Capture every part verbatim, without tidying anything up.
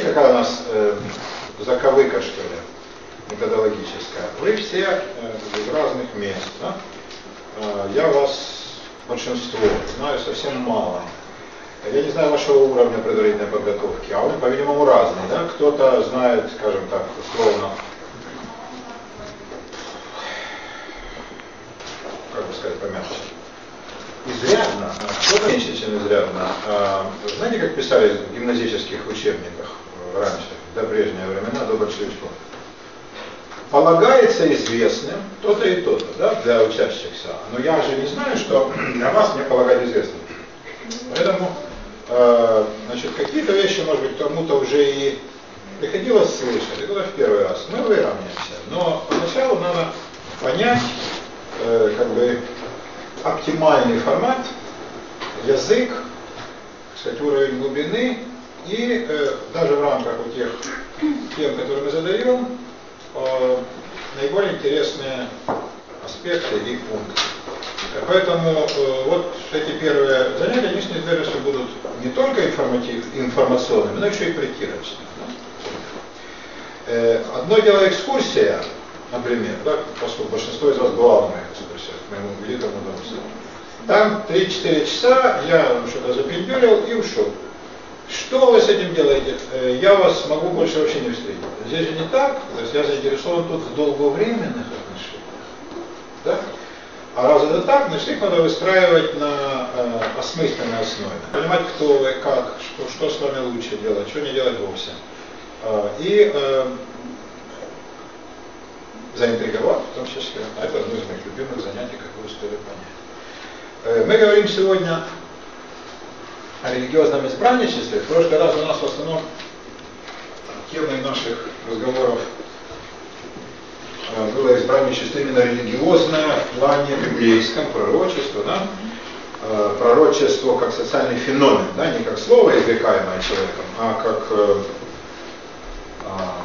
какая у нас э, заковыка, что ли, методологическая. Вы все э, из разных мест. Да? Э, я вас большинство, знаю совсем мало. Я не знаю вашего уровня предварительной подготовки, а он, по-видимому, разный. Да? Кто-то знает, скажем так, условно, как бы сказать помягче, изрядно, кто-то меньше, чем изрядно. Знаете, как писали в гимназических учебниках раньше, до прежнего времена, до большевичков? Полагается известным то-то и то-то, да, для учащихся. Но я же не знаю, что для вас мне полагать известным. Поэтому, э, значит, какие-то вещи, может быть, кому-то уже и приходилось слышать, это в первый раз. Мы выровняемся. Но поначалу надо понять, э, как бы, оптимальный формат, язык, кстати, уровень глубины и э, даже в рамках вот тех тем, которые мы задаем, э, наиболее интересные аспекты и пункты. Поэтому э, вот эти первые занятия, они с неизбежностью будут не только информатив, информационными, но еще и проектировочными. Э, одно дело экскурсия, например, да, поскольку большинство из вас бывало на моих экскурсиях, к моему великому удовольствию. Там три-четыре часа я что-то запендюрил и ушел. Что вы с этим делаете? Я вас могу больше вообще не встретить. Здесь же не так, то есть я заинтересован тут в долговременных отношениях. Да? А раз это так, значит их надо выстраивать на э, осмысленной основе. Понимать, кто вы, как, что, что с вами лучше делать, что не делать вовсе. Э, и э, заинтриговать в том числе. А это одно из моих любимых занятий, как вы успели понять. Э, мы говорим сегодня о религиозном избранничестве. В прошлый раз у нас в основном темой наших разговоров было избранничество именно религиозное в плане библейском, пророчество, да? Пророчество как социальный феномен, да? Не как слово, извлекаемое человеком, а как, а,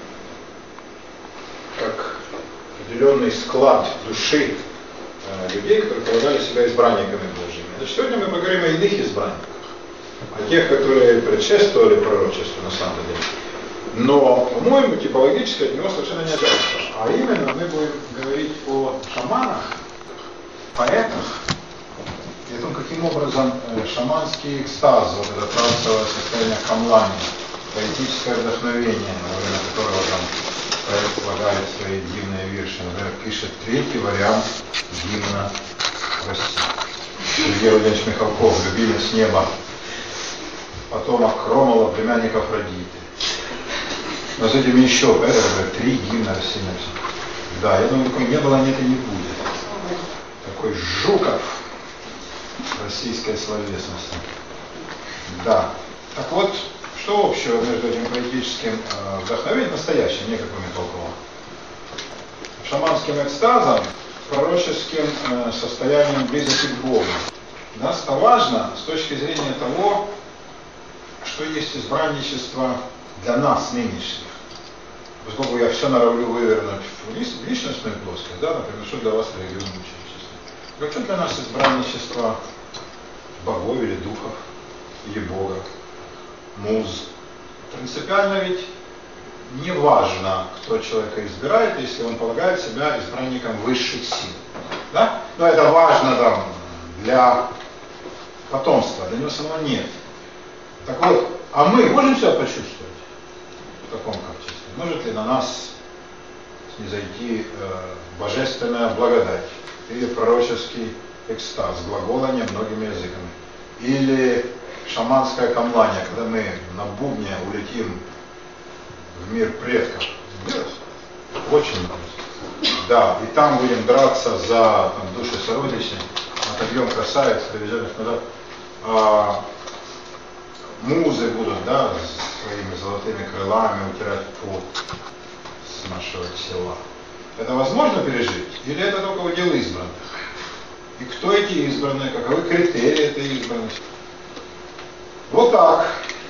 как определенный склад души людей, которые полагали себя избранниками Божьими. Значит, сегодня мы поговорим о иных избранниках, о тех, которые предшествовали пророчеству на самом деле. Но, по-моему, типологически от него совершенно не отличается. А именно мы будем говорить о шаманах, поэтах, и о том, каким образом шаманский экстаз, вот это трансовое состояние камлани, поэтическое вдохновение, во время которого там поэт слагает свои дивные вирши, например, пишет третий вариант гимна России. Сергей Владимирович Михалков, любили с неба потомок Кромова, племянник Афродиты. Но с этим еще, поэтому три гимна России написано. Да, я думаю, такой не было, нет и не будет. Такой Жуков российской словесности. Да. Так вот, что общего между этим поэтическим э, вдохновением, настоящим, не как у Михалкова, шаманским экстазом, пророческим э, состоянием близости к Богу? Нас-то важно с точки зрения того, что есть избранничество для нас нынешних. Поскольку я все норовлю вывернуть в личностную плоскость, да, например, что для вас религиозное ученичество? Как что для нас избранничество богов или духов, или Бога, муз? Принципиально ведь не важно, кто человека избирает, если он полагает себя избранником высших сил. Да? Но это важно там для потомства, для него самого нет. Так вот, а мы можем себя почувствовать в таком качестве? Может ли на нас снизойти э, божественная благодать или пророческий экстаз, глаголание многими языками? Или шаманское камлание, когда мы на бубне улетим в мир предков? Очень много. Да, и там будем драться за там, души сородичей, отобьем красавиц, привезем их назад. А, музы будут, да, своими золотыми крылами утирать пот с нашего села. Это возможно пережить? Или это только удел избранных? И кто эти избранные? Каковы критерии этой избранности? Вот так.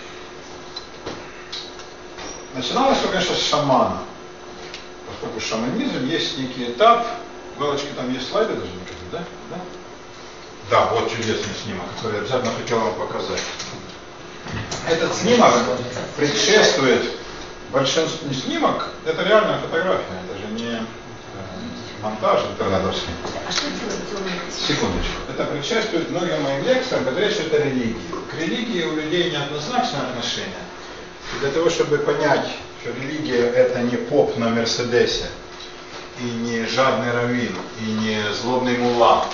Начиналось все, конечно, с шамана. Поскольку шаманизм есть некий этап. Галочки, там есть слайды даже, да? Да, да, вот чудесный снимок, который я обязательно хотел вам показать. Этот снимок предшествует большинству. Не снимок, это реальная фотография, это же не э, монтаж интернетовский. А что делать? Секундочку. Это предшествует многим моим лекциям, которые речь о религии. К религии у людей неоднозначное отношение. И для того, чтобы понять, что религия это не поп на Мерседесе, и не жадный раввин, и не злобный мулла,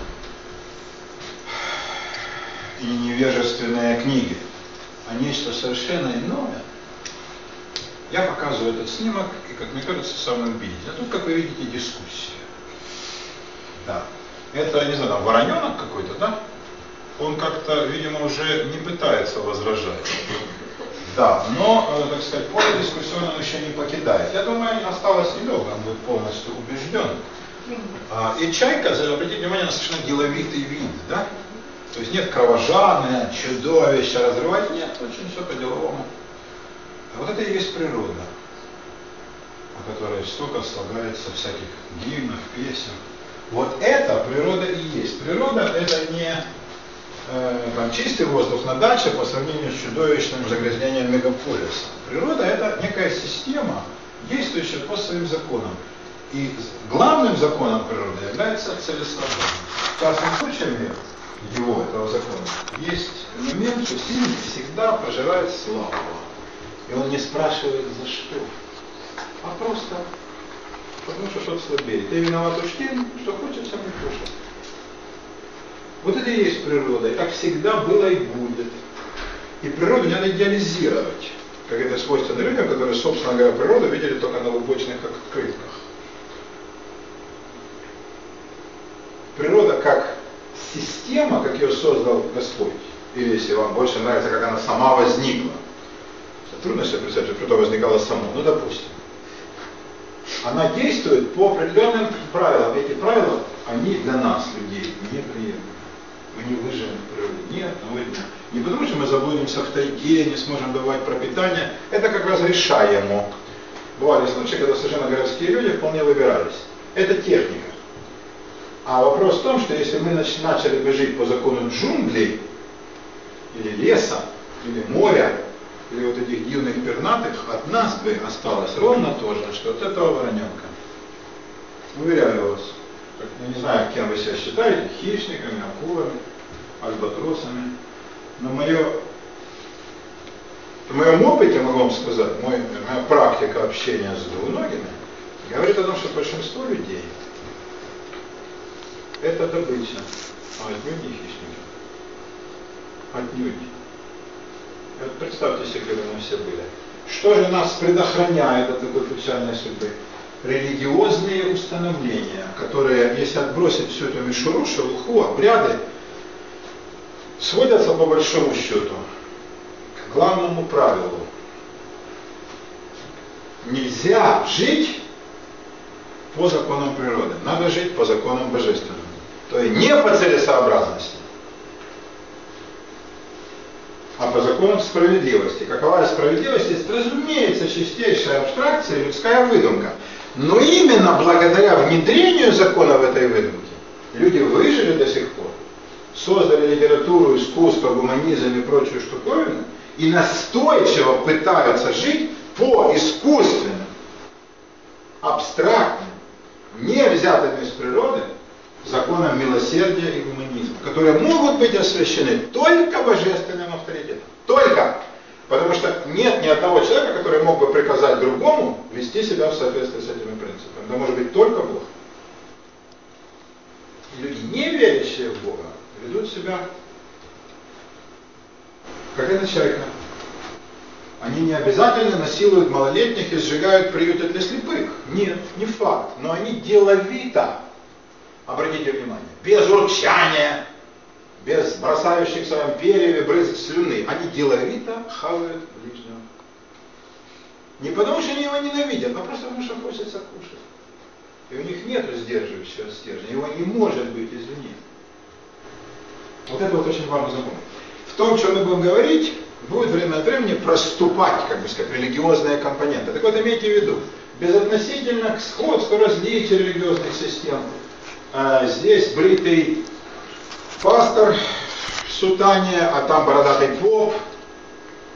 и не невежественные книги, а нечто совершенно иное. Я показываю этот снимок, и, как мне кажется, самый убедительный. А тут, как вы видите, дискуссия. Да. Это, не знаю, там, вороненок какой-то, да? Он как-то, видимо, уже не пытается возражать. Да, но, так сказать, поле дискуссионное он еще не покидает. Я думаю, осталось недолго, он будет полностью убежден. А, и Чайка, обратите внимание на совершенно деловитый вид, да? То есть нет кровожадное, чудовище разрывать, нет, очень все по-деловому. А вот это и есть природа, о которой столько слагается всяких гимнов, песен. Вот это природа и есть. Природа это не э, там, чистый воздух на даче по сравнению с чудовищным загрязнением мегаполиса. Природа это некая система, действующая по своим законам. И главным законом природы является целесообразность. В частном случае его, этого закона, есть момент, что сильный всегда пожирает слабого. И он не спрашивает за что, а просто потому что тот слабее. Ты виноват уж тем, что хочется мне кушать. Вот это и есть природа. И так всегда было и будет. И природу не надо идеализировать. Как это свойственно людям, которые, собственно говоря, природу видели только на лубочных открытках. Природа как система, как ее создал Господь. Или если вам больше нравится, как она сама возникла. Трудно себе представить, что что-то возникало само. Ну, допустим. Она действует по определенным правилам. Эти правила, они для нас, людей, неприемлемы. Мы не выживем в природе. Нет, ну, не потому, что мы заблудимся в тайге, не сможем давать пропитание. Это как раз решаемо. Бывали случаи, когда совершенно городские люди вполне выбирались. Это техника. А вопрос в том, что если мы начали бы жить по закону джунглей, или леса, или моря, или вот этих дивных пернатых, от нас бы осталось ровно то же, что от этого вороненка. Уверяю вас, я не знаю, кем вы себя считаете, хищниками, акулами, альбатросами, но мое, в моем опыте, могу вам сказать, мой, моя практика общения с двуногими говорит о том, что большинство людей это добыча, а отнюдь не хищники. Отнюдь. Вот представьте себе, когда мы все были. Что же нас предохраняет от такой печальной судьбы? Религиозные установления, которые, если отбросить всю эту мишуру, шелуху, обряды, сводятся по большому счету к главному правилу. Нельзя жить по законам природы, надо жить по законам божественным. То есть не по целесообразности, а по законам справедливости. Какова справедливость? Есть, разумеется, чистейшая абстракция, людская выдумка. Но именно благодаря внедрению законов этой выдумки люди выжили до сих пор, создали литературу, искусство, гуманизм и прочую штуковину, и настойчиво пытаются жить по искусственным, абстрактным, не взятым из природы законам милосердия и гуманизма, которые могут быть освящены только божественным авторитетом. Только. Потому что нет ни одного человека, который мог бы приказать другому вести себя в соответствии с этими принципами. Это может быть только Бог. И люди, не верящие в Бога, ведут себя как эта чайка. Они не обязательно насилуют малолетних и сжигают приюты для слепых. Нет, не факт. Но они деловито, обратите внимание, без урчания, без бросающих своим перьями брызг слюны, они деловито хавают ближнего. Не потому, что они его ненавидят, а просто потому, что хочется кушать. И у них нет сдерживающего стержня, его не может быть извне. Вот это вот очень важно запомнить. В том, что мы будем говорить, будет время от времени проступать, как бы сказать, религиозные компоненты. Так вот, имейте в виду, безотносительно к сходству различий религиозных систем, а здесь бритый пастор в сутане, а там бородатый поп,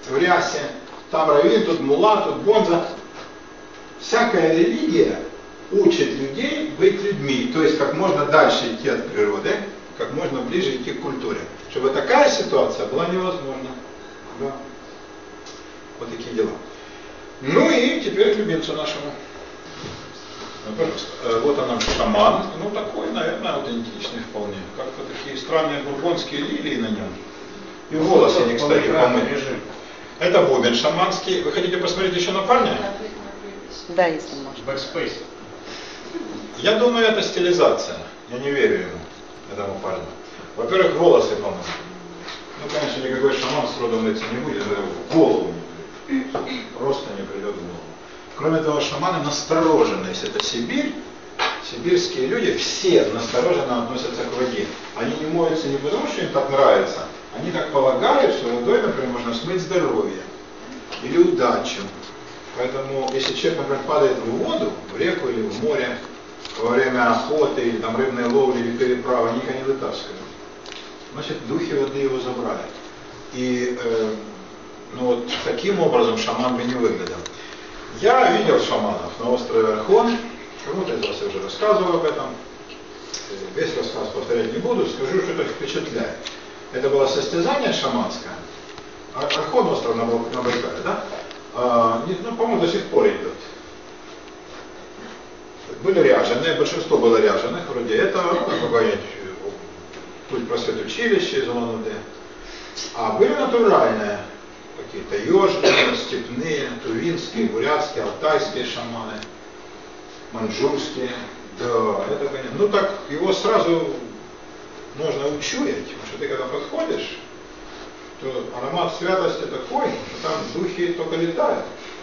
в рясе, там раввин, тут мулла, тут бонза. Всякая религия учит людей быть людьми, то есть как можно дальше идти от природы, как можно ближе идти к культуре. Чтобы такая ситуация была невозможна. Да. Вот такие дела. Ну и теперь к любимцу нашему. Ну, пожалуйста. Вот она, шаман. Ну такой, наверное, аутентичный вполне. Как-то такие странные бурбонские лилии на нем. И волосы не, кстати, помыли. Это бубен шаманский. Вы хотите посмотреть еще на парня? Да, если можно. Backspace. Я думаю, это стилизация. Я не верю ему, этому парню. Во-первых, волосы помыть. Ну, конечно, никакой шаман сроду мыться не будет, это в голову не придет. Просто не придет в голову. Кроме того, шаманы насторожены. Если это Сибирь, сибирские люди все настороженно относятся к воде. Они не моются не потому, что им так нравится. Они так полагают, что водой, например, можно смыть здоровье или удачу. Поэтому, если человек, например, падает в воду, в реку или в море, во время охоты или там рыбной ловли или переправы, они их не вытаскивают. Значит, духи воды его забрали. И э, ну вот таким образом шаман бы не выглядел. Я видел шаманов на острове Архон. Кому-то из вас я уже рассказывал об этом. Весь рассказ повторять не буду, скажу, что это впечатляет. Это было состязание шаманское. Архон, остров на Байкале, да? А, ну, по-моему, до сих пор идет. Были ряженые, большинство было ряженых, вроде этого, какое-нибудь путь просвет училище из Улан-Удэ. А были натуральные, какие-то ежные, степные, тувинские, бурятские, алтайские шаманы, маньчжурские. Да, это, конечно. Ну так его сразу можно учуять, потому что ты когда подходишь, то аромат святости такой, что там духи только летают.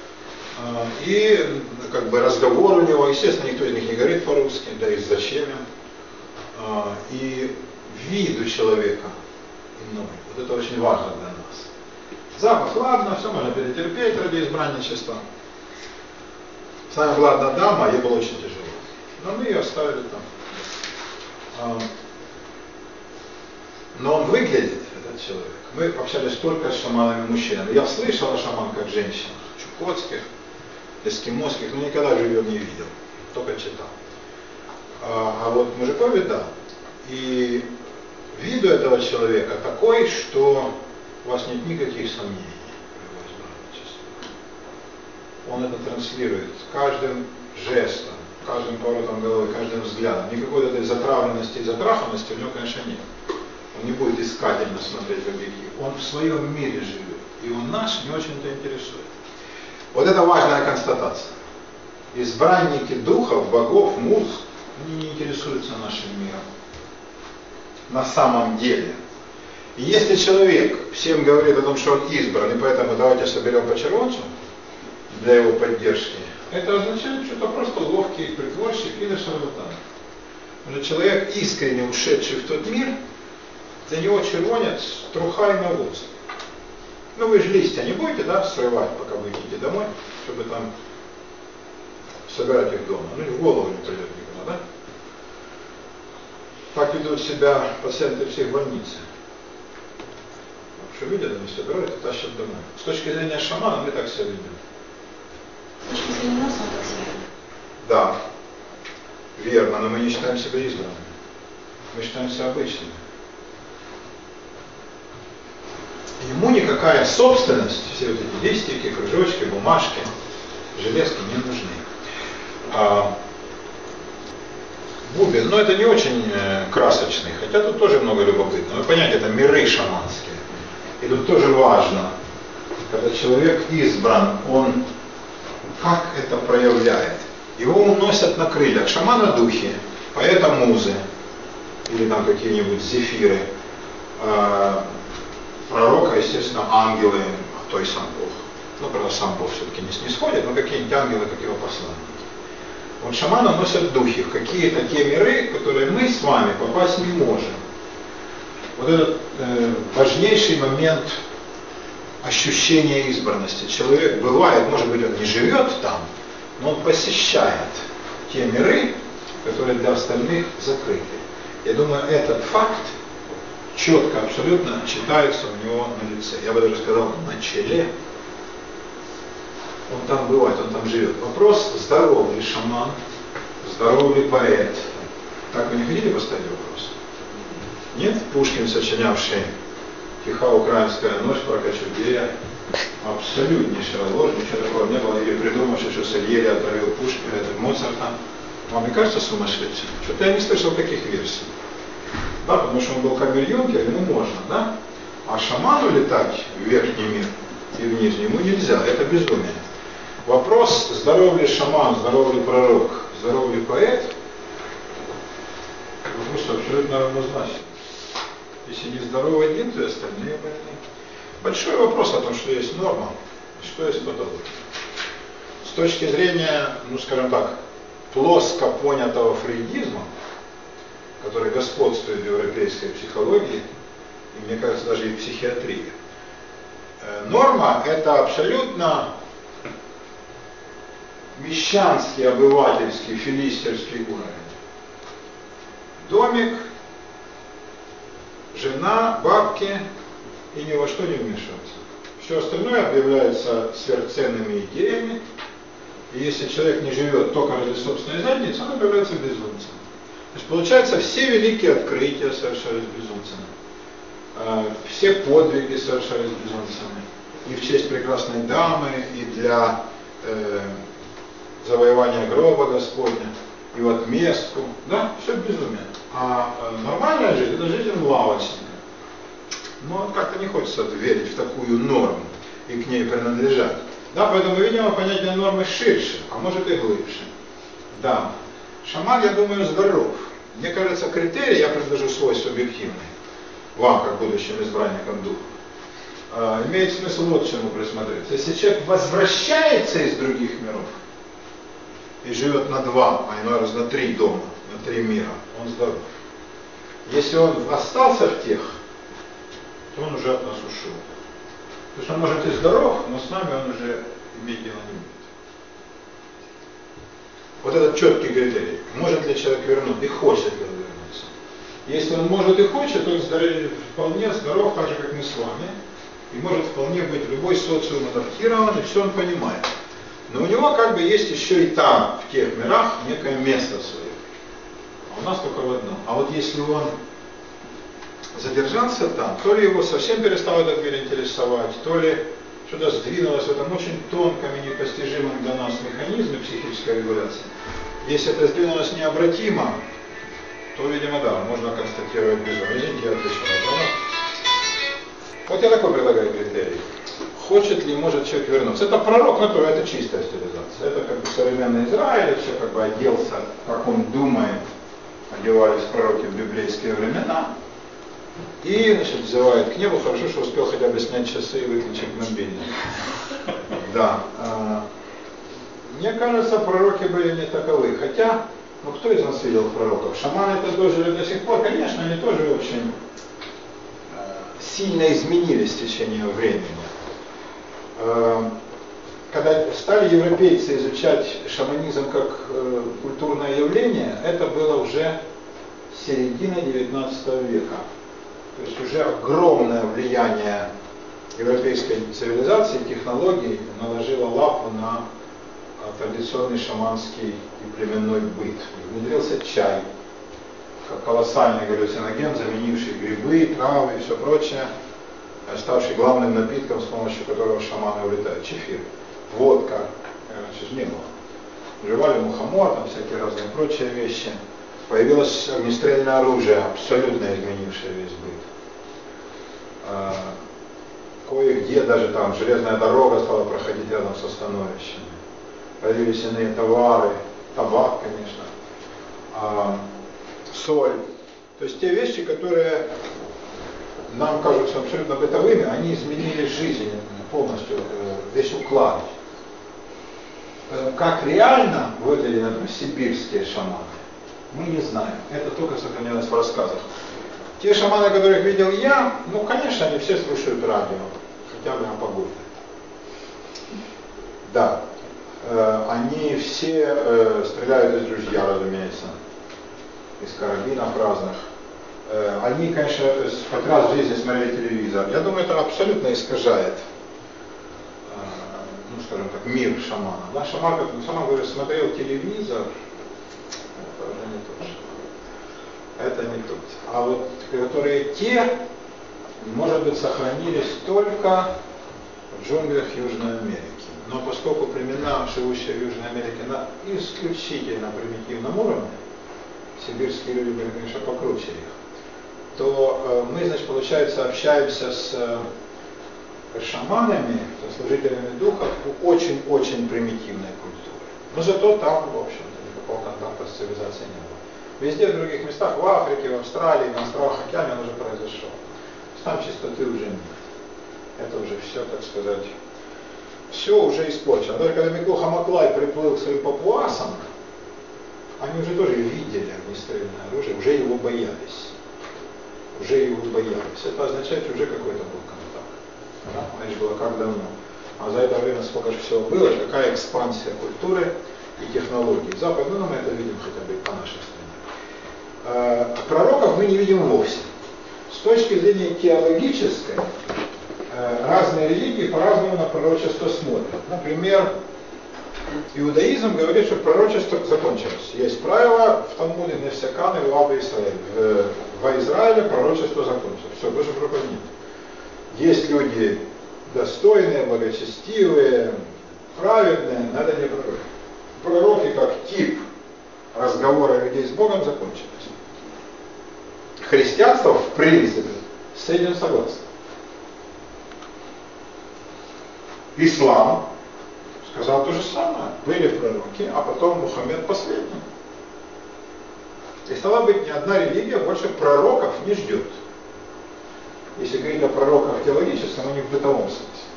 И как бы разговор у него, естественно, никто из них не говорит по-русски, да и зачем им. И вид у человека иной. Вот это очень важно для нас. Запах, ладно, все можно перетерпеть ради избранничества. С нами была одна дама, ей было очень тяжело. Но мы ее оставили там. Но он выглядит, этот человек. Мы общались только с шаманами-мужчинами. Я слышал о шаманках женщин, чукотских, эскимосских, но никогда живьем не видел, только читал. А, а вот мужиков видал. И вид у этого человека такой, что у вас нет никаких сомнений в его избранничестве. Он это транслирует каждым жестом, каждым поворотом головы, каждым взглядом. Никакой этой затравленности и затраханности у него, конечно, нет. Он не будет искательно смотреть в объектив. Он в своем мире живет. И он наш не очень-то интересует. Вот это важная констатация. Избранники духов, богов, муз, они не интересуются нашим миром. На самом деле. И если человек всем говорит о том, что он избран, и поэтому давайте соберем по червонцу для его поддержки, это означает, что это просто ловкий притворщик или шарлатан. Потому что человек, искренне ушедший в тот мир, для него червонец труха и навоз. Ну вы же листья не будете, да, срывать, пока вы идете домой, чтобы там собирать их дома. Ну и в голову не придет никогда, да? Так ведут себя пациенты психбольницы. Что видят, они собирают и тащат домой. С точки зрения шамана мы так себя ведем. С точки зрения нас он так себя ведет. Да, верно, но мы не считаем себя избранными. Мы считаем себя обычными. Ему никакая собственность, все вот эти листики, кружочки, бумажки, железки не нужны. А, бубен, но это не очень э, красочный, хотя тут тоже много любопытного. Вы понимаете, это миры шаманские. И тут тоже важно, когда человек избран, он как это проявляет. Его уносят на крыльях. Шамана духи, поэта музы, или там какие-нибудь зефиры, э, пророка, естественно, ангелы, а то и сам Бог. Ну, правда, сам Бог все-таки не снисходит, но какие-нибудь ангелы, как его посланники. Вот шамана носят духи в какие-то те миры, в которые мы с вами попасть не можем. Вот этот э, важнейший момент ощущения избранности. Человек бывает, может быть, он не живет там, но он посещает те миры, которые для остальных закрыты. Я думаю, этот факт, четко абсолютно читается у него на лице. Я бы даже сказал, на челе. Он там бывает, он там живет. Вопрос, здоровый ли шаман, здоровый ли поэт. Так вы не хотите поставить вопрос? Нет? Пушкин, сочинявший «Тиха украинская ночь» про Кочубея, абсолютнейшая ложь, ничего такого не было. Или придумавший, что Сальери отравил Пушкина, это Моцарта. Вам не кажется сумасшедшим? Что-то я не слышал таких версий. Да, потому что он был камер-юнкер, ему можно, да? А шаману летать в верхний мир и в нижний ему нельзя, это безумие. Вопрос, здоров ли шаман, здоров ли пророк, здоров ли поэт, вопрос абсолютно равнозначен. Если не здоровый один, то и остальные больны. Большой вопрос о том, что есть норма, что есть патология. С точки зрения, ну скажем так, плоско понятого фрейдизма, который господствует в европейской психологии, и мне кажется, даже и в психиатрии, норма – это абсолютно мещанский, обывательский, филистерский уровень. Домик, жена, бабки и ни во что не вмешиваться. Все остальное объявляется сверхценными идеями, и если человек не живет только ради собственной задницы, он объявляется безумцем. То есть получается, все великие открытия совершались безумцами, все подвиги совершались безумцами, и в честь прекрасной дамы, и для э, завоевания гроба Господня, и в отместку, да, все безумие. А нормальная жизнь – это жизнь лавочника. Но как-то не хочется верить в такую норму и к ней принадлежать. Да, поэтому, видимо, понятие нормы ширше, а может и глубже. Да, шаман, я думаю, здоров. Мне кажется, критерий, я предложу свой субъективный, вам, как будущим избранникам духа, э, имеет смысл вот к чему присмотреться. Если человек возвращается из других миров и живет на два, а иной раз на три дома, на три мира, он здоров. Если он остался в тех, то он уже от нас ушел. То есть он может и здоров, но с нами он уже иметь дело не будет. Вот этот четкий критерий. Может ли человек вернуть и хочет ли он вернуться. Если он может и хочет, то он вполне здоров, так же как мы с вами. И может вполне быть любой социум адаптирован, и все он понимает. Но у него как бы есть еще и там, в тех мирах, некое место свое. А у нас только в одном. А вот если он задержался там, то ли его совсем перестал этот мир интересовать, то ли что-то сдвинулось в этом очень тонком и непостижимом для нас механизме психической регуляции. Если это сдвинулось необратимо, то, видимо, да, можно констатировать безумие. Извините, я отвечу на вопрос. Вот я такой предлагаю критерий. Хочет ли, может человек вернуться? Это пророк, но это чистая стилизация. Это как бы современный Израиль, все как бы оделся, как он думает, одевались пророки в библейские времена. И, значит, взывает к небу, хорошо, что успел хотя бы снять часы и выключить мобильник. Да. Мне кажется, пророки были не таковы. Хотя, ну кто из нас видел пророков? Шаманы это дожили до сих пор. Конечно, они тоже очень сильно изменились в течение времени. Когда стали европейцы изучать шаманизм как культурное явление, это было уже середина девятнадцатого века. То есть уже огромное влияние европейской цивилизации, технологий наложило лапу на традиционный шаманский и племенной быт. Внедрился чай, как колоссальный галлюциноген, заменивший грибы, травы и все прочее, ставший главным напитком, с помощью которого шаманы улетают. Чефир, водка, раньше же не было. Жевали мухомор, там всякие разные прочие вещи. Появилось огнестрельное оружие, абсолютно изменившее весь быт. А, кое-где даже там железная дорога стала проходить рядом со становищами. Появились иные товары, табак, конечно, а, соль. То есть те вещи, которые нам кажутся абсолютно бытовыми, они изменили жизнь полностью, весь уклад. Как реально выглядели, например, сибирские шаманы, мы не знаем. Это только сохранилось в рассказах. Те шаманы, которых видел я, ну, конечно, они все слушают радио, хотя бы о погоде. Да. Э, они все э, стреляют из ружья, разумеется, из карабинов разных. э, они, конечно, хоть раз в жизни смотрели телевизор. Я думаю, это абсолютно искажает, э, ну, скажем так, мир шамана. Да, шаман, как шаман говорит, смотрел телевизор, это уже не то, что это не то. А вот которые те, может быть, сохранились только в джунглях Южной Америки. Но поскольку племена, живущие в Южной Америке, на исключительно примитивном уровне, сибирские люди были, конечно, покруче их, то э, мы, значит, получается, общаемся с э, шаманами, со служителями духов очень-очень примитивной культуры. Но зато там, в общем-то, никакого контакта с цивилизацией не было. Везде, в других местах, в Африке, в Австралии, на островах океана он уже произошел. Там чистоты уже нет. Это уже все, так сказать, все уже испорчено. Даже когда Миклоха Маклай приплыл к своим папуасам, они уже тоже видели огнестрельное оружие, уже его боялись. Уже его боялись. Это означает, что уже какой-то был контакт. Да? Значит, было как давно. А за это время сколько же всего было, какая экспансия культуры и технологий. Запад, ну мы это видим хотя бы по нашей стране. Пророков мы не видим вовсе. С точки зрения теологической, разные религии по-разному на пророчество смотрят. Например, иудаизм говорит, что пророчество закончилось. Есть правило в Талмуде Нефсякан и Лаба Израиль. В, в Израиле пророчество закончилось. Все, больше пророков нет. Есть люди достойные, благочестивые, праведные, надо не пророки. Пророки как тип разговора людей с Богом закончились. Христианство, в принципе, с этим согласно. Ислам сказал то же самое. Были пророки, а потом Мухаммед последний. И стало быть, ни одна религия больше пророков не ждет. Если говорить о пророках теологическом, а не в бытовом смысле.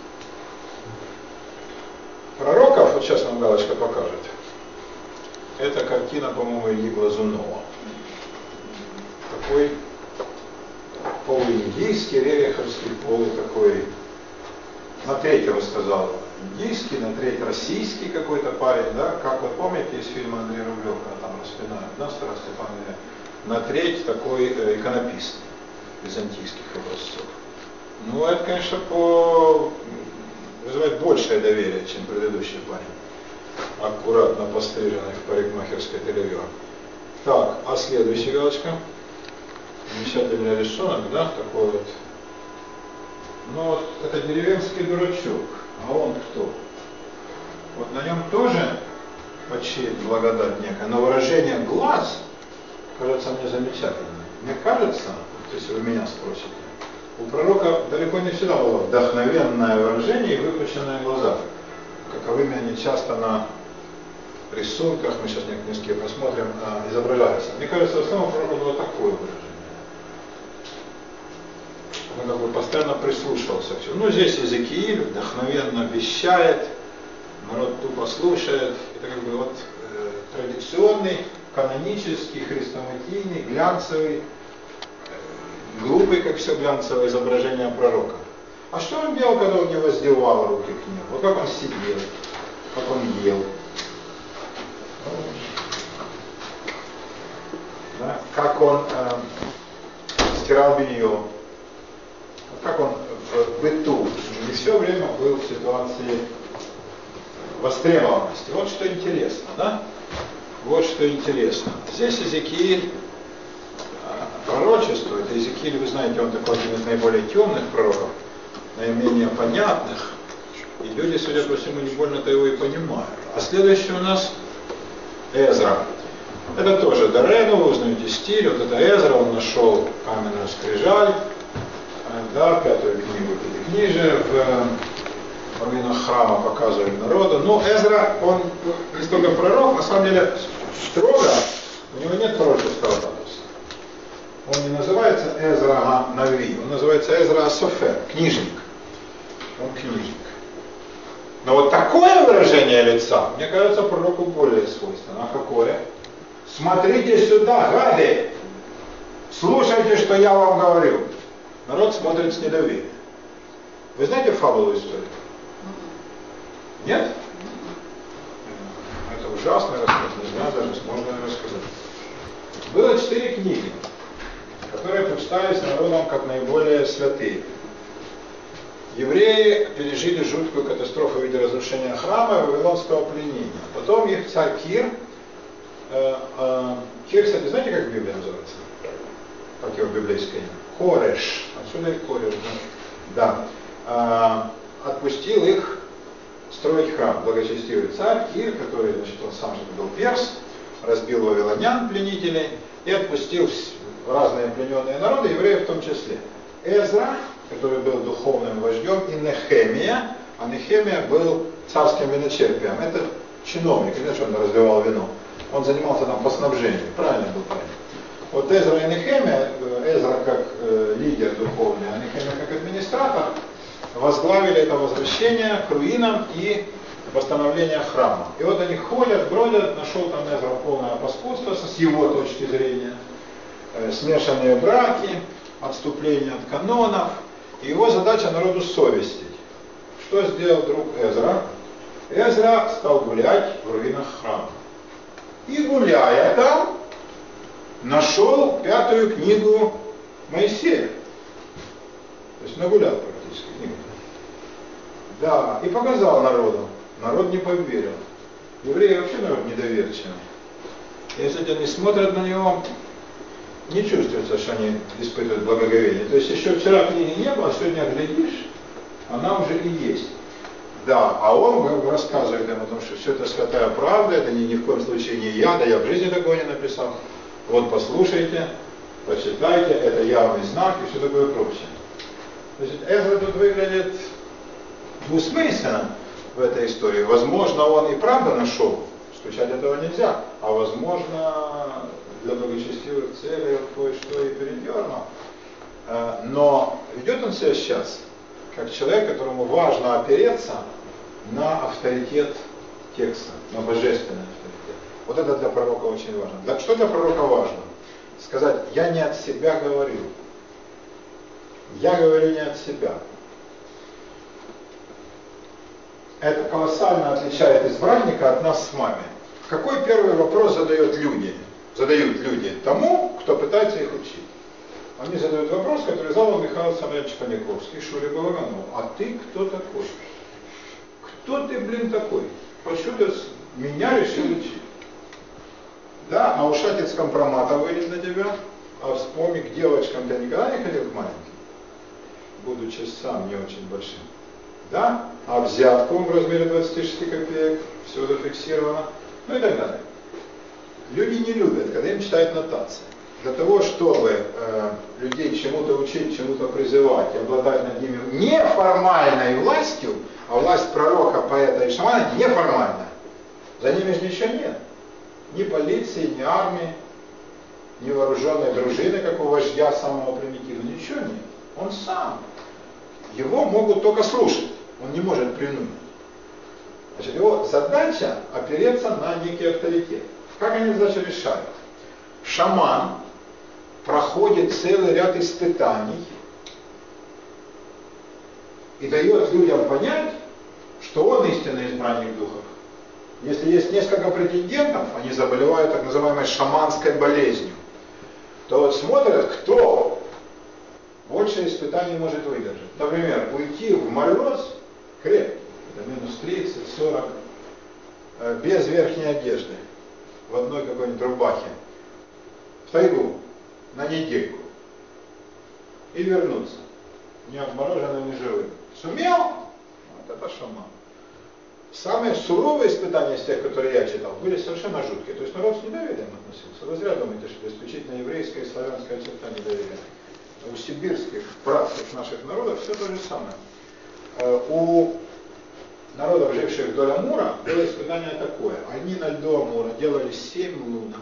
Пророков, вот сейчас нам галочка покажет, это картина, по-моему, Ильи Глазунова. Такой полуиндийский, рериховский, полу такой, на треть, я бы сказал, индийский, на треть российский какой-то парень, да, как вы помните из фильма Андрея Рублева, когда там распинают, да, Старостепан Фамилия, на треть такой э, иконописный, византийских образцов. Ну, это, конечно, по... вызывает большее доверие, чем предыдущий парень, аккуратно постриженный в парикмахерской Телевио. Так, а следующая галочка. Замечательный рисунок, да, такой вот. Ну вот, это деревенский дурачок. А он кто? Вот на нем тоже почти благодать некая, но выражение глаз кажется мне замечательным. Мне кажется, вот если вы меня спросите, у пророка далеко не всегда было вдохновенное выражение и выпущенные глаза. Каковыми они часто на рисунках, мы сейчас несколько посмотрим, изображаются. Мне кажется, в основном у пророка было такое выражение. Он как бы постоянно прислушивался к всему. Ну, здесь Иезекииль вдохновенно вещает, народ тупо слушает. Это как бы вот э, традиционный, канонический, хрестоматийный, глянцевый, э, глупый, как все глянцевое изображение пророка. А что он делал, когда он не воздевал руки к нему? Вот как он сидел, как он ел. Да? Как он э, стирал белье. Как он в быту не все время был в ситуации востребованности. Вот что интересно, да? Вот что интересно. Здесь Иезекииль пророчествует. Иезекииль, вы знаете, он такой один из наиболее темных пророков, наименее понятных. И люди, судя по всему, не больно-то его и понимают. А следующий у нас Эзра. Это тоже Дорену, вы узнаете стиль. Вот это Эзра, он нашел каменную скрижаль. Да, пятую книгу Пятикнижия в руинах храма показывали народу. Но Эзра, он не столько пророк, на самом деле строго, у него нет пророческого статуса. Он не называется Эзра Нави, он называется Эзра Асофер, книжник. Он книжник. Но вот такое выражение лица, мне кажется, пророку более свойственно. А какое? Смотрите сюда, гады! Слушайте, что я вам говорю. Народ смотрит с недоверием. Вы знаете фабулу истории? Нет? Это ужасный рассказ, не знаю даже, можно ли рассказать. Было четыре книги, которые почитались народом как наиболее святые. Евреи пережили жуткую катастрофу в виде разрушения храма и вавилонского пленения. Потом их царь Кир, э, э, Кир, кстати, знаете, как в Библии называется? Как его библейское имя? Кореш. Отсюда и Кореш. Да. Э, отпустил их строить храм. Благочестивый царь Кир, который, значит, он сам же был перс, разбил вавилонян, пленителей, и отпустил разные плененные народы, евреев в том числе. Эзра, который был духовным вождем, и Нехемия, а Нехемия был царским виночерпием. Это чиновник, иначе он развивал вино. Он занимался там по снабжению, правильно был правильно. Вот Эзра и Нехемия, Эзра как э, лидер духовный, а Нехемия как администратор, возглавили это возвращение к руинам и восстановление храма. И вот они ходят, бродят, нашел там Эзра полное паскудство с его точки зрения, э, смешанные браки, отступление от канонов. И его задача народу совестить. Что сделал друг Эзра? Эзра стал гулять в руинах храма. И гуляя там, нашел пятую книгу Моисея. То есть нагулял практически книгу. Да, и показал народу. Народ не поверил. Евреи вообще народ недоверчивый. Если они смотрят на него, не чувствуется, что они испытывают благоговение. То есть еще вчера книги не было, а сегодня глядишь, она уже и есть. Да, а он рассказывает им о том, что все это святая правда, это ни, ни в коем случае не я, да я в жизни такого не написал. Вот послушайте, почитайте, это явный знак и все такое прочее. Значит, Эзра тут выглядит двусмысленно в этой истории. Возможно, он и правда нашел, стучать этого нельзя, а возможно, для благочестивых целей он кое-что и передернул. Но ведет он себя сейчас как человек, которому важно опереться на авторитет текста, на божественный авторитет. Вот это для пророка очень важно. Для, что для пророка важно? Сказать, я не от себя говорю. Я говорю не от себя. Это колоссально отличает избранника от нас с вами. Какой первый вопрос задают люди? Задают люди тому, кто пытается их учить. Они задают вопрос, который задал Михаил Самуилович Паниковский, Шуре Балаганову. А ты кто такой? Кто ты, блин, такой? Почему ты меня решил учить? Да, а ушатец компромата выйдет на тебя, а вспомни, к девочкам ты никогда не ходил к маленьким, будучи сам не очень большим. Да, а взятку в размере двадцати шести копеек, все зафиксировано, ну и так далее. Люди не любят, когда им читают нотации. Для того, чтобы э, людей чему-то учить, чему-то призывать и обладать над ними неформальной властью, а власть пророка, поэта и шамана неформальная. За ними же ничего нет. Ни полиции, ни армии, ни вооруженной дружины, как у вождя самого примитивного, ничего нет. Он сам. Его могут только слушать. Он не может принудить. Значит, его задача опереться на некий авторитет. Как они задачу решают? Шаман проходит целый ряд испытаний и дает людям понять, что он истинный избранник духов. Если есть несколько претендентов, они заболевают так называемой шаманской болезнью, то вот смотрят, кто больше испытаний может выдержать. Например, уйти в мороз крепкий, это минус тридцать сорок, без верхней одежды, в одной какой-нибудь рубахе, в тайгу, на недельку, и вернуться, не обмороженным, не живым. Сумел? Вот это шаман. Самые суровые испытания из тех, которые я читал, были совершенно жуткие. То есть народ с недоверием относился. Вы зря думаете, что исключительно еврейская и славянская черта недоверия. У сибирских, братских наших народов все то же самое. У народов, живших вдоль Амура, было испытание такое. Они на льду Амура делали семь лунок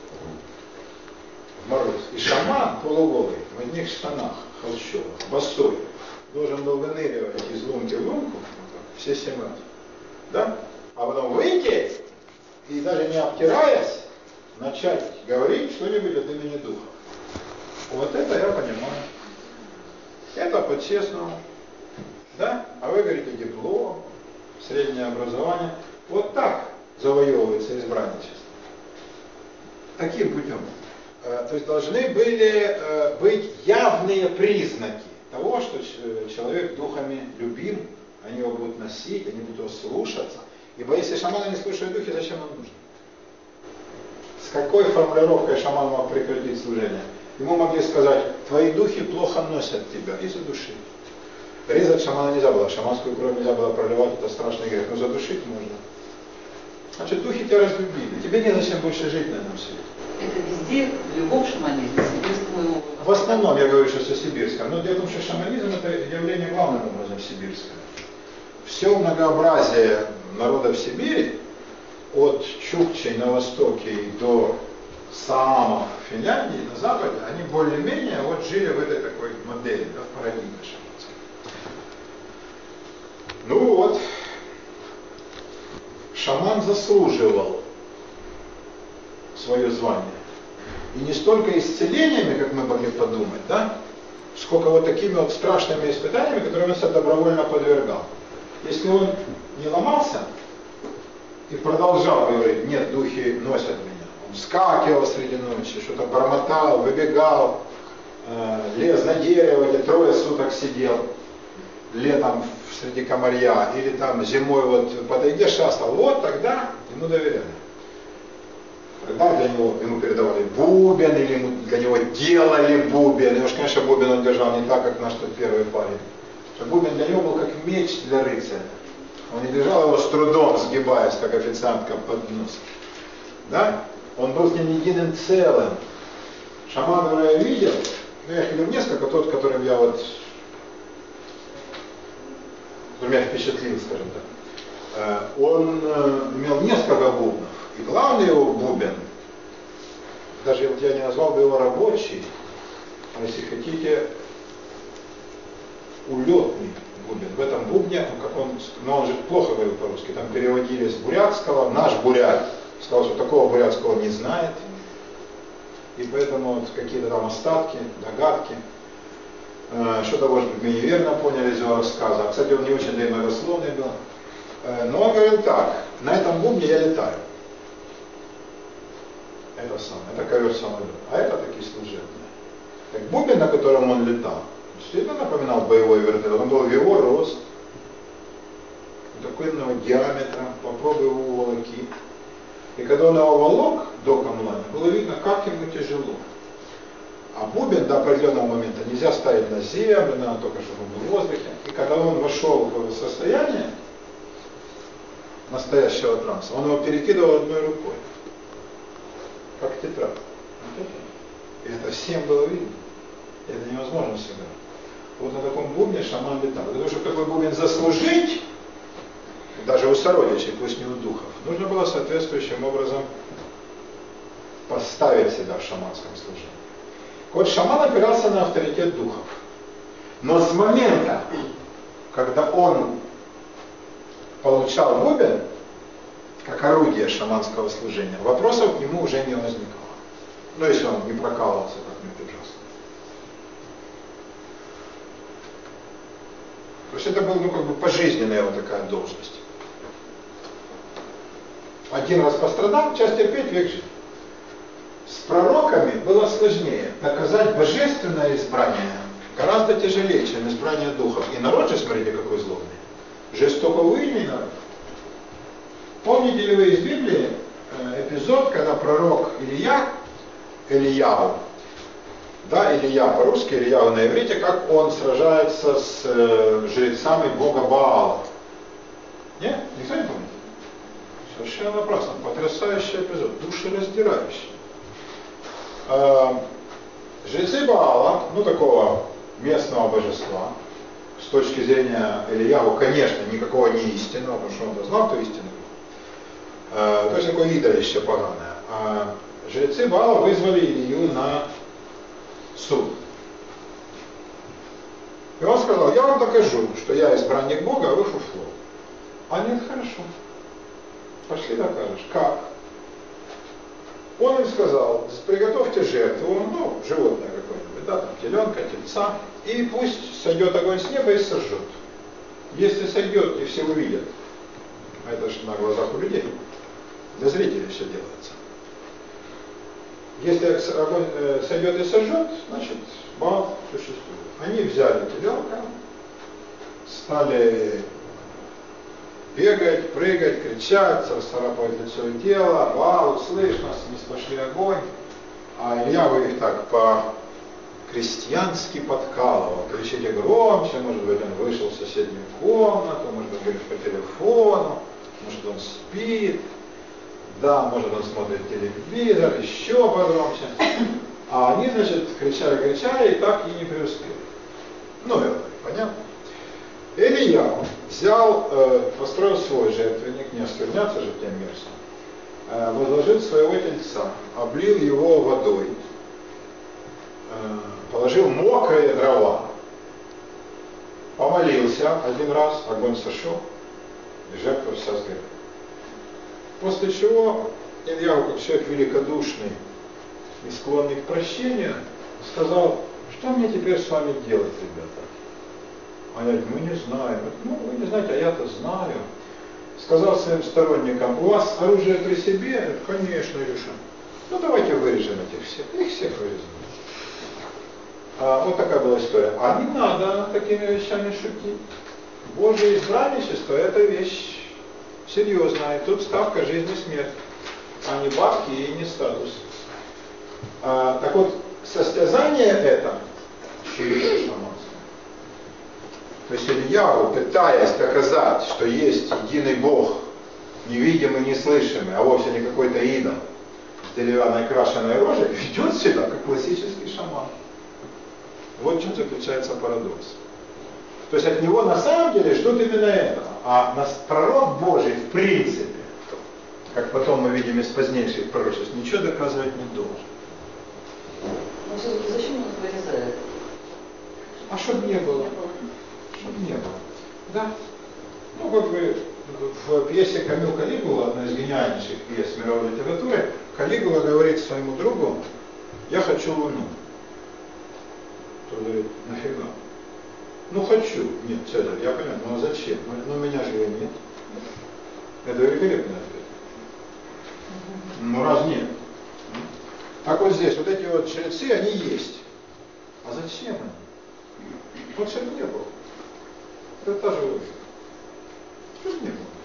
в мороз. И шаман полуголый, в одних штанах холщовых, босой, должен был выныривать из лунки в лунку все семь раз. Да? А потом выйти и даже не обтираясь, начать говорить что-нибудь от имени духа. Вот это я понимаю. Это по-честному. Да? А вы говорите диплом, среднее образование. Вот так завоевывается избранничество. Таким путем. То есть должны были быть явные признаки того, что человек духами любим, они его будут носить, они будут его слушаться. Ибо если шаманы не слушают духи, зачем он нужен? С какой формулировкой шаман мог прекратить служение? Ему могли сказать: твои духи плохо носят тебя, и задушить. Резать шамана нельзя было, шаманскую кровь нельзя было проливать, это страшный грех, но задушить можно. Значит, духи тебя разлюбили, тебе незачем больше жить на этом свете. Это везде, в любом шаманизме, сибирском его... В основном я говорю сейчас о сибирском, но дело в том, что шаманизм это явление главным образом сибирское. Все многообразие народов Сибири, от Чукчей на востоке до Саамов в Финляндии, на западе, они более-менее вот жили в этой такой модели, да, в парадигме шаманской. Ну вот, шаман заслуживал свое звание. И не столько исцелениями, как мы могли подумать, да, сколько вот такими вот страшными испытаниями, которыми он себя добровольно подвергал. Если он не ломался и продолжал говорить: нет, духи носят меня, он вскакивал среди ночи, что-то бормотал, выбегал, э, лез на дерево, где трое суток сидел, летом среди комарья, или там зимой вот по тайге шастал, вот тогда ему доверяли. Тогда для него, ему передавали бубен, или ему для него делали бубен. И уж, конечно, бубен он держал не так, как наш тот первый парень. Что бубен для него был как меч для рыцаря. Он не держал его с трудом, сгибаясь, как официантка под нос. Да? Он был с ним единым целым. Шаман, который я видел, ну я их видел несколько, тот, которым я вот, который меня впечатлил, скажем так, он имел несколько бубнов. И главный его бубен, даже вот я не назвал бы его рабочий, а если хотите, улетный бубен. В этом бубне, как он, но он же плохо говорил по-русски, там переводили с бурятского, наш бурят сказал, что такого бурятского не знает. И поэтому вот какие-то там остатки, догадки, э, что-то, может быть, мы неверно поняли из его рассказа. Кстати, он не очень да и многословный был. Э, но он говорил так: на этом бубне я летаю. Это самое, это ковер-самолет, а это такие служебные. Так бубен, на котором он летал, действительно напоминал боевой вертолет. Он был в его рост, такой диаметра, попробуй его уволоки. И когда он его волок до камлани, было видно, как ему тяжело. А бубен до определенного момента нельзя ставить на землю, надо только, чтобы он был в воздухе. И когда он вошел в состояние настоящего транса, он его перекидывал одной рукой, как тетрадь. И это всем было видно. И это невозможно сыграть. Вот на таком бубне шаман летал. Для того, чтобы такой бубен заслужить, даже у сородичей, пусть не у духов, нужно было соответствующим образом поставить себя в шаманском служении. Вот шаман опирался на авторитет духов. Но с момента, когда он получал бубен, как орудие шаманского служения, вопросов к нему уже не возникало. Ну, если он не прокалывался как-нибудь ужасно. То есть это была, ну, как бы пожизненная вот такая должность. Один раз пострадал, час терпеть, век жить. С пророками было сложнее. Доказать божественное избрание гораздо тяжелее, чем избрание духов. И народ же, смотрите, какой злобный. Жестоко уильный народ. Помните ли вы из Библии эпизод, когда пророк Илья, Ильяу, да, Илья по-русски, Ильяу на иврите, как он сражается с э, жрецами бога Баала? Нет? Никто не помнит? Совершенно напрасно. Потрясающий эпизод, душераздирающий. Э, жрецы Баала, ну такого местного божества, с точки зрения Ильяу, конечно, никакого не истинного, потому что он знал, кто истинный. Uh, то есть такое идолище поганое. А жрецы Баала вызвали Илью на суд. И он сказал: я вам докажу, что я избранник Бога, а вы фуфло. А нет, хорошо. Пошли докажешь. Как? Он им сказал: приготовьте жертву, ну, животное какое-нибудь, да, там, теленка, тельца, и пусть сойдет огонь с неба и сожжет. Если сойдет, и все увидят, а это же на глазах у людей, для зрителей все делается. Если огонь э, сойдет и сожжет, значит Баал существует. Они взяли теленка, стали бегать, прыгать, кричать, расцарапывать лицо и тело. Баал, услышь нас, не спошли огонь. А Илья их так по-крестьянски подкалывал. Кричите громче, может быть, он вышел в соседнюю комнату, может быть, говорит по телефону, может, он спит. Да, может, он смотрит телевизор, еще погромче. А они, значит, кричали, кричали, и так и не преуспели. Ну, это понятно. Илья взял, э, построил свой жертвенник, не оскверняться же тем мерзким, э, возложил своего тельца, облил его водой, э, положил мокрые дрова, помолился один раз, огонь сошел, и жертва вся сгорела. После чего Илья, как человек великодушный и склонный к прощению, сказал, что мне теперь с вами делать, ребята? Они говорят, мы не знаем. Ну, вы не знаете, а я-то знаю. Сказал своим сторонникам, у вас оружие при себе? Конечно, Илюша. Ну, давайте вырежем этих всех. Их всех вырежем. А, вот такая была история. А не надо такими вещами шутить. Божье избранничество – это вещь серьезная. И тут ставка жизнь и смерть, а не бабки и не статус. А, так вот, состязание это шаманское. То есть Ильяу, пытаясь доказать, что есть единый Бог, невидимый, неслышимый, а вовсе не какой-то идол с деревянной крашеной рожей, ведет себя как классический шаман. Вот в чем заключается парадокс. То есть от него на самом деле ждут именно этого. А нас пророк Божий в принципе, как потом мы видим из позднейших пророчеств, ничего доказывать не должен. Но все-таки зачем он вырезает? А чтобы не было. Чтобы не было. Да? Ну, как бы в пьесе Камю Калигула, одна из гениальнейших пьес мировой литературы, Калигула говорит своему другу, я хочу Луну. Тот говорит, нафига? Ну хочу. Нет, Цезарь, я понимаю, ну а зачем? Ну меня же ее нет. Это великолепный ответ. Ну раз нет. Так вот здесь, вот эти вот жрецы, они есть. А зачем они? Вот чтобы не было. Это та же логика. Чтобы не было.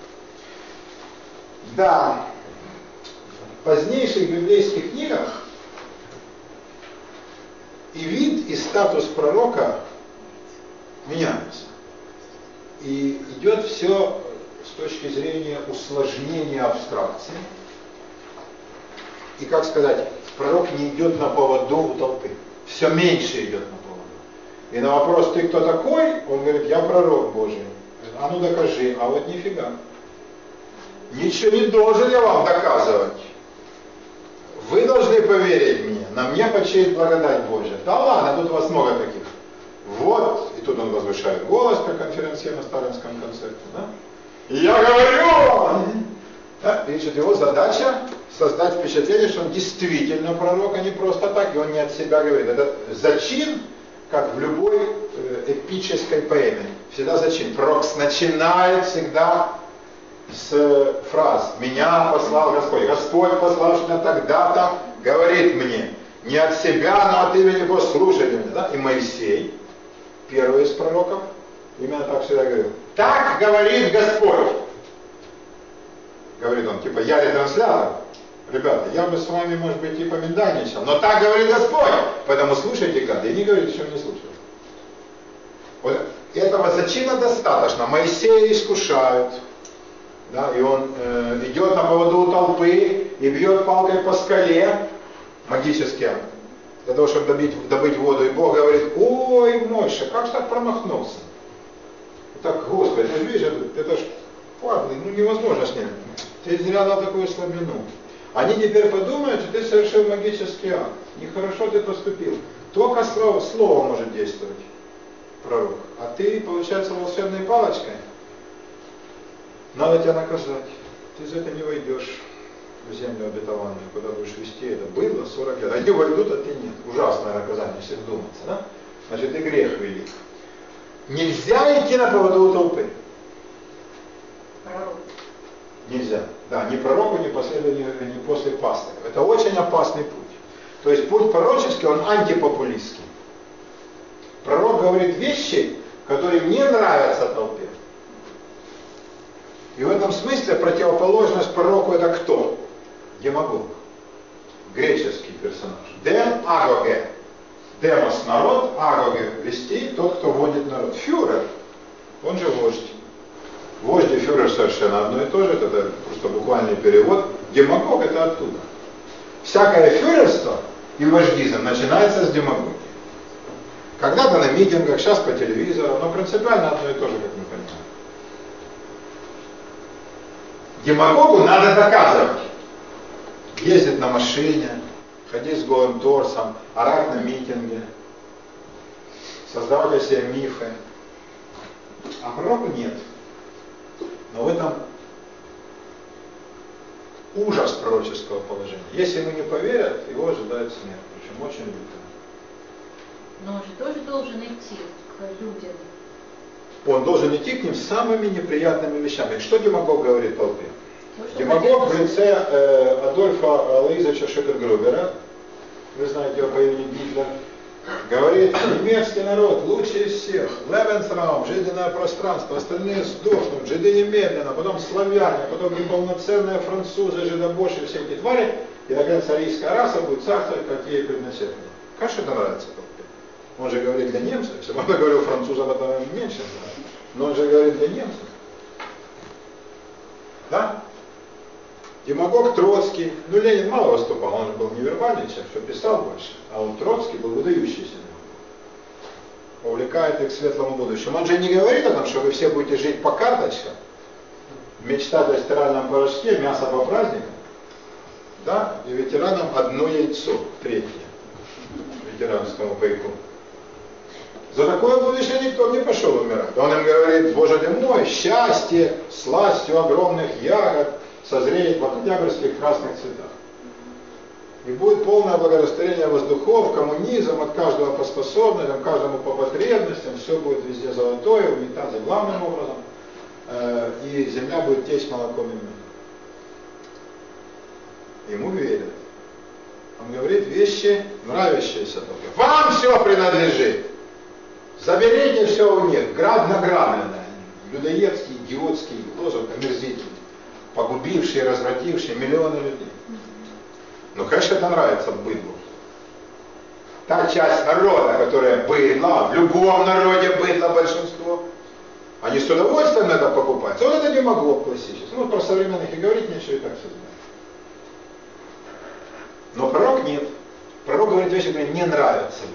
Да. В позднейших библейских книгах и вид, и статус пророка меняются. И идет все с точки зрения усложнения абстракции. И, как сказать, пророк не идет на поводу у толпы. Все меньше идет на поводу. И на вопрос, ты кто такой? Он говорит, я пророк Божий. А ну докажи. А вот нифига. Ничего не должен я вам доказывать. Вы должны поверить мне. На мне почесть благодать Божия. Да ладно, тут у вас много таких. Вот. И тут он возвышает голос, как конференция на сталинском концерте. Да? И я говорю! Да? Видите, его задача создать впечатление, что он действительно пророк, а не просто так, и он не от себя говорит. Это зачин, как в любой э, эпической поэме. Всегда зачин. Пророк начинает всегда с э, фраз «Меня послал Господь». Господь послал меня тогда-то, говорит мне. Не от себя, но от имени послушайте меня. Да? И Моисей, первый из пророков, именно так всегда говорил. Так говорит Господь. Говорит он, типа, я ретранслятор. Ребята, я бы с вами, может быть, и поминданничал, но так говорит Господь. Поэтому слушайте, гады, и не говорите, что не слушают. Вот этого зачина достаточно. Моисея искушают. Да, и он э, идет на поводу у толпы и бьет палкой по скале магически, для того, чтобы добить, добыть воду. И Бог говорит, ой, Мойша, как же так промахнулся? Так, Господи, ты же видишь, это, это ж падлый, ну невозможно с ним. Ты зря дал такую слабину. Они теперь подумают, что ты совершил магический акт. Нехорошо ты поступил. Только слово, слово может действовать, пророк. А ты, получается, волшебной палочкой. Надо тебя наказать. Ты за это не войдешь в землю обетованную, куда будешь вести это. Было сорок лет. Они войдут, а ты нет. Ужасное наказание, если вдуматься. Да? Значит, и грех велик. Нельзя идти на поводу у толпы. Пророк. Нельзя. Да, ни пророку, ни последователю, ни после пастыря. Это очень опасный путь. То есть путь пророческий, он антипопулистский. Пророк говорит вещи, которые не нравятся толпе. И в этом смысле противоположность пророку это кто? Демагог. Греческий персонаж. Дем агоге. Демос народ, агоге вести тот, кто водит народ. Фюрер, он же вождь. Вождь и фюрер совершенно одно и то же, это просто буквальный перевод. Демагог это оттуда. Всякое фюрерство и вождизм начинается с демагогии. Когда-то на митингах, сейчас по телевизору, но принципиально одно и то же, как мы понимаем. Демагогу надо доказывать. Ездить на машине, ходить с голым торсом, орать на митинге, создавать о себе мифы. А пророку нет. Но в этом ужас пророческого положения. Если ему не поверят, его ожидает смерть, причем очень лютая. Но он же тоже должен идти к людям. Он должен идти к ним с самыми неприятными вещами. И что демагог говорит толпе? То, Демагог в лице э, Адольфа Алоизовича Шекельгрубера, вы знаете его по имени Гитлер, говорит: немецкий народ лучший из всех, Лебенсраум, жизненное пространство, остальные сдохнут, жиды немедленно, потом славяне, потом неполноценные французы, жидобоши, все эти твари, и наконец арийская раса будет царствовать, как ей предначертано. Конечно, это нравится толпе. Он же говорит для немцев, если бы он говорил французам, это меньше нравится, но он же говорит для немцев. Да? Демагог Троцкий, ну Ленин мало выступал, он же был невербальный человек, все писал больше, а вот Троцкий был выдающийся демагог, увлекает их к светлому будущему. Он же не говорит о том, что вы все будете жить по карточкам, мечтать о стиральном порошке, мясо по праздникам, да, и ветеранам одно яйцо, третье, ветеранскому пайку. За такое будущее никто не пошел умирать. Он им говорит: Боже ты мой, счастье, сластью огромных ягод созреет в октябрьских красных цветах. И будет полное благорастворение воздухов, коммунизм от каждого по способностям, каждому по потребностям, все будет везде золотое, унитазы главным образом, э, и земля будет течь молоком и медом. Ему верят. Он говорит вещи, нравящиеся толпе. Вам все принадлежит. Заберите все у них, граб награбленное. Людоедский, идиотский лозунг, омерзительный, погубивший, развративший миллионы людей. Ну, конечно, это нравится быдлу. Та часть народа, которая быдла, в любом народе быдло большинство, они с удовольствием это покупают. Вот это демагог классический. Ну, про современных и говорить нечего, и так все знают. Но пророк нет. Пророк говорит вещи, которые не нравятся людям.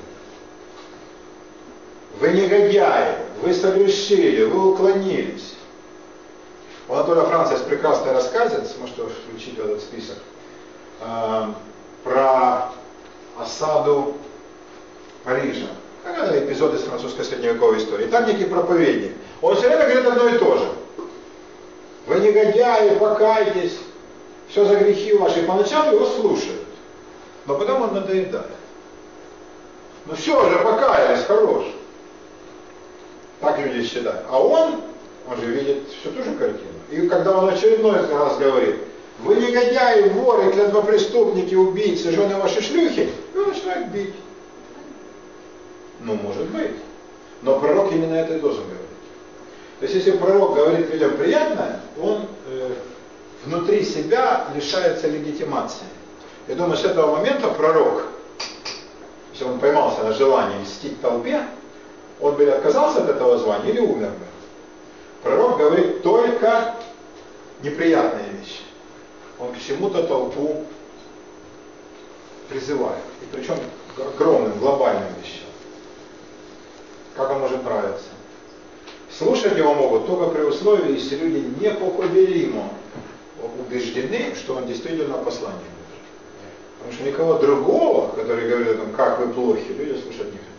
Вы негодяи, вы согрешили, вы уклонились. У Анатолия Франца есть прекрасный рассказец, можете включить в этот список, э, про осаду Парижа. Это эпизод из французской средневековой истории. Там некий проповедник. Он все время говорит одно и то же. Вы негодяи, покайтесь, все за грехи ваши. И поначалу его слушают, но потом он надоедает. Ну все уже, покаялись, хорош. Так люди считают. А он, он же видит всю ту же картину. И когда он очередной раз говорит: вы негодяи, воры, клятвопреступники, убийцы, жены ваши шлюхи, и он начинает бить. Ну, может быть. Но пророк именно это и должен говорить. То есть, если пророк говорит людям приятное, он э, внутри себя лишается легитимации. Я думаю, с этого момента пророк, если он поймался на желании мстить толпе, он бы отказался от этого звания или умер бы. Пророк говорит только неприятные вещи. Он к чему-то толпу призывает. И причем к огромным, глобальным вещам. Как он может нравиться? Слушать его могут только при условии, если люди непоколебимо убеждены, что он действительно посланник Божий. Потому что никого другого, который говорит о том, как вы плохи, люди слушать не хотят.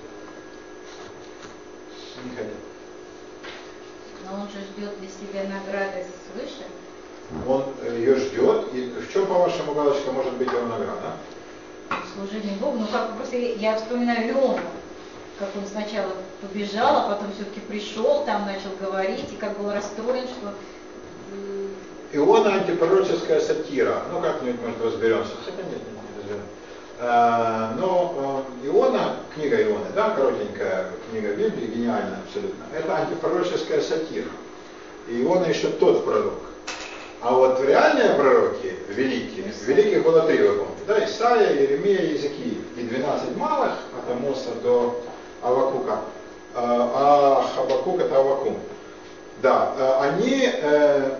Не хотят. Но он же ждет для себя награды свыше. Он ее ждет. И в чем, по-вашему, галочка, может быть его награда? Служение Богу. Ну как просто я вспоминаю Леона, как он сначала побежал, а потом все-таки пришел, там начал говорить, и как был расстроен, что Иона антипророческая сатира. Ну как-нибудь, может, разберемся. Хотя нет, нет, не разберем. А, но Иона, книга Ионы, да, коротенькая книга Библии, гениальная абсолютно, это антипророческая сатира. И Иона еще тот пророк. А вот реальные пророки, великие, великих было три, вы помните, да, Исаия, Иеремия, Иезекииль. И двенадцать малых, от Амоса до Авакука. А Хабакук это Авакум. Да, они э,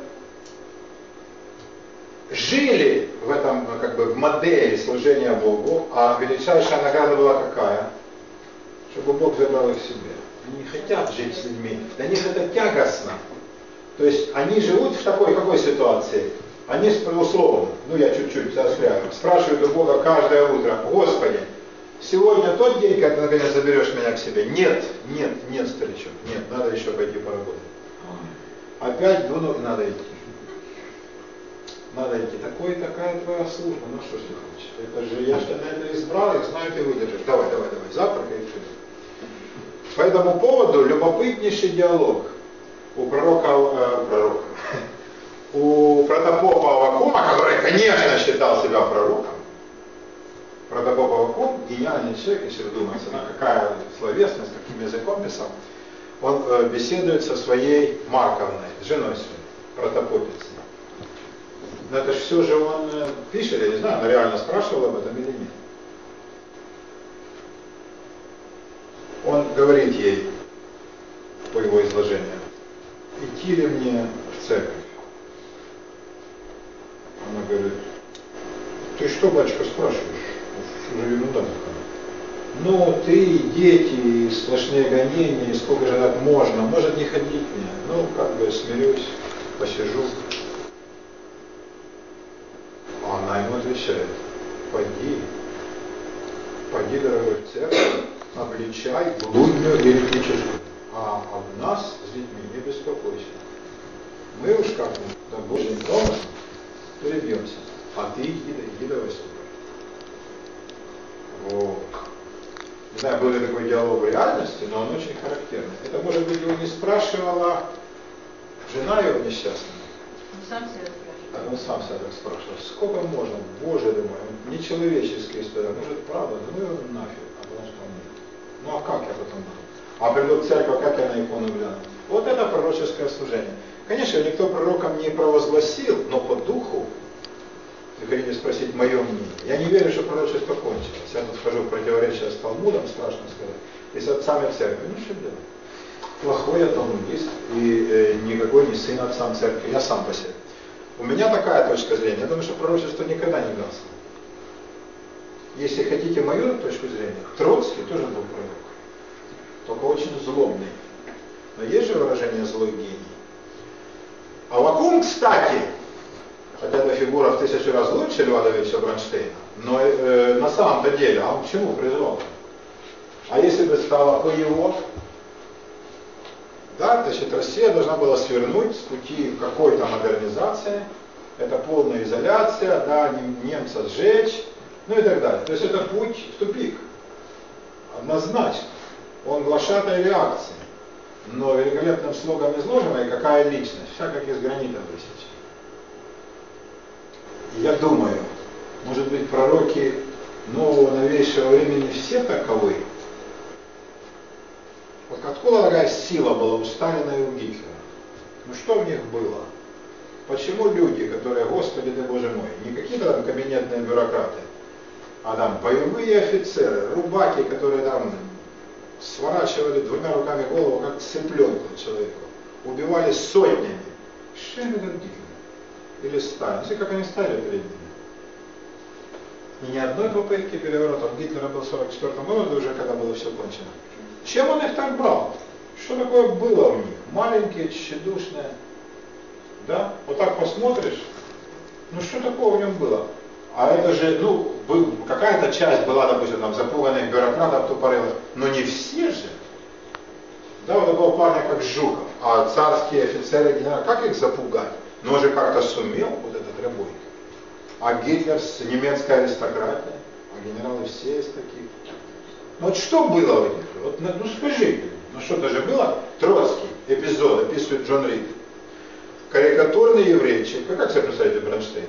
жили в этом, как бы, в модели служения Богу, а величайшая награда была какая? Чтобы Бог забрал их себе. Они не хотят жить с людьми. Для них это тягостно. То есть они живут в такой какой ситуации? Они условно, ну я чуть-чуть заостряю, спрашивают у Бога каждое утро: Господи, сегодня тот день, когда ты наконец заберешь меня к себе? Нет, нет, нет, старичок, нет, надо еще пойти поработать. Опять, ну, ну надо идти. Надо идти. Такой, такая твоя служба, ну что ж ты хочешь? Это же, я же на это избрал, я знаю, ты выдержишь. Давай, давай, давай, завтракай и все. По этому поводу любопытнейший диалог у пророка, э, пророка, у протопопа Авакума, который, конечно, считал себя пророком. Протопоп Авакум, гениальный человек, если вы думаете, на какая словесность, каким языком писал. Он э, беседует со своей Марковной, с женой своей, протопопицей. Но это же все же он э, пишет, я не знаю, она реально спрашивала об этом или нет. Он говорит ей по его изложению: идти ли мне в церковь? Она говорит: ты что, батюшка, спрашиваешь? Что за ерунда такая? Ну, ты, и дети, и сплошные гонения, и сколько же так можно, может не ходить мне. Ну, как бы смирюсь, посижу. А она ему отвечает: пойди, пойди, дорогой, в церковь, обличай блудную еретическую. А об нас с детьми не беспокойся. Мы уж как-нибудь до Божьим домом перебьемся, а ты иди, иди давай сюда. Вот. Не знаю, был ли такой диалог в реальности, но он очень характерный. Это, может быть, его не спрашивала жена его несчастная. Он сам себя спрашивал. А он сам себя так спрашивал: сколько можно, Боже ты мой, нечеловеческая история, может правда, ну его нафиг, а потому что нет. Ну а как я потом буду? А приду в церковь, как я на икону гляну? Вот это пророческое служение. Конечно, никто пророком не провозгласил, но по духу, вы хотите спросить мое мнение, я не верю, что пророчество кончилось. Я тут вхожу в противоречие с Талмудом, страшно сказать, и с отцами церкви. Ну что делать? Плохой я талмудист, и э, никакой не сын отцам церкви, я сам по себе. У меня такая точка зрения, я думаю, что пророчество никогда не гасло. Если хотите мою точку зрения, Троцкий тоже был пророк, только очень злобный. Но есть же выражение «злой гений». Авакум, кстати, хотя эта фигура в тысячу раз лучше Льва Давидовича Бронштейна, но э, на самом-то деле, а он к чему призвал? А если бы стало по его, да, значит, Россия должна была свернуть с пути какой-то модернизации, это полная изоляция, да, немца сжечь, ну и так далее. То есть это путь в тупик, однозначно. Он глашатай реакции, но великолепным слогом изложена, и какая личность, вся как из гранита высечена. Я думаю, может быть, пророки нового новейшего времени все таковы. Вот откуда такая сила была у Сталина и у Гитлера? Ну что в них было? Почему люди, которые, Господи ты Боже мой, не какие-то там кабинетные бюрократы, а там боевые офицеры, рубаки, которые там сворачивали двумя руками голову, как цыпленку человеку, убивали сотнями. Что это Гитлер? Или Сталин? Смотри, как они стали перед ними. И ни одной попытки переворота. От Гитлера был в сорок четвёртом году, уже когда было все кончено. Чем он их так брал? Что такое было у них? Маленькие, тщедушные. Да? Вот так посмотришь, ну что такого в нем было? А это же, ну, какая-то часть была, допустим, там, запуганных бюрократов, тупорылых, но не все же. Да, вот такого парня, как Жуков, а царские офицеры, генералы, как их запугать? Но он же как-то сумел, вот этот рабой. А Гитлер с немецкой аристократией, а генералы все из таких. Ну вот что было у них? Вот, ну скажи, ну что-то же было? Троцкий, эпизод, описывает Джон Рид. карикатурный еврейчик. Вы как себе представляете Бронштейна?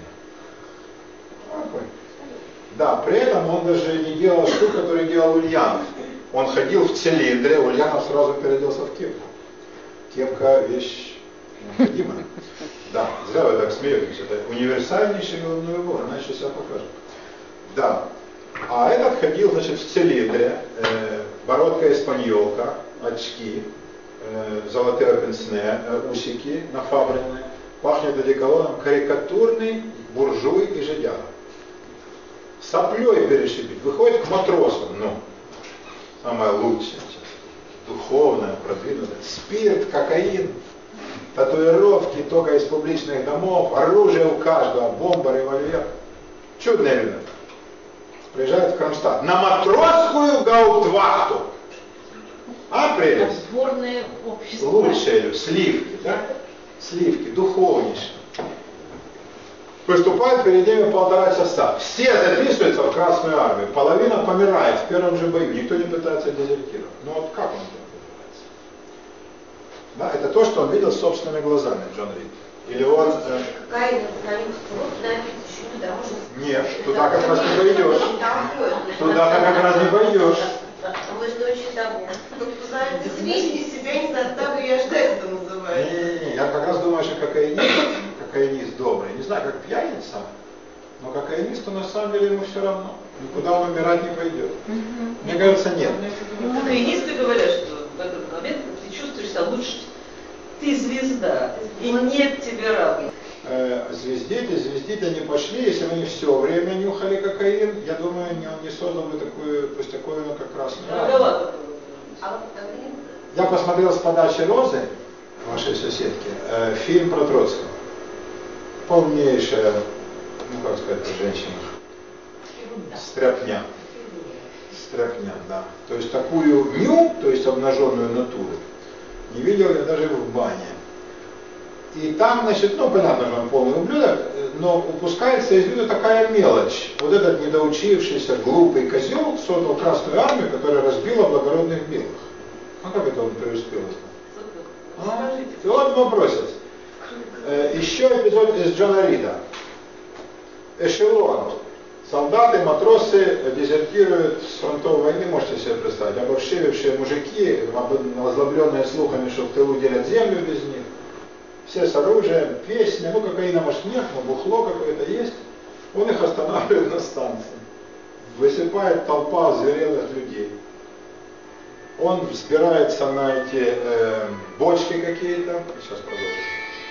Да, при этом он даже не делал штук, которые делал Ульянов. Он ходил в цилиндре, Ульянов сразу переоделся в кепку. Кепка вещь необходимая. Да, зря вы так смеетесь. Это универсальнейший головной убор, она еще себя покажет. Да. А этот ходил, значит, в цилиндре, э, бородка испаньолка, очки, э, золотые пенсне, э, усики нафабренные, пахнет одеколоном, карикатурный буржуй и жидяга. Соплей перешибить, выходит к матросам, ну, самое лучшее, духовное, продвинутое, спирт, кокаин, татуировки только из публичных домов, оружие у каждого, бомба, револьвер. Чудные ребята. Приезжают в Кронштадт на матросскую гауптвахту. А прелесть? Сборное общество. Лучшие, сливки, да? Сливки, духовнейшие. Выступают перед ними полтора часа. Все записываются в Красную армию. Половина помирает в первом же бою. Никто не пытается дезертировать. Ну вот как он это называется? Да, это то, что он видел собственными глазами, Джон Рид. Или он... Э... Какая еще туда можно... Нет, туда как раз не пойдешь. Туда как раз не пойдешь. Может, очень того. Извини себя, не заставлю, я ждать это называю. Не-не-не, я как раз думаю, что кокаинист, кокаинист добрый, не знаю, как пьяница, но кокаинисту на самом деле ему все равно. Никуда он умирать не пойдет. Мне кажется, нет. Кокаинисты говорят, что в этот момент ты чувствуешь себя лучше. Ты звезда, и нет тебе равных. Э, звездить и звездить они пошли, если бы они все время нюхали кокаин, я думаю, он не создал бы такую, пусть такую, ну, как красную армию. Я посмотрел с подачи Розы, вашей соседки, э, фильм про Троцкого. Полнейшая, ну как сказать, женщина. Стряпня. Стряпня, да. То есть такую ню, то есть обнаженную натуру, не видел я даже в бане. И там, значит, ну понятно, что он полный ублюдок, но упускается из виду такая мелочь. Вот этот недоучившийся глупый козел создал Красную армию, которая разбила благородных белых. А как это он преуспел? А? И вот вопросец. Э, еще эпизод из Джона Рида. Эшелон. Солдаты, матросы дезертируют с фронтов войны, можете себе представить, обобщившие мужики, озлобленные слухами, что в тылу делят землю без них. Все с оружием, песня, ну кокаина может нет, но бухло какое-то есть. Он их останавливает на станции. Высыпает толпа озверелых людей. Он взбирается на эти э, бочки какие-то. Сейчас продолжим.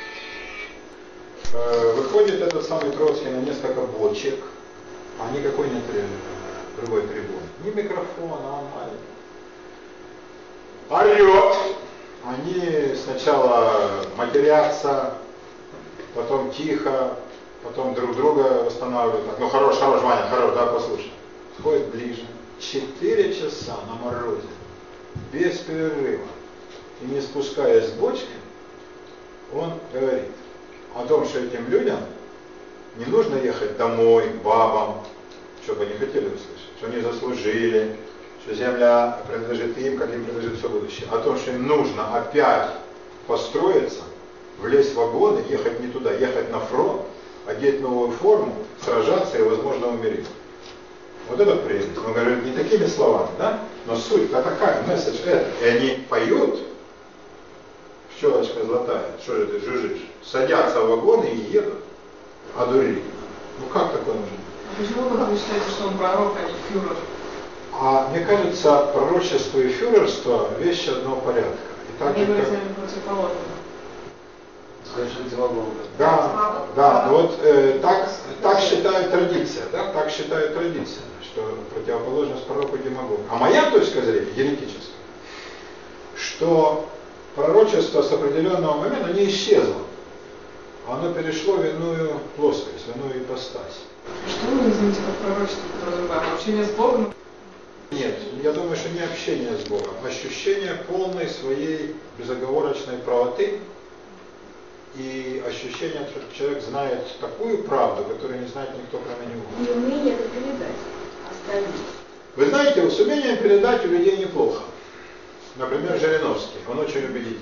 Э, выходит этот самый Троцкий на несколько бочек. А никакой нет э, другой трибуны. Ни микрофона, а маленький. Орет! Они сначала матерятся, потом тихо, потом друг друга восстанавливают. Так, ну хорош, хорош, Ваня, хорош, да, послушай. Сходит ближе. Четыре часа на морозе, без перерыва, и не спускаясь с бочки, он говорит о том, что этим людям не нужно ехать домой к бабам, что бы они хотели услышать, что они заслужили, что земля принадлежит им, как им принадлежит все будущее. О том, что им нужно опять построиться, влезть в вагоны, ехать не туда, ехать на фронт, одеть новую форму, сражаться и, возможно, умереть. Вот это прелесть. Он говорит не такими словами, да? Но суть-то такая, месседж это. И они поют, пчелочка золотая, что же ты жужжишь, садятся в вагоны и едут. Одурили. Ну как такое может быть? Почему вы считаете, что он пророк, а не фюрер? А мне кажется, пророчество и фюрерство вещи одного порядка. И так Они же, были как... с вами противоположны. Скажите демагога. Да, да, но вот э, так, так считает традиция, да, так считает традиция, что противоположность пророку и демагогу. А моя точка зрения, еретическая, что пророчество с определенного момента не исчезло. Оно перешло в иную плоскость, в иную ипостась. Что вы извините как пророчество подразумеваете? Общение с Богом? Нет, я думаю, что не общение с Богом, а ощущение полной своей безоговорочной правоты и ощущение, что человек знает такую правду, которую не знает никто, кроме него. И умение это передать остальным. Вы знаете, с умением передать у людей неплохо. Например, Жириновский, он очень убедителен.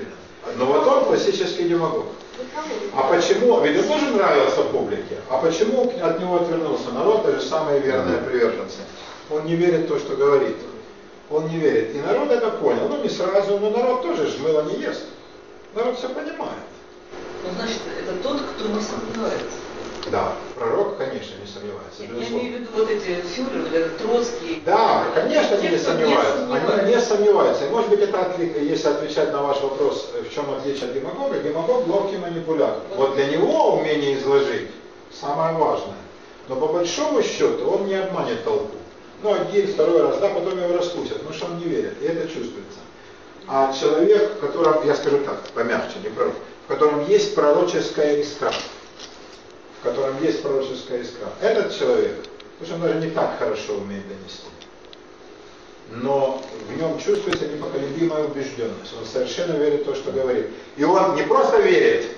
Но вот он классический демагог. А почему? Ведь он тоже нравился публике. А почему от него отвернулся народ, даже самые верные приверженцы? Он не верит в то, что говорит. Он не верит. И народ это понял. Ну не сразу, но народ тоже ж мыло не ест. Народ все понимает. Ну, значит, это тот, кто не сомневается. Да, пророк, конечно, не сомневается. Я Безусловно. имею в виду вот эти фюреры, Троцкий. Да, конечно, они Те, не кто не сомневаются. сомневается. Они не сомневаются. И может быть это отлик, если отвечать на ваш вопрос, в чем отличие от демагога, демагог ловкий манипулятор. Вот для него умение изложить самое важное. Но по большому счету он не обманет толпу. Ну, один, второй раз, да, потом его раскусят, потому что он не верит, и это чувствуется. А человек, в котором, я скажу так, помягче, не пророк, в котором есть пророческая искра, в котором есть пророческая искра, этот человек, потому что он даже не так хорошо умеет донести, но в нем чувствуется непоколебимая убежденность, он совершенно верит в то, что говорит. И он не просто верит,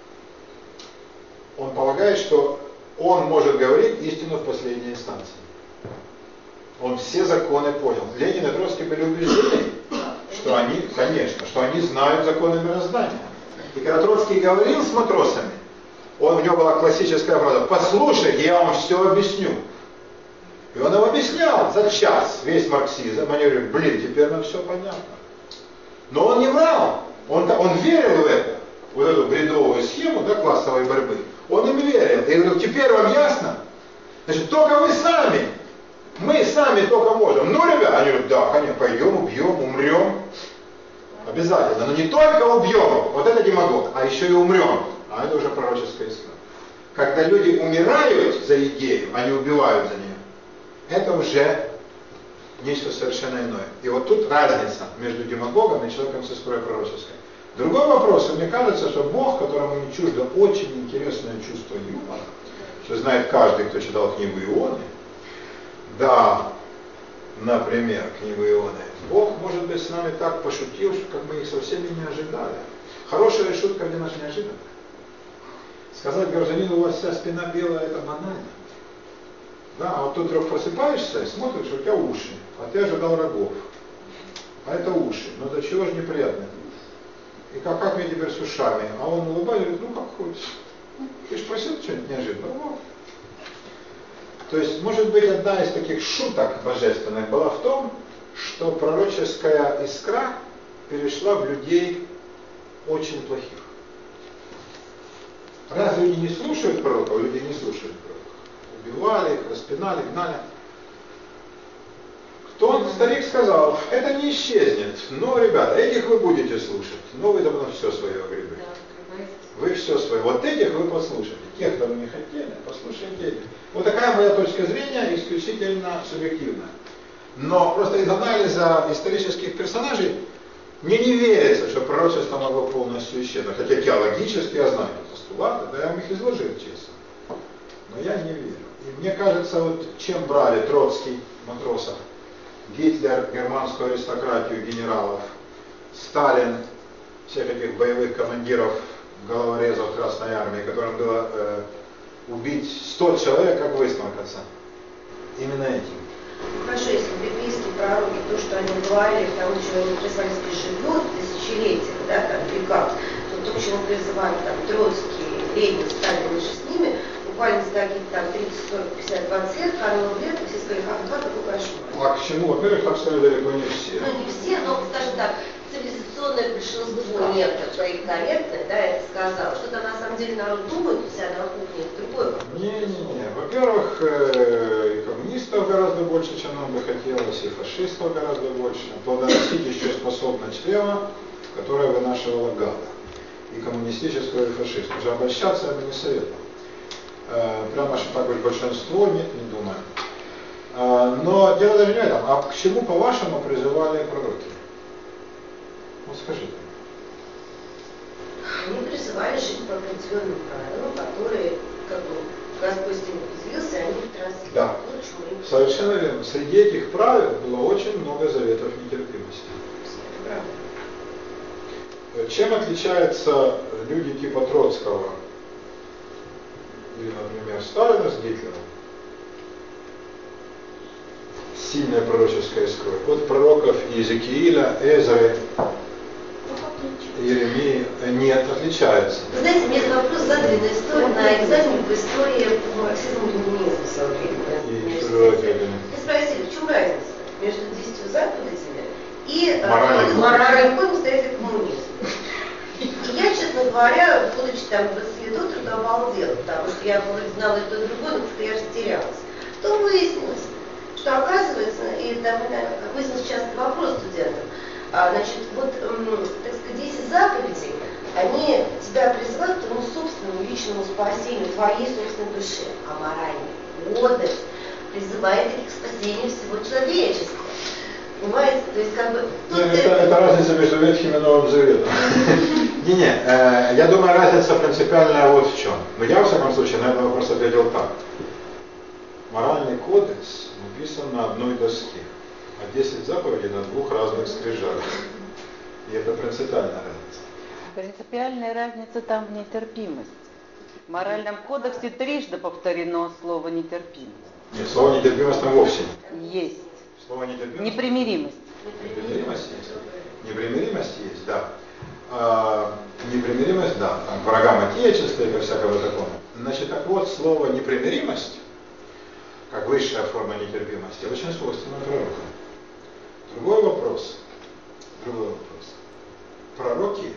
он полагает, что он может говорить истину в последней инстанции. Он все законы понял. Ленин и Троцкий были убеждены, что они, конечно, что они знают законы мироздания. И когда Троцкий говорил с матросами, он, у него была классическая фраза: послушайте, я вам все объясню. И он им объяснял за час весь марксизм. Они говорили: блин, теперь нам все понятно. Но он не врал. Он, он верил в это, вот эту бредовую схему, да, классовой борьбы. Он им верил. И говорил: теперь вам ясно? Значит, только вы сами. Мы сами только можем. Ну, ребят, они говорят: да, конечно, пойдем, убьем, умрем. Обязательно. Но не только убьем, вот это демагог, а еще и умрем. А это уже пророческая искра. Когда люди умирают за идею, а не убивают за нее, это уже нечто совершенно иное. И вот тут разница между демагогом и человеком с искрой пророческой. Другой вопрос, и мне кажется, что Бог, которому не чуждо очень интересное чувство юмора, что знает каждый, кто читал книгу Ионы, да, например, книгу Ионы, Бог, может быть, с нами так пошутил, как мы их совсем и не ожидали. Хорошая шутка, где наша неожиданная. Сказать гражданину: у вас вся спина белая, это банально. Да, а вот тут вдруг просыпаешься и смотришь, у тебя уши, а ты ожидал рогов. А это уши, но до чего же неприятно. И как, как мне теперь с ушами? А он улыбается и говорит: ну как хочешь. Ты же просил что-нибудь неожиданное. Вот. То есть, может быть, одна из таких шуток божественных была в том, что пророческая искра перешла в людей очень плохих. Раз люди не слушают пророков, люди не слушают пророков. Убивали их, распинали, гнали. Кто старик сказал: это не исчезнет. Но, ребята, этих вы будете слушать. Но вы давно все свое огребли. Вы все свое. Вот этих вы послушайте. Тех, кто вы не хотели, послушайте этих. Вот такая моя точка зрения, исключительно субъективная. Но просто из анализа исторических персонажей мне не верится, что пророчество могло полностью исчезнуть. Хотя теологически я знаю постулаты, да я вам их изложил честно. Но я не верю. И мне кажется, вот чем брали Троцкий, матросов, Гитлер, германскую аристократию, генералов, Сталин, всех этих боевых командиров, головорезов Красной Армии, которым было э, убить сто человек, как высморкаться. Именно этим. Хорошо, если библейские пророки, то, что они говорили, тому, чего они призывали, живет тысячелетия, да, там, веках, то, то, чего призывали там Троцкий, Ленин, Сталин и же с ними, буквально за какие-то там тридцать, сорок, пятьдесят, двадцать лет, кануло в лето, все сказали: ах, два, такой кошмар. А к чему? Во-первых, так сказали далеко не все. Ну, не все, но, скажем так, цивилизационное большинство некоторые корректное, да, это сказал. Что-то на самом деле народ думает у себя на кухне, это другой вопрос. Не-не-не. Во-первых, э, и коммунистов гораздо больше, чем нам бы хотелось, и фашистов гораздо больше. Плодоносить еще способна чрево, которое вынашивало гада. И коммунистического, и фашистского. Уже обольщаться я бы не советовал. Э, прямо что так уж большинство, нет, не думаю. Э, но дело даже не в этом. А к чему, по-вашему, призывали пророки? Вот скажите. Они призывали жить по определенным правилам, которые, как бы, Господь с ними поделился, они их транслировали. Да, совершенно верно. Среди этих правил было очень много заветов нетерпимости. Это правда. Чем отличаются люди типа Троцкого или, например, Сталина с Гитлером? Сильная пророческая искра. От пророков Иезекииля, Эзры. Ну, как ничего. Иеремии, нет, отличаются. Вы знаете, мне этот вопрос задали на, истории, на экзамене по истории марксизма-ленинизма в свое время. И что вы ответили? И спросили, в чем разница между десятью заповедями и Моральный моральным кодексом стоит коммунизм. И я, честно говоря, будучи там двадцать лет от роду, обалдела, потому что я вроде знала и то, и другое, но как-то я растерялась. Потом выяснилось, что оказывается, и там выяснилось частый вопрос студентам, а, значит, вот, так сказать, десять заповедей, они тебя призывают к твоему собственному личному спасению, твоей собственной душе, а моральный кодекс призывает их к спасению всего человечества. Понимаете? То есть как бы... Нет, это, это разница между Ветхим и Новым Заветом. Не-не, э, я думаю, разница принципиальная вот в чем. Но я, во всяком случае, на этот вопрос ответил так. Моральный кодекс написан на одной доске, а десять заповедей на двух разных скрижалях. И это принципиальная разница. Принципиальная разница там в нетерпимости. В моральном кодексе трижды повторено слово нетерпимость. Нет, слово нетерпимость там вовсе нет. Есть. Слово нетерпимость. Непримиримость. Непримиримость есть. Непримиримость есть, да. А, непримиримость, да. Там, к врагам отечества и ко всякого такого. Значит, так вот, слово непримиримость, как высшая форма нетерпимости, очень свойственно пророкам. Другой вопрос. Другой вопрос. Пророки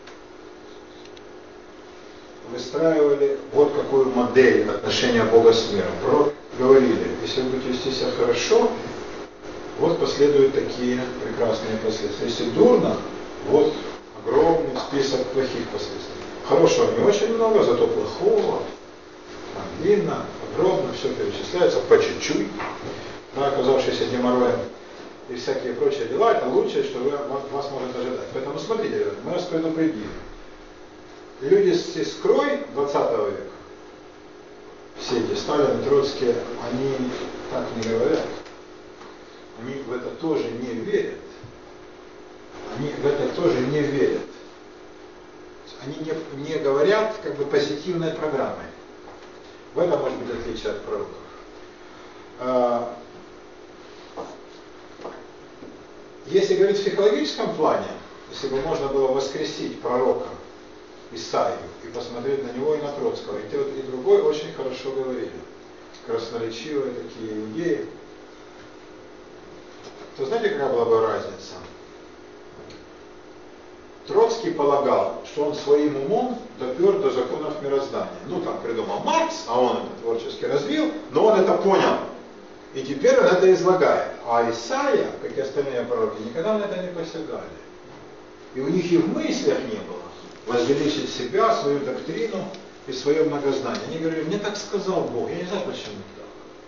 выстраивали вот какую модель отношения Бога с миром. Пророки говорили, если вы будете вести себя хорошо, вот последуют такие прекрасные последствия. Если дурно, вот огромный список плохих последствий. Хорошего не очень много, зато плохого там длинно, подробно, все перечисляется по чуть-чуть, да, оказавшийся геморроем и всякие прочие дела, это лучшее, что вы, вас может ожидать. Поэтому смотрите, ребята, мы вас предупредили. Люди с искрой двадцатого века, все эти Сталин, Троцкие, они так не говорят. Они в это тоже не верят. Они в это тоже не верят. Они не, не говорят как бы позитивной программой. В этом может быть отличие от пророков. А, если говорить в психологическом плане, если бы можно было воскресить пророка Исаию и посмотреть на него и на Троцкого, и тот, и другой очень хорошо говорили. Красноречивые такие иудеи. То знаете, какая была бы разница? Троцкий полагал, что он своим умом допер до законов мироздания. Ну, там придумал Маркс, а он это творчески развил, но он это понял. И теперь он это излагает. А Исаия, как и остальные пророки, никогда на это не посягали. И у них и в мыслях не было возвеличить себя, свою доктрину и свое многознание. Они говорили, мне так сказал Бог, я не знаю, почему так.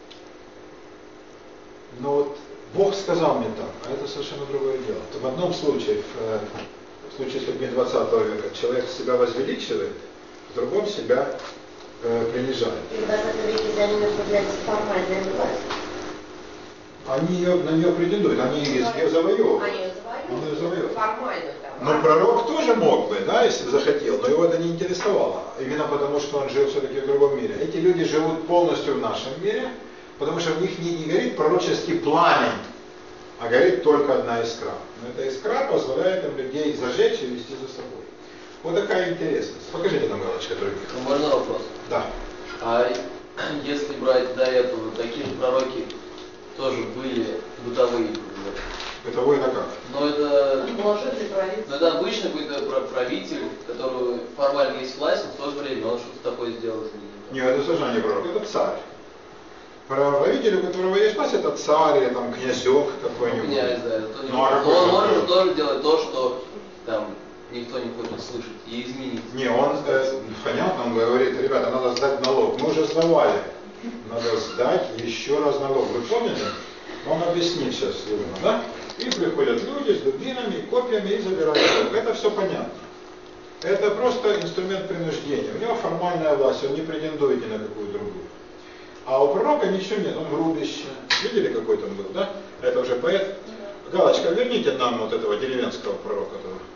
Но вот Бог сказал мне так, а это совершенно другое дело. В одном случае, в, в случае с людьми двадцатого века, человек себя возвеличивает, в другом себя э, принижает. И в двадцатом веке за ними появляется формальная власть. Они ее, на нее претендуют, они ее завоевывают. Они ее завоевывают. Они ее завоевывают. Формально там. Но пророк тоже мог бы, да, если бы захотел, но его это не интересовало. Именно потому, что он жил все-таки в другом мире. Эти люди живут полностью в нашем мире, потому что в них не, не горит пророческий пламень, а горит только одна искра. Но эта искра позволяет им людей зажечь и вести за собой. Вот такая интересность. Покажите нам, галочка, других. Можно вопрос? Да. А если брать до этого, такие же пророки тоже были бытовые? Бытовой это как? Но это, Положительный правитель. но это обычный какой-то правитель, который формально есть власть, но в то же время он что-то такое сделать не Нет, это совершенно не пророк, это царь. Правитель, у которого есть власть, это царь или там князек какой-нибудь. Князь, да, это не Ну, а но какой он он может делает? тоже делать то, что там никто не хочет слышать, и изменить. Не, он, э, понятно, он говорит, ребята, надо сдать налог. Мы уже сдавали. Надо сдать еще раз налог. Вы помните? Он объяснит сейчас, Юрина, да? И приходят люди с дубинами, копьями и забирают налог. Это все понятно. Это просто инструмент принуждения. У него формальная власть, он не претендует ни на какую другую. А у пророка ничего нет, он в рубище. Видели, какой там был, да? Это уже поэт. Галочка, верните нам вот этого деревенского пророка.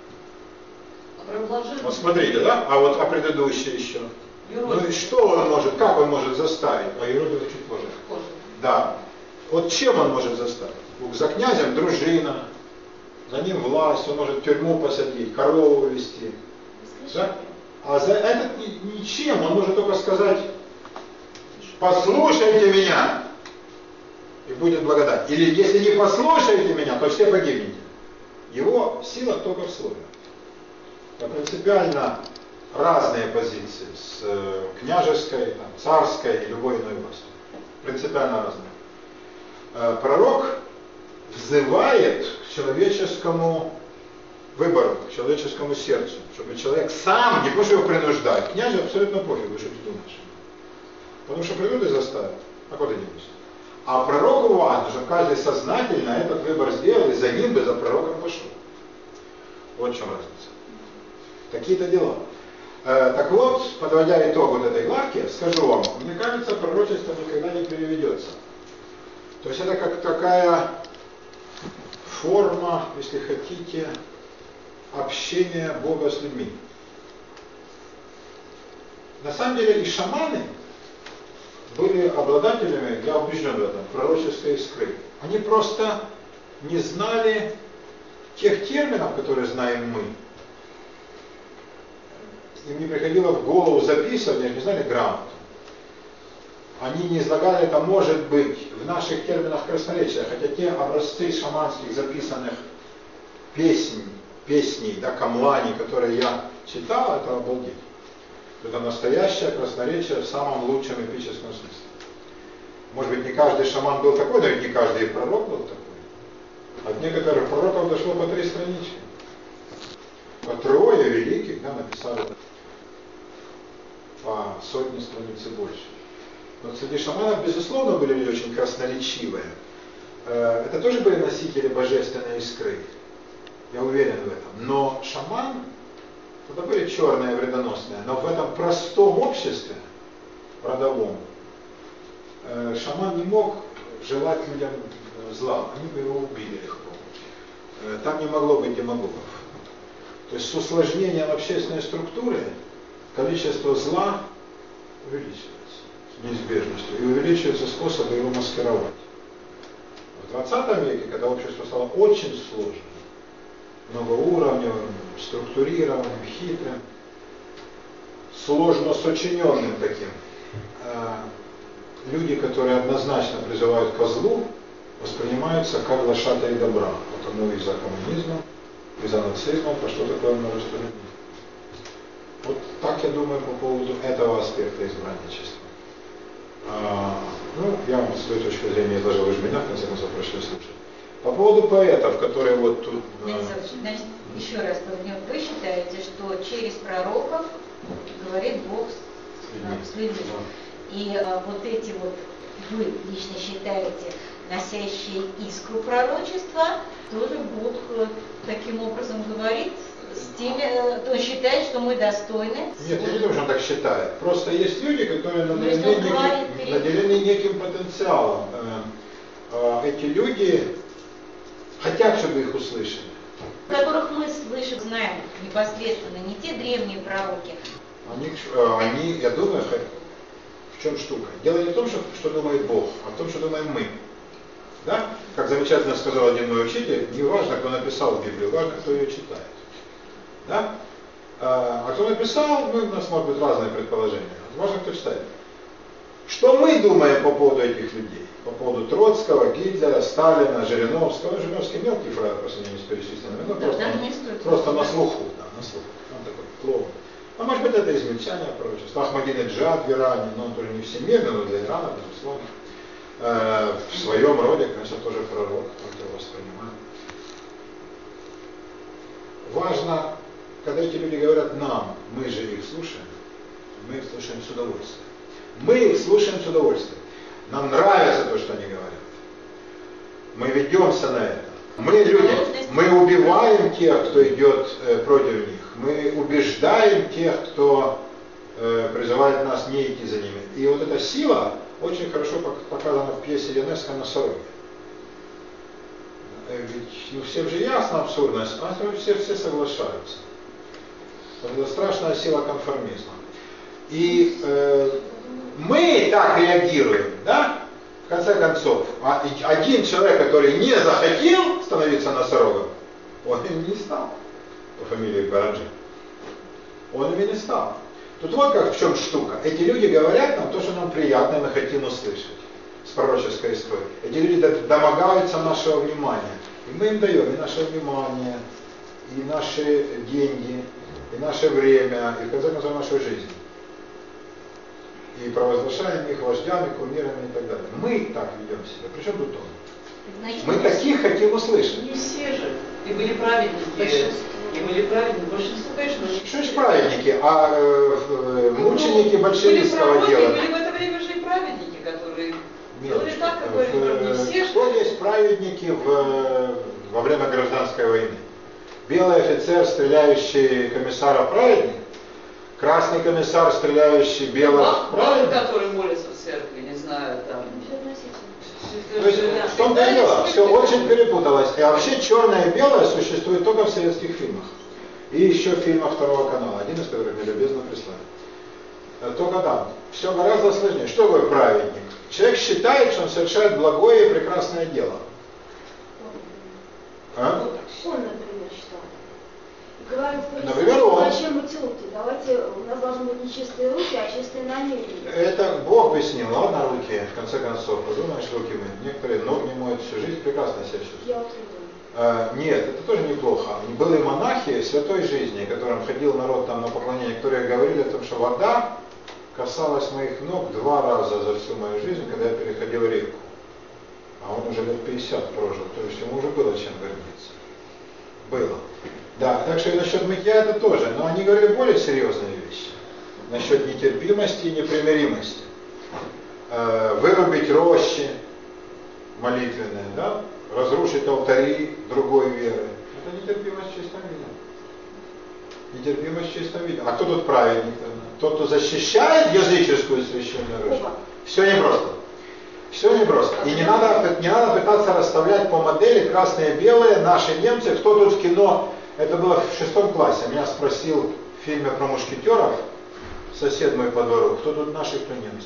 Вот смотрите, да? А вот а предыдущий еще. Ну и что он может, как он может заставить? А Иродию чуть позже. Да. Вот чем он может заставить? За князем дружина, За ним власть, он может в тюрьму посадить, корову увести. Да? А за этот ничем, он может только сказать: послушайте меня, и будет благодать. Или если не послушаете меня, то все погибнете. Его сила только в слове. Это принципиально разные позиции с э, княжеской, там, царской и любой иной властью. Принципиально разные. Э, пророк взывает к человеческому выбору, к человеческому сердцу, чтобы человек сам, не потому что его принуждать, князю абсолютно пофигу, что ты думаешь. Потому что придут и заставят, а куда денешься. А пророку важно, чтобы каждый сознательно этот выбор сделал, и за ним бы, за пророком пошел. Вот в чем разница. Такие-то дела. Э, так вот, подводя итог вот этой главки, скажу вам, мне кажется, пророчество никогда не переведется. То есть это как такая форма, если хотите, общения Бога с людьми. На самом деле и шаманы были обладателями, я убежден в этом, пророческой искры. Они просто не знали тех терминов, которые знаем мы. Им не приходило в голову записывать, они не знали грамоту. Они не излагали это, может быть, в наших терминах красноречия, хотя те образцы шаманских записанных песней, песней, да, камлани, которые я читал, это обалдеть. Это настоящее красноречие в самом лучшем эпическом смысле. Может быть, не каждый шаман был такой, но ведь не каждый пророк был такой. От некоторых пророков дошло по три странички. По трое великих, да, написали по сотни страниц и больше. Но среди шаманов, безусловно, были люди очень красноречивые. Это тоже были носители божественной искры. Я уверен в этом. Но шаман, это были черные, вредоносные. Но в этом простом обществе, родовом, шаман не мог желать людям зла. Они бы его убили легко. Там не могло быть демагогов. То есть с усложнением общественной структуры количество зла увеличивается с неизбежностью. И увеличиваются способы его маскировать. В двадцатом веке, когда общество стало очень сложным, многоуровневым, структурированным, хитрым, сложно сочиненным таким, люди, которые однозначно призывают ко злу, воспринимаются как глашатаи добра. Потому и за коммунизмом, и за нацизмом пошло такое множество людей. Вот так я думаю по поводу этого аспекта избранничества. А, ну, я вам с своей точки зрения изложил, вы же меня в конце концов прошли слушать. По поводу поэтов, которые вот тут... Значит, еще раз поднем. Вы считаете, что через пророков говорит Бог с людьми? И а, вот эти вот, вы лично считаете, носящие искру пророчества, тоже будут таким образом говорить с теми, кто считает, что мы достойны. Нет, я не думаю, что он так считает. Просто есть люди, которые наделены неким, наделены неким потенциалом. Эти люди хотят, чтобы их услышали. Которых мы слышим, знаем непосредственно, не те древние пророки. Они, они я думаю, в чем штука? Дело не в том, что, что думает Бог, а в том, что думаем мы. Да? Как замечательно сказал один мой учитель, не важно, кто написал Библию, важно, кто ее читает. Да? А кто написал, ну, у нас могут быть разные предположения. Важно, кто читает. Что мы думаем по поводу этих людей? По поводу Троцкого, Гитлера, Сталина, Жириновского. Жириновский мелкий фраг по сравнению с перечисленными, но да, просто, на, просто на слуху. Да, на слуху. Он такой клоун. А может быть, это измельчание пророчества. Ахмадинеджад в Иране, но он тоже не всемирный, но для Ирана, безусловно. Э, в своем роде, конечно, тоже пророк, он его воспринимает. Важно, когда эти люди говорят нам, мы же их слушаем, мы их слушаем с удовольствием. Мы их слушаем с удовольствием. Нам нравится то, что они говорят. Мы ведемся на это. Мы люди, мы убиваем тех, кто идет э, против них. Мы убеждаем тех, кто э, призывает нас не идти за ними. И вот эта сила очень хорошо показана в пьесе Ионеско «Носороги». Ведь ну, всем же ясно абсурдность, а все, все соглашаются. Это страшная сила конформизма. И э, мы так реагируем, да? В конце концов, один человек, который не захотел становиться носорогом, Он им не стал по фамилии Баранжи. Он ими не стал. Тут вот как в чем штука. Эти люди говорят нам то, что нам приятно, и мы хотим услышать с пророческой историей. Эти люди домогаются нашего внимания. И мы им даем и наше внимание, и наши деньги, и наше время, и в конце концов нашу жизнь. И провозглашаем их вождями, кумирами и так далее. Мы так ведем себя. Причем тут он? Мы таких хотим услышать. Не все же. И были праведники. И были праведники. Большинство, конечно, не что ж праведники? А э, мученики большевистского дела. Были в это время же и праведники, которые делали Нет, так, как говорили, не все. Кто есть праведники в, во время гражданской войны? Белый офицер, стреляющий комиссара праведник? Красный комиссар, стреляющий белых праведников? Который молится в церкви, не знаю, там. То есть в том-то и дело, все очень перепуталось. И вообще черное и белое существует только в советских фильмах. И еще в фильмах Второго канала, один из которых мне любезно прислали. Только там. Все гораздо сложнее. Что такое праведник? Человек считает, что он совершает благое и прекрасное дело. А? Он, например, считал. И говорит, например, он. Зачем мыть руки? Давайте, у нас должны быть не чистые руки, а чистые намерения. Это Бог объяснил, ладно, руки, в конце концов, подумаешь, руки мыть. Некоторые ног не моют всю жизнь, прекрасно себя чувствуют. Я утверждаю. А, нет, это тоже неплохо. Были монахи святой жизни, которым ходил народ там на поклонение, которые говорили о том, что вода касалась моих ног два раза за всю мою жизнь, когда я переходил реку. А он уже лет пятьдесят прожил, то есть ему уже было чем гордиться. Было. Да, так что и насчет мытья это тоже, но они говорили более серьезные вещи. Насчет нетерпимости и непримиримости. Э, вырубить рощи молитвенные, да? Разрушить алтари другой веры. Это нетерпимость в чистом виде. Нетерпимость в чистом виде. А кто тут праведник? Тот, кто защищает языческую священную рощу. Все непросто. Все непросто. И не надо, не надо пытаться расставлять по модели красные и белые, наши немцы. Кто тут в кино, это было в шестом классе, меня спросил в фильме про мушкетеров, сосед мой по двору, кто тут наши, кто немцы.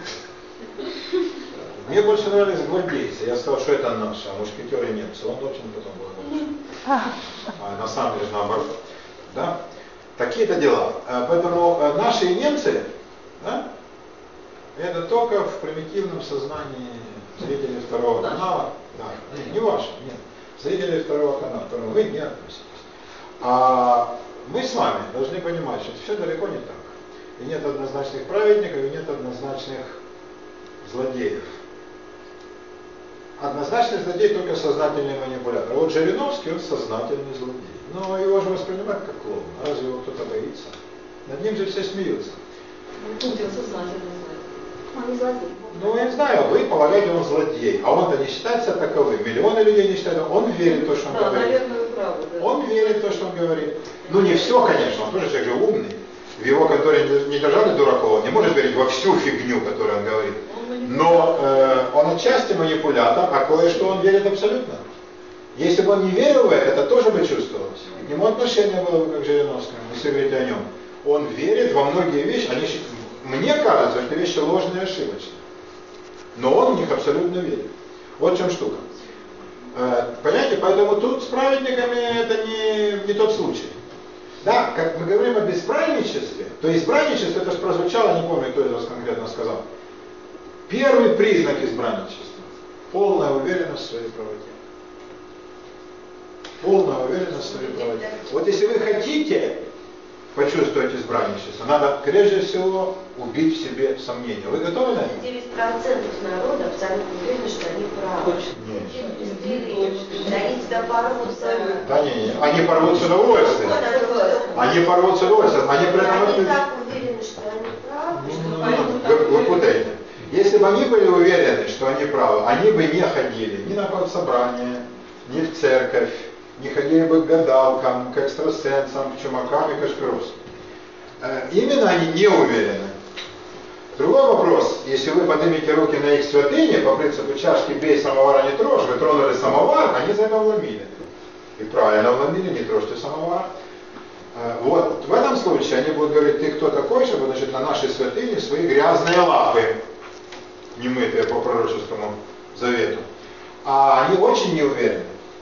Мне больше нравились гвардейцы. Я сказал, что это наши, а мушкетеры немцы. Он очень потом был. А на самом деле наоборот. Да? Такие-то дела. Поэтому наши и немцы, да, это только в примитивном сознании зрителей Второго канала. Да, не, не ваши, нет. Зрителей Второго канала, к которому вы не относитесь. А мы с вами должны понимать, что все далеко не так. И нет однозначных праведников, и нет однозначных злодеев. Однозначный злодей только сознательный манипулятор. А вот Жириновский, он сознательный злодей. Но его же воспринимают как клоун. Разве его кто-то боится? Над ним же все смеются. Путин сознательный злодей. Он не злодей. Ну, я не знаю, вы полагаете, он злодей, а он-то не считает себя таковым. Миллионы людей не считают, он верит в то, что он да, говорит. Наверное, вы правы, да. Он верит в то, что он говорит. Ну, не все, конечно, он тоже человек же умный. В его конторе не держали дураков, он не может верить во всю фигню, которую он говорит. Но э, он отчасти манипулятор, а кое-что он верит абсолютно. Если бы он не верил в это, это тоже бы чувствовалось. К нему отношение было бы как к Жириновскому, если говорить о нем. Он верит во многие вещи, они, мне кажется, что вещи ложные и ошибочные. Но он в них абсолютно верит. Вот в чем штука. Э, понимаете, поэтому тут с праведниками это не, не тот случай. Да, как мы говорим о бесправедничестве, то избранничество, это же прозвучало, не помню, кто из вас конкретно сказал. Первый признак избранничества – полная уверенность в своей правоте. Полная уверенность в своей правоте. Вот если вы хотите почувствовать избранничество, надо прежде всего убить в себе сомнения. Вы готовы на это? девять процентов народа абсолютно уверены, что они правы. Нет. Они всегда порвутся. Да не, не, они порвут с удовольствием. Они порвут с удовольствием. Они при этом... Они так уверены, что они правы. Вы, вы путаете. Если бы они были уверены, что они правы, они бы не ходили ни на партсобрание, ни в церковь, не ходили бы к гадалкам, к экстрасенсам, к чумакам и к ашпиросам. Именно они не уверены. Другой вопрос, если вы поднимете руки на их святыни, по принципу чашки бей, самовара не трожь, вы тронули самовар, они за это вломили. И правильно вломили, не трожьте самовар. Вот в этом случае они будут говорить, ты кто такой, чтобы, значит, на нашей святыне свои грязные лапы, немытые по пророческому завету. А они очень не уверены.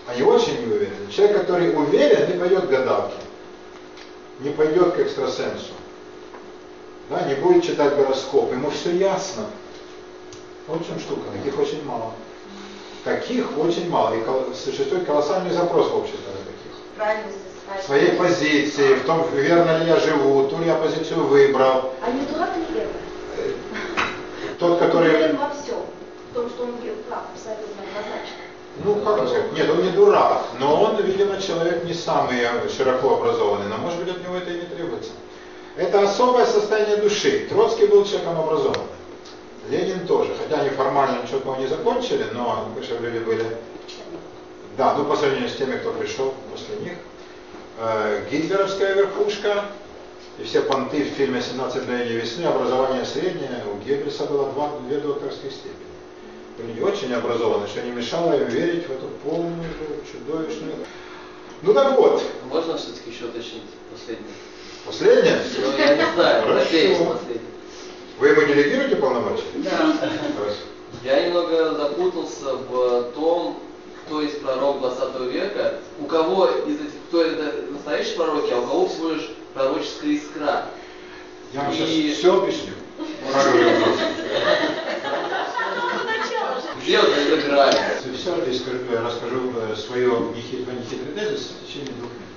Они очень не уверены. Человек, который уверен, не пойдет к гадалке, не пойдет к экстрасенсу, да, не будет читать гороскоп, ему все ясно. Вот в чем штука, таких очень мало. Таких очень мало. И существует колоссальный запрос в обществе на таких. Правильно. В своей позиции, в том, верно ли я живу, ту ли я позицию выбрал. А не дурак ли это? Тот, который... Уверен во всем. В том, что он прав, абсолютно однозначно. Ну, как сказать, нет, он не дурак, но он, видимо, человек не самый широко образованный, но, может быть, от него это и не требуется. Это особое состояние души. Троцкий был человеком образованным. Ленин тоже, хотя они формально ничего такого не закончили, но, конечно, люди были... Да, ну, по сравнению с теми, кто пришел после них. Э, гитлеровская верхушка и все понты в фильме «семнадцать мгновений весны», образование среднее, у Геббельса было два, две докторских степени. Люди очень образованные, что не мешало им верить в эту полную, чудовищную... Ну так вот. Можно все-таки еще уточнить последнее? Последнее? Ну, я не знаю, надеюсь, Хорошо. последнее. Вы ему делегируете полномочия? Да. Хорошо. Я немного запутался в том, кто есть пророк двадцатого века, у кого из этих, кто это настоящие пророки, а у кого всего лишь пророческая искра. Я вам И- сейчас все объясню. Правильно. Где вот это играет? Все расскажу свое нехитрое нехитрый тезис в течение двух минут.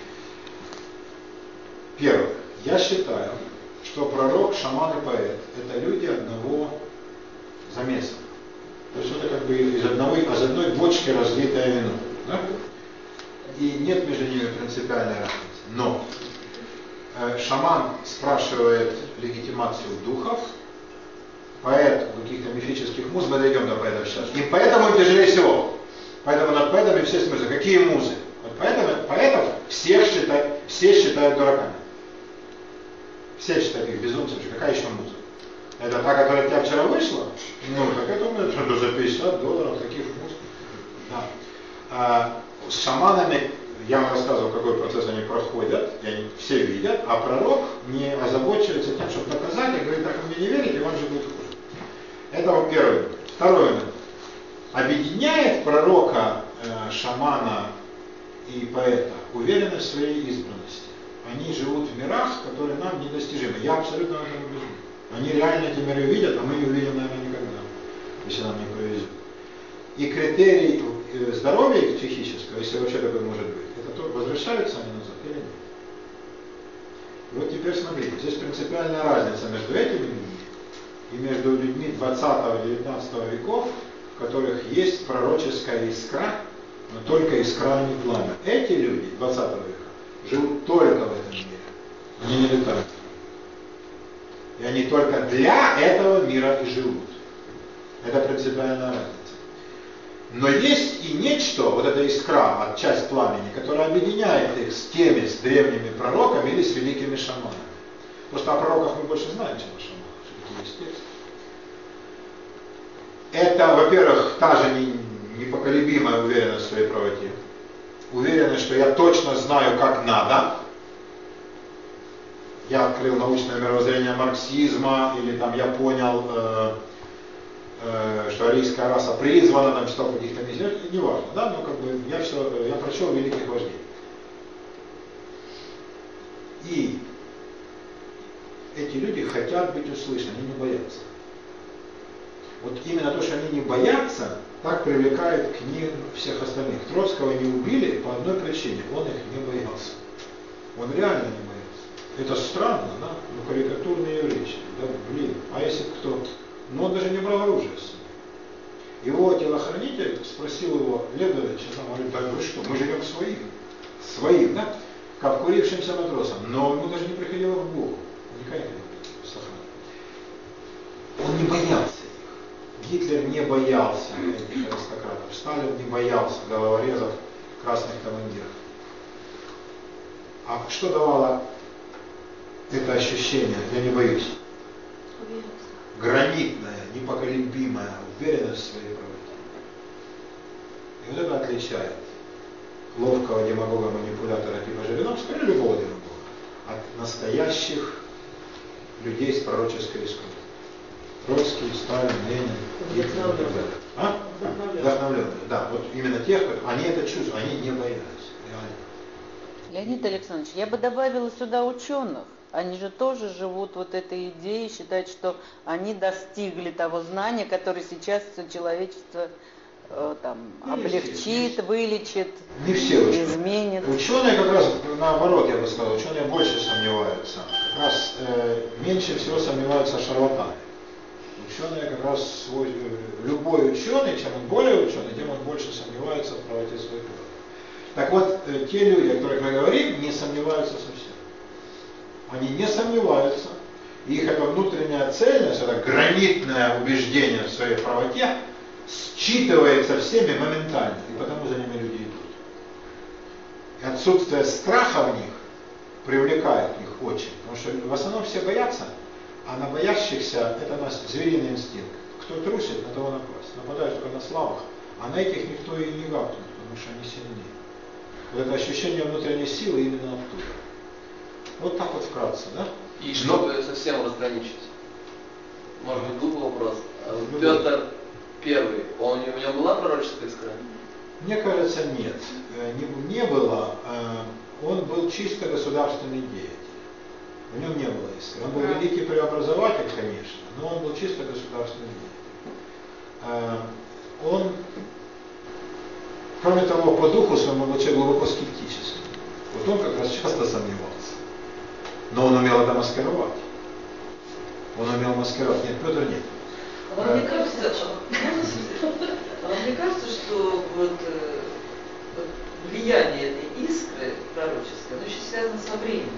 Первое. Я считаю, что пророк, шаман и поэт – это люди одного замеса. То есть это как бы из одного, из одной бочки разлитое вино. Да? И нет между ними принципиальной разницы. Но э, шаман спрашивает легитимацию духов, поэт у каких-то мифических муз, мы дойдем до поэтов сейчас. И поэтому им тяжелее всего. Поэтому над поэтами все смеются. Какие музы? Вот поэтому поэтов все считают, все считают дураками. Все считают их безумцами. Какая еще муза? Это та, которая у тебя вчера вышла? Ну, так это мы что за пятьдесят долларов таких муз. Да. А, с шаманами я вам рассказывал, какой процесс они проходят, и они все видят, а пророк не озабочивается тем, чтобы доказать, и говорит, так вы мне не верите, вам же будет хуже. Это вот первый момент. Второй момент. Объединяет пророка, э, шамана и поэта уверенность в своей избранности. Они живут в мирах, которые нам недостижимы. Я абсолютно в этом убежден. Они реально эти миры видят, а мы не увидим, наверное, никогда, если нам не повезет. И критерий здоровья их психического, если вообще такое может быть, это то, возвращаются они назад или нет. И вот теперь смотрите, здесь принципиальная разница между этими людьми и между людьми двадцатого-девятнадцатого веков, в которых есть пророческая искра, но только искра, а не пламя. Эти люди двадцатого века живут только в этом мире. Они не летают. И они только для этого мира и живут. Это принципиальная разница. Но есть и нечто, вот эта искра, часть пламени, которая объединяет их с теми, с древними пророками или с великими шаманами. Просто о пророках мы больше знаем, чем о шаманах. Что-таки есть текст. Это, во-первых, та же непоколебимая уверенность в своей правоте. Уверенность, что я точно знаю, как надо. Я открыл научное мировоззрение марксизма, или там я понял, э, э, что арийская раса призвана, там читал каких-то миссий, не важно, да, но как бы я все, я прочел великих вождей. И эти люди хотят быть услышаны, они не боятся. Вот именно то, что они не боятся, так привлекает к ним всех остальных. Троцкого не убили по одной причине, он их не боялся. Он реально не боялся. Это странно, да? Ну, карикатурные речи. Да, блин, а если кто? Но он даже не брал оружие с собой. Его телохранитель спросил его, Ледович, он говорит, да вы что, мы живем своим. Своим, да? Как курившимся матросом. Но ему даже не приходило в голову. Никогда не было. Он не боялся их. Гитлер не боялся этих аристократов. Сталин не боялся головорезов красных командиров. А что давало это ощущение? Я не боюсь. Гранитная, непоколебимая уверенность в своей правоте. И вот это отличает ловкого демагога, манипулятора типа Жириновского или любого демагога от настоящих людей с пророческой искрой. Троцкий, Сталин, Ленин. Вдохновленные. А? Вдохновленные, да. Вот именно тех, они это чувствуют, они не боялись. Реально. Леонид Александрович, я бы добавила сюда ученых. Они же тоже живут вот этой идеей, считают, что они достигли того знания, которое сейчас все человечество э, там, облегчит, вылечит, не все ученые. изменит. Ученые как раз наоборот, я бы сказал, ученые больше сомневаются. Как раз э, меньше всего сомневаются шарлатаны. Ученые как раз свой, э, любой ученый, чем он более ученый, тем он больше сомневается в правоте своих выводов. Так вот, э, те люди, о которых мы говорим, не сомневаются совсем. Они не сомневаются, и их эта внутренняя цельность, это гранитное убеждение в своей правоте, считывается всеми моментально, и потому за ними люди идут. И отсутствие страха в них привлекает их очень, потому что в основном все боятся, а на боящихся это наш звериный инстинкт. Кто трусит, на того напасть. Нападают только на слабых, а на этих никто и не гавкнет, потому что они сильнее. Вот это ощущение внутренней силы именно оттуда. Вот так вот вкратце, да? И чтобы Но... совсем разграничить, может быть, глупый вопрос. Ну, Петр Первый, он, у него была пророческая искра? Мне кажется, нет. Не, не было. Он был чисто государственный деятель. В нем не было искры. Он был великий преобразователь, конечно, но он был чисто государственный деятель. Он, кроме того, по духу своему был человек глубоко скептический. Вот он как раз часто сомневался. Но он умел это маскировать. Он умел маскировать. Нет, Петр нет. А вам не кажется, а вам не кажется, что вот, э, вот влияние этой искры пророческой, оно очень связано со временем?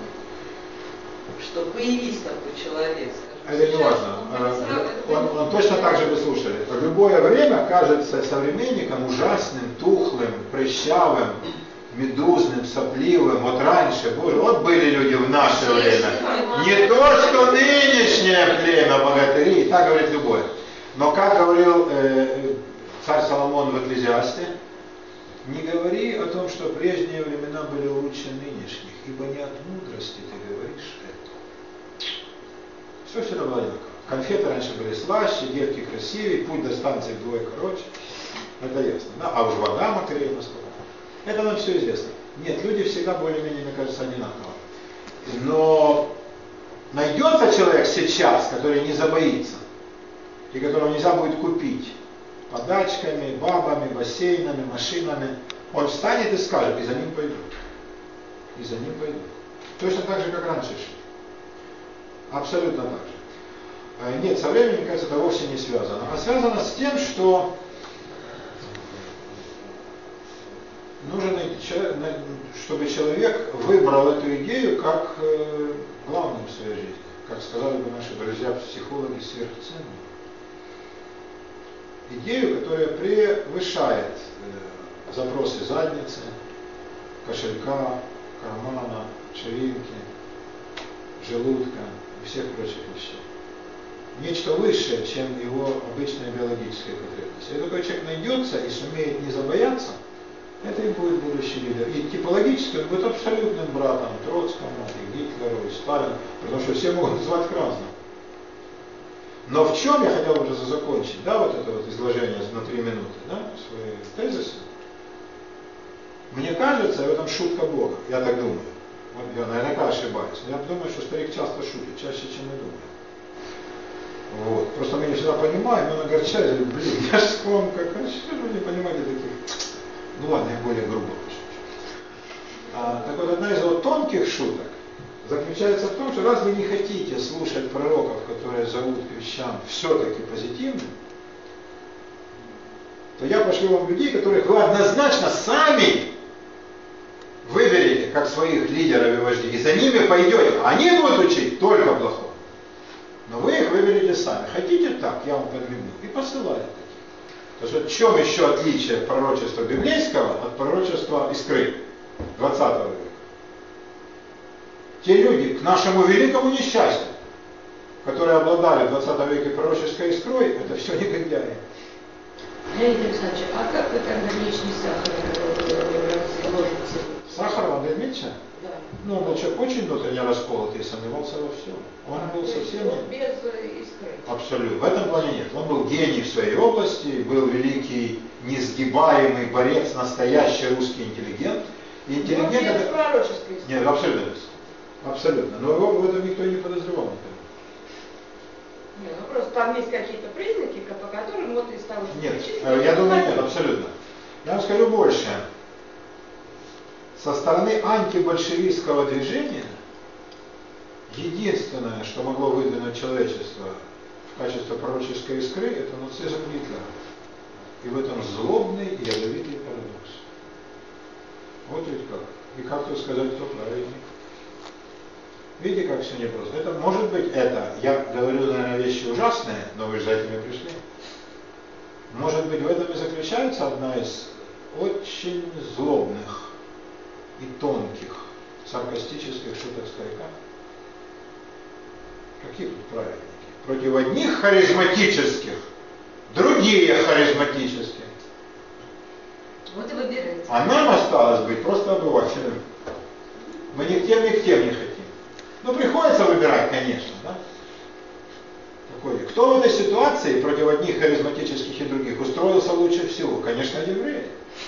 Что появись такой человек, скажем, это не важно. Он, он, он точно так же вы слушали. В любое время кажется современникам ужасным, тухлым, прыщавым, медузным, сопливым. Вот раньше, боже, вот были люди в наше время. Не то, что нынешнее племя богатырей, так говорит любой. Но как говорил э, царь Соломон в Экклезиасте, не говори о том, что прежние времена были лучше нынешних, ибо не от мудрости ты говоришь это. Все всегда было одинаково. Конфеты раньше были слаще, девки красивее, путь до станции вдвое короче. Это ясно. Да? А уж вода материальна сколько. Это нам все известно. Нет, люди всегда более-менее, мне кажется, одинаково. Но найдется человек сейчас, который не забоится, и которого нельзя будет купить подачками, бабами, бассейнами, машинами, он встанет и скажет, и за ним пойдут. И за ним пойдут. Точно так же, как раньше шли. Абсолютно так же. Нет, со временем, мне кажется, это вовсе не связано. А связано с тем, что нужно, чтобы человек выбрал эту идею как главную в своей жизни. Как сказали бы наши друзья-психологи, сверхценную. Идею, которая превышает э, запросы задницы, кошелька, кармана, ширинки, желудка и всех прочих вещей. Нечто высшее, чем его обычная биологическая потребность. Если такой человек найдется и сумеет не забояться, это и будет будущий лидер. И типологически он будет абсолютным братом Троцкому, и Гитлеру, и Сталину, потому что все могут назвать красно. Но в чем я хотел уже закончить, да, вот это вот изложение на три минуты, да, свои тезисы. Мне кажется, в этом шутка Бога, я так думаю. Вот я наверняка ошибаюсь, но я думаю, что старик часто шутит, чаще, чем мы думаем. Вот. Просто мы не всегда понимаем, но он огорчает, говорит, блин, я же скромка, а что же вы не понимаете таких? Ну ладно, я более грубо пошучу. А, так вот, одна из вот тонких шуток заключается в том, что раз вы не хотите слушать пророков, которые зовут к вещам все-таки позитивным, то я пошлю вам людей, которых вы однозначно сами выберете как своих лидеров и вождей, и за ними пойдете. Они будут учить только плохое. Но вы их выберете сами. Хотите так, я вам подмигну. И посылаю таких. То есть в чем еще отличие пророчества библейского от пророчества искры двадцатого века? Те люди, к нашему великому несчастью, которые обладали в двадцатом веке пророческой искрой, это все негодяи. Леонид Александрович, а как вы тогда млечный сахар разложите? Сахар Андрея Ильича? Да. Ну, он был человек очень внутренне расколотый и сомневался во всем. Он А, был совсем... он без искры. Абсолютно. В этом плане нет. Он был гений в своей области, был великий, несгибаемый борец, настоящий русский интеллигент. И интеллигент... Ну, без это... пророческой искры. Нет, абсолютно без. Абсолютно. Но его в этом никто не подозревал. Нет, ну просто там есть какие-то признаки, по которым вот из того, что Нет, перечислили, я думаю, понятно. нет, абсолютно. Я вам скажу больше. Со стороны антибольшевистского движения единственное, что могло выдвинуть человечество в качестве пророческой искры, это нацизм Гитлера. И в этом злобный и ядовитый парадокс. Вот ведь как. И как тут сказать, кто правильный. Видите, как все непросто. Это может быть это, я говорю, наверное, вещи ужасные, но вы же за этим и пришли. Может быть, в этом и заключается одна из очень злобных и тонких, саркастических шуток старика. Какие тут праведники? Против одних харизматических, другие харизматические. Вот и выбирайте. А нам осталось быть просто обывателями. Мы ни к тем, ни к тем не хотим. Ну, приходится выбирать, конечно, да? Такой. Кто в этой ситуации против одних харизматических и других устроился лучше всего? Конечно, евреи.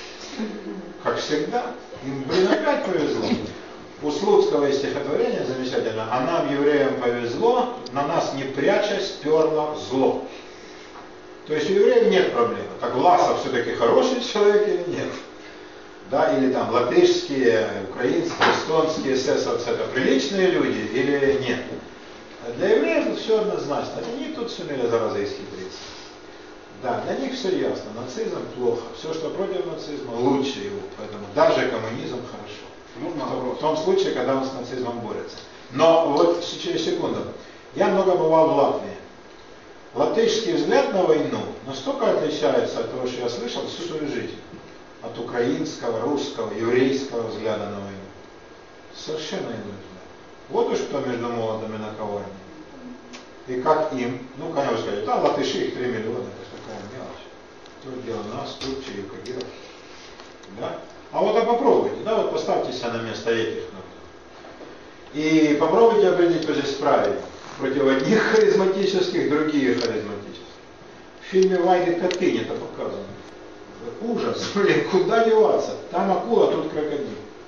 Как всегда. Им, блин, опять повезло. У Слуцкого есть стихотворение замечательно. А нам, евреям, повезло, на нас не прячась, сперло зло. То есть у евреев нет проблемы. Так Власов все-таки хороший человек или нет? Да, или там латышские, украинские, эстонские эсэсовцы это приличные люди или нет? Для евреев тут все однозначно. Они тут сумели зараза исхитриться. Да, для них все ясно. Нацизм плохо. Все, что против нацизма, лучше его. Поэтому даже коммунизм хорошо. Можно в, в том случае, когда он с нацизмом борется. Но вот через секунду. Я много бывал в Латвии. Латышский взгляд на войну настолько отличается от того, что я слышал всю свою жизнь. От украинского, русского, еврейского взгляда на войну. Совершенно иной взгляд. Вот уж кто между молотом и наковальней. И как им, ну, конечно, сказать, да, латыши, их три миллиона, это такая мелочь. То дело нас, Турции, Кагиров. Да? А вот а попробуйте, да, вот поставьте себя на место этих народов. И попробуйте определить, кто здесь правильно. Против одних харизматических, других харизматических. В фильме Вайги Катынь это показано. Ужас, блин, куда деваться? Там акула, тут крокодил.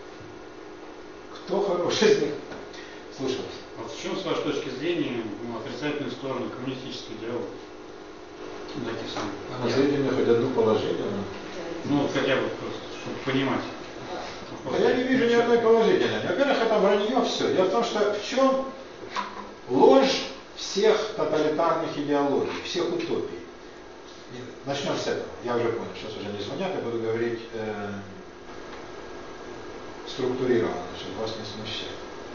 Кто хороший из них? Слушай. Вот в чем, с вашей точки зрения, ну, отрицательную сторону коммунистического диалога? Дайте сам. Назовите мне хоть одну положительную. Ну, вот хотя бы просто, чтобы понимать. Да я не вижу ни одной положительной. Во-первых, это вранье все. Дело в том, что в чем ложь всех тоталитарных идеологий, всех утопий. Начнем с этого. Я уже понял, сейчас уже не звонят, я буду говорить э, структурированно, чтобы вас не смущать.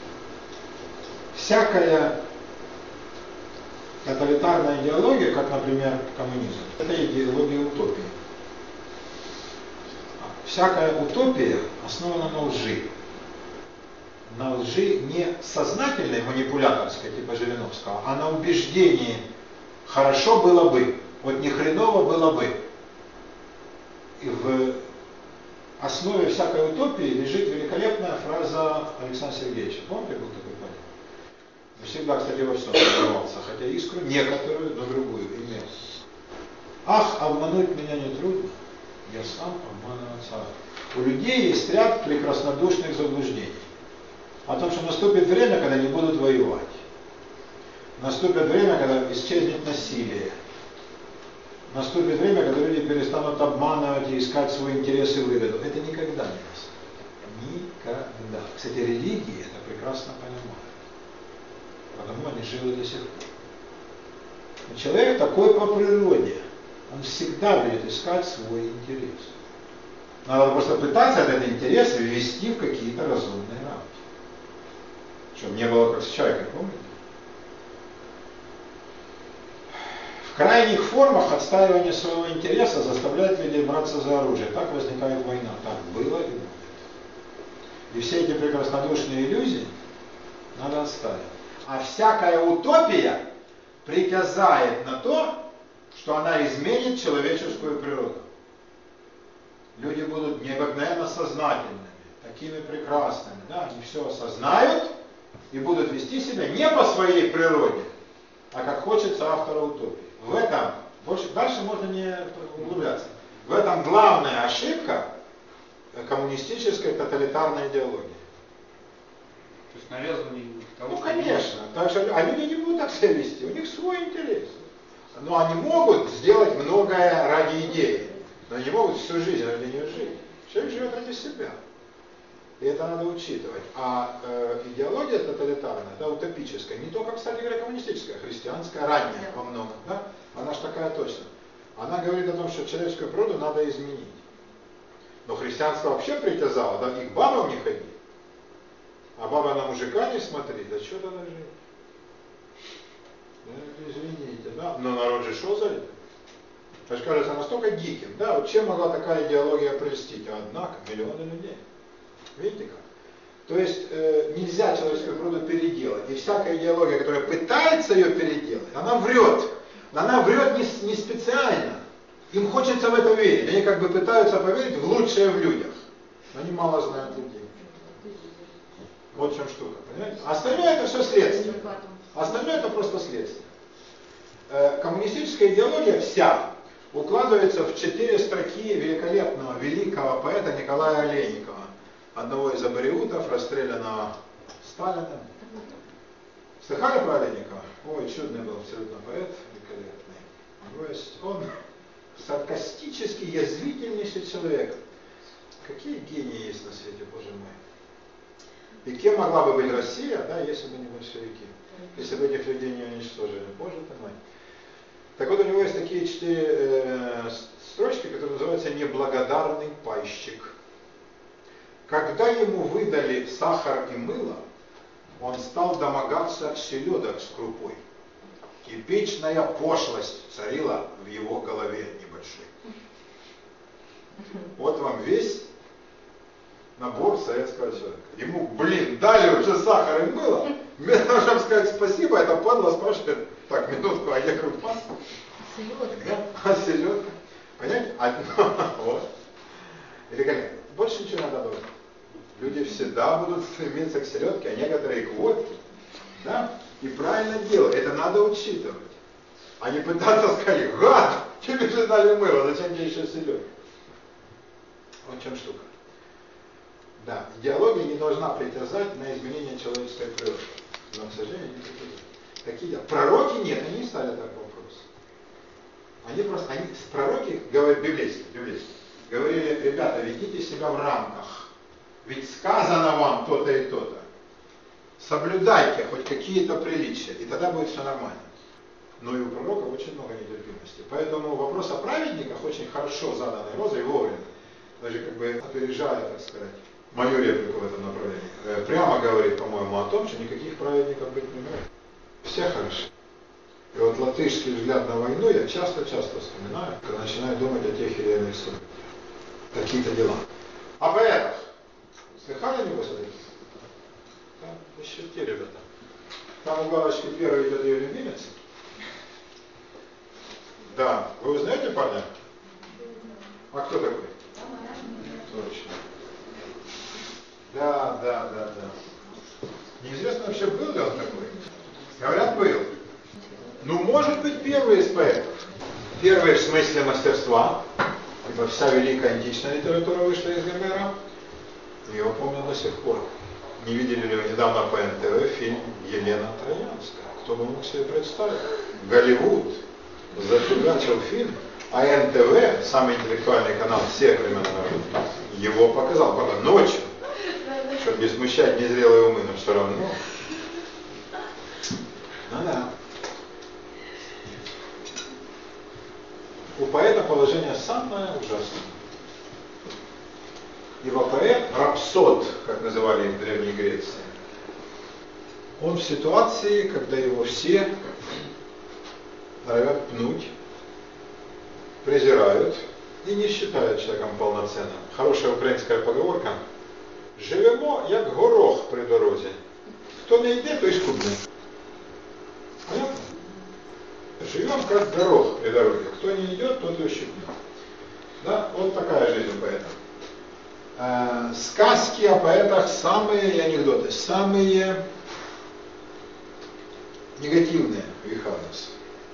Всякая тоталитарная идеология, как, например, коммунизм, это идеология утопии. Всякая утопия основана на лжи. На лжи не сознательной, манипуляторской, типа Жириновского, а на убеждении «хорошо было бы». Вот ни хреново было бы. И в основе всякой утопии лежит великолепная фраза Александра Сергеевича. Помните, был такой парень? Всегда, кстати, во всем оставался, хотя искру некоторую, но другую имел. Ах, обмануть меня не трудно, я сам обманываться. У людей есть ряд прекраснодушных заблуждений. О том, что наступит время, когда не будут воевать. Наступит время, когда исчезнет насилие. Наступит время, когда люди перестанут обманывать и искать свои интересы и выгоду. Это никогда не наступит. Никогда. Кстати, религии это прекрасно понимают. Потому они живы до сих пор. Но человек такой по природе. Он всегда будет искать свой интерес. Надо просто пытаться этот интерес ввести в какие-то разумные рамки. Чтобы не было как с чайкой, помните? В крайних формах отстаивания своего интереса заставляет людей браться за оружие. Так возникает война. Так было и будет. И все эти прекраснодушные иллюзии надо отставить. А всякая утопия притязает на то, что она изменит человеческую природу. Люди будут необыкновенно сознательными, такими прекрасными, да, они все осознают и будут вести себя не по своей природе, а как хочется автора утопии. В этом, больше, дальше можно не углубляться, в этом главная ошибка коммунистической тоталитарной идеологии. То есть навязывание того, Ну, что конечно. Так что, а люди не будут так себя вести, у них свой интерес. Но они могут сделать многое ради идеи, но не могут всю жизнь ради нее жить. Человек живет ради себя. И это надо учитывать. А э, идеология тоталитарная, да, утопическая, не только, кстати говоря, коммунистическая, христианская, ранняя во многом, да, она же такая точно. Она говорит о том, что человеческую природу надо изменить. Но христианство вообще притязало, да, и к бабам не ходи. А баба на мужика не смотри, да что тогда жить? Да, извините, да, но народ же шел за это. Это же кажется настолько диким, да, вот чем могла такая идеология прельстить, а однако миллионы людей. Видите как? То есть э, нельзя человеческую природу переделать. И всякая идеология, которая пытается ее переделать, она врет. Но она врет не, не специально. Им хочется в это верить. Они как бы пытаются поверить в лучшее в людях. Но они мало знают людей. Вот в чем штука, понимаете? Остальное это все следствие. Остальное это просто следствие. Э, коммунистическая идеология вся укладывается в четыре строки великолепного, великого поэта Николая Олейникова, одного из абориутов, расстрелянного Сталиным. Слыхали про Олейникова? Ой, чудный был абсолютно поэт, великолепный. То есть он саркастический, язвительнейший человек. Какие гении есть на свете, Боже мой. И кем могла бы быть Россия, да, если бы не большевики? Если бы этих людей не уничтожили. Боже ты мой. Так вот, у него есть такие четыре э, строчки, которые называются «Неблагодарный пайщик». Когда ему выдали сахар и мыло, он стал домогаться селедок с крупой. Типичная пошлость царила в его голове небольшой. Вот вам весь набор советского человека. Ему, блин, дали уже сахар и мыло. Вместо того, чтобы сказать спасибо, это падла спрашивает, так, минутку, а я крупа? Селедка. Да, а селедка. Понимаете? Одно, вот. Великолепно. Больше ничего не надо добавить. Люди всегда будут стремиться к селедке, а некоторые к водке. Да? И правильно делать. Это надо учитывать. А не пытаться сказать, гад, тебе же дали мыло, зачем тебе еще селедка? Вот в чем штука. Да, идеология не должна притязать на изменение человеческой природы. Но, к сожалению, не притязают. Такие пророки нет, они не ставят такой вопрос. Они просто, они, пророки, говорят, библейские, библейские, говорили, ребята, ведите себя в рамках. Ведь сказано вам то-то и то-то. Соблюдайте хоть какие-то приличия, и тогда будет все нормально. Но и у пророков очень много нетерпимости. Поэтому вопрос о праведниках очень хорошо заданный Розой вовремя. Даже как бы опережая, так сказать, мою реплику в этом направлении. Прямо говорит, по-моему, о том, что никаких праведников быть не может. Все хороши. И вот латышский взгляд на войну я часто-часто вспоминаю, когда начинаю думать о тех или иных событиях. Какие-то дела. О поэтах. Слыхали небось об этом? Там еще те ребята. Там у галочки первый идет ее любимец. Да. Вы узнаете парня? А кто такой? Точно. Да, да, да, да. Неизвестно вообще, был ли он такой. Говорят, был. Ну, может быть, первый из поэтов. Первый в смысле мастерства, ибо вся великая античная литература вышла из Гомера. Ее помнят до сих пор. Не видели ли вы недавно по эн тэ вэ фильм «Елена Троянская»? Кто бы мог себе представить? Голливуд зафигачил фильм, а эн тэ вэ, самый интеллектуальный канал всех времен народа, его показал, правда, ночью, чтобы не смущать незрелые умы, но все равно. Ну да. У поэта положение самое ужасное. Ибо поэт, рапсод, как называли их в Древней Греции, он в ситуации, когда его все норовят пнуть, презирают и не считают человеком полноценным. Хорошая українська поговорка: живемо, як горох при дорозі. Хто не йде, той скудний. Понятно? Живем, как горох при дороге. кто не идет, тот и ущипнет. Да? Вот такая жизнь у поэтов. Э, сказки о поэтах самые, и анекдоты, самые негативные в их адрес.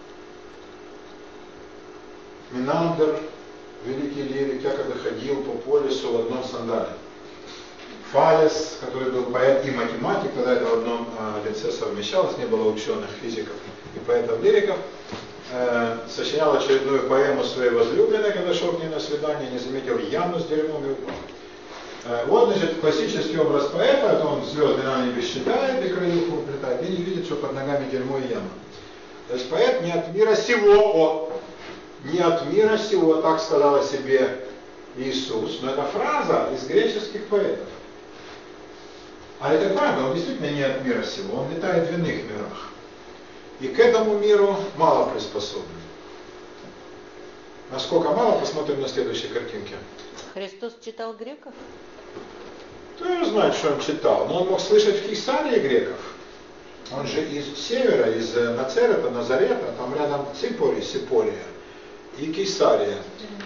Минандр, великий лирик, якобы ходил по полюсу в одном сандале. Фалес, который был поэт и математик, когда это в одном э, лице совмещалось, не было ученых, физиков и поэтов-лириков, э, сочинял очередную поэму своей возлюбленной, когда шел к ней на свидание, не заметил яму с дерьмом и упал. Э, вот, значит, классический образ поэта, это он звезды на небе считает и краюху уплетает, и не видит, что под ногами дерьмо и яма. То есть поэт не от мира сего, о, не от мира сего, так сказал о себе Иисус, но это фраза из греческих поэтов. А это правда, он действительно не от мира сего, он летает в иных мирах. И к этому миру мало приспособлен. Насколько мало, посмотрим на следующей картинке. Христос читал греков? Кто его знает, что он читал, но он мог слышать в Кесарии греков. Он же из севера, из Нацерета, Назарета, там рядом Ципори, Сипория и Кесария.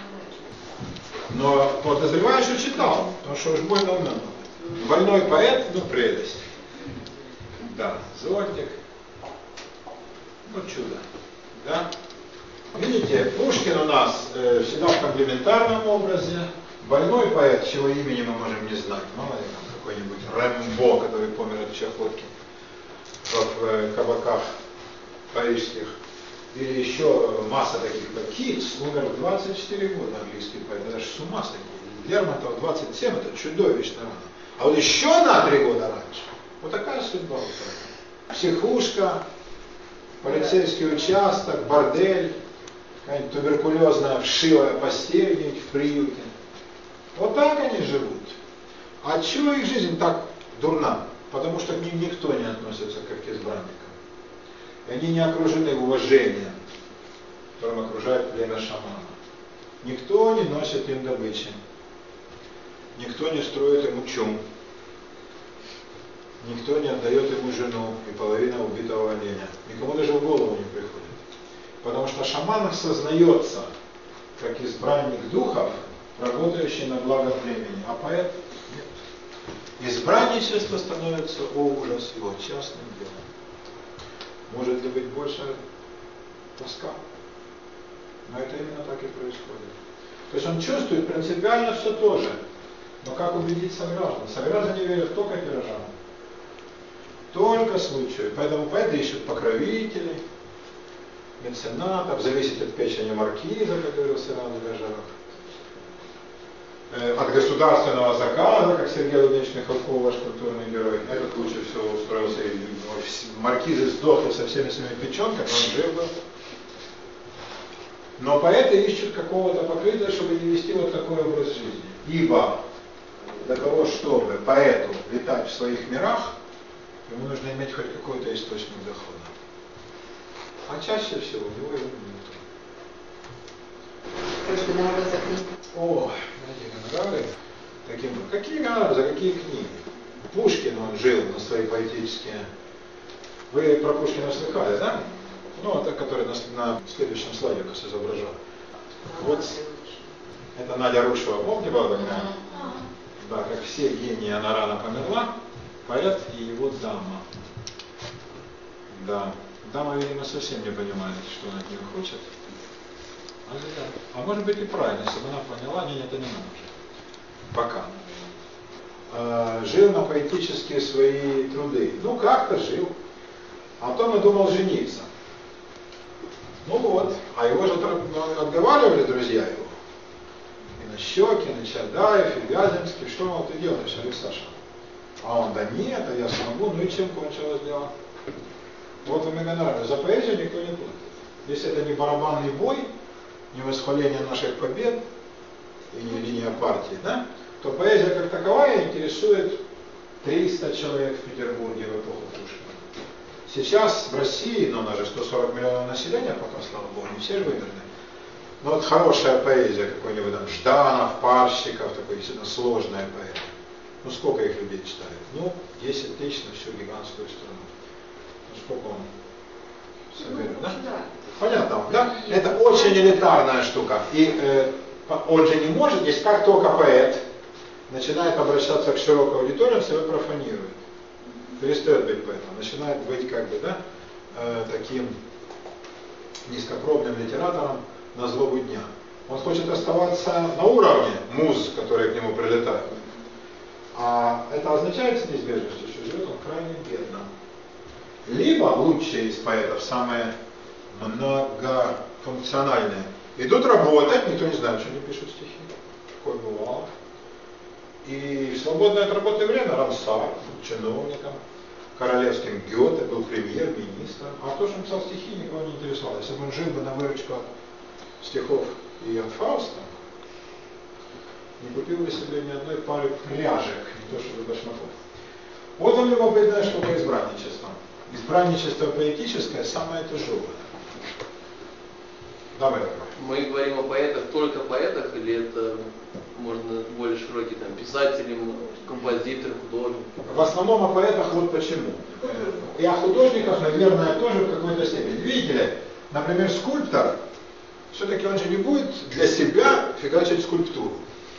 Но подозреваю, что читал, потому что уж больно умно. Больной поэт, ну прелесть. Да, зонтик. Ну чудо. Да? Видите, Пушкин у нас э, всегда в комплементарном образе. Больной поэт, чего имени мы можем не знать. Мало ли там какой-нибудь Рэмбо, который помер от чахотки в э, кабаках парижских. Или еще масса таких. Китс умер в двадцать четыре года, английский поэт. Это же с ума сойти. Лермонтов двадцать семь, это чудовищно рано. А вот еще на три года раньше. Вот такая судьба. Психушка, полицейский участок, бордель, какая-нибудь туберкулезная вшивая постель где-нибудь в приюте. Вот так они живут. А чего их жизнь так дурна? Потому что к ним никто не относится как к избранникам. И они не окружены уважением, которым окружает племя шамана. Никто не носит им добычи. Никто не строит ему чум. Никто не отдает ему жену и половину убитого оленя. Никому даже в голову не приходит. Потому что шаман сознается как избранник духов, работающий на благо племени, а поэт нет. Избранничество становится, о ужас, его частным делом. Может ли быть больше тоска? Но это именно так и происходит. То есть он чувствует принципиально все то же. Но как убедить сограждан? Сограждане верят только пирожам. Только случаю. Поэтому поэты ищут покровителей, меценатов, зависит от печени маркиза, как говорил Сиран Гажаров. Э, от государственного заказа, как Сергей Владимирович Михалков, ваш культурный герой. Этот лучше всего устроился, и маркизы сдохли со всеми своими печенками, он жив был. Но поэты ищут какого-то покрытия, чтобы не вести вот такой образ жизни. Ибо для того, чтобы поэту летать в своих мирах, ему нужно иметь хоть какой-то источник дохода. А чаще всего у него его нет. О, эти гонорары. Таким, какие гонорары, за какие книги? Пушкин, он жил на свои поэтические. Вы про Пушкина слыхали, да? Ну, это который на, на следующем слайде как изображал. Вот это Надя Рушева, помните, была такая? Да, как все гении, она рано померла. Поэт и его дама. Да. Дама, видимо, совсем не понимает, что она от нее хочет. А, а может быть и правильно, если бы она поняла, нет, это не надо уже. Пока. А, жил на поэтические свои труды. Ну, как-то жил. А потом надумал жениться. Ну вот. А его же отговаривали друзья его. И на Щекин, и Чадаев, и Вяземский. Что, мол, ты делаешь, Алексаша? А он, да нет, а я смогу. Ну и чем кончилось дело? Вот вам и гонорары. За поэзию никто не платит. Если это не барабанный бой, не восхваление наших побед и не линия партии, да, то поэзия как таковая интересует триста человек в Петербурге в эпоху Пушкина. Сейчас в России, ну у нас же сто сорок миллионов населения, пока, слава богу, не все же выбраны. Но вот хорошая поэзия, какой-нибудь там Жданов, Парщиков, такой действительно сложная поэзия. Ну сколько их людей читают? Ну, десять тысяч на всю гигантскую страну. Ну сколько он Соберем, да? Понятно, да? Это очень элитарная штука. И э, он же не может, есть как только поэт начинает обращаться к широкой аудитории, он себя профанирует. Перестает быть поэтом, начинает быть как бы, да, э, таким низкопробным литератором на злобу дня. Он хочет оставаться на уровне муз, которые к нему прилетают. А это означает с неизбежностью, что живет он крайне бедно. Либо лучшие из поэтов, самые многофункциональные, идут работать, никто не знает, что они пишут стихи. Такое бывало. И в свободное от работы время Рансар, чиновником, королевским Гёте, был премьер-министром. А то, что он писал стихи, никого не интересовало. Если бы он жил бы на выручку от стихов и от Фауста, не купил бы себе ни одной пары пряжек, не то чтобы башмаков. Вот он любопытная штука избранничества. Избранничество поэтическое самое тяжелое. Давай, давай. Мы говорим о поэтах, только поэтах, или это можно более широкий, там, писателям, композиторам, художникам? В основном о поэтах вот почему. И о художниках, наверное, тоже в какой-то степени. Видите ли, например, скульптор, все-таки он же не будет для себя фигачить скульптуру.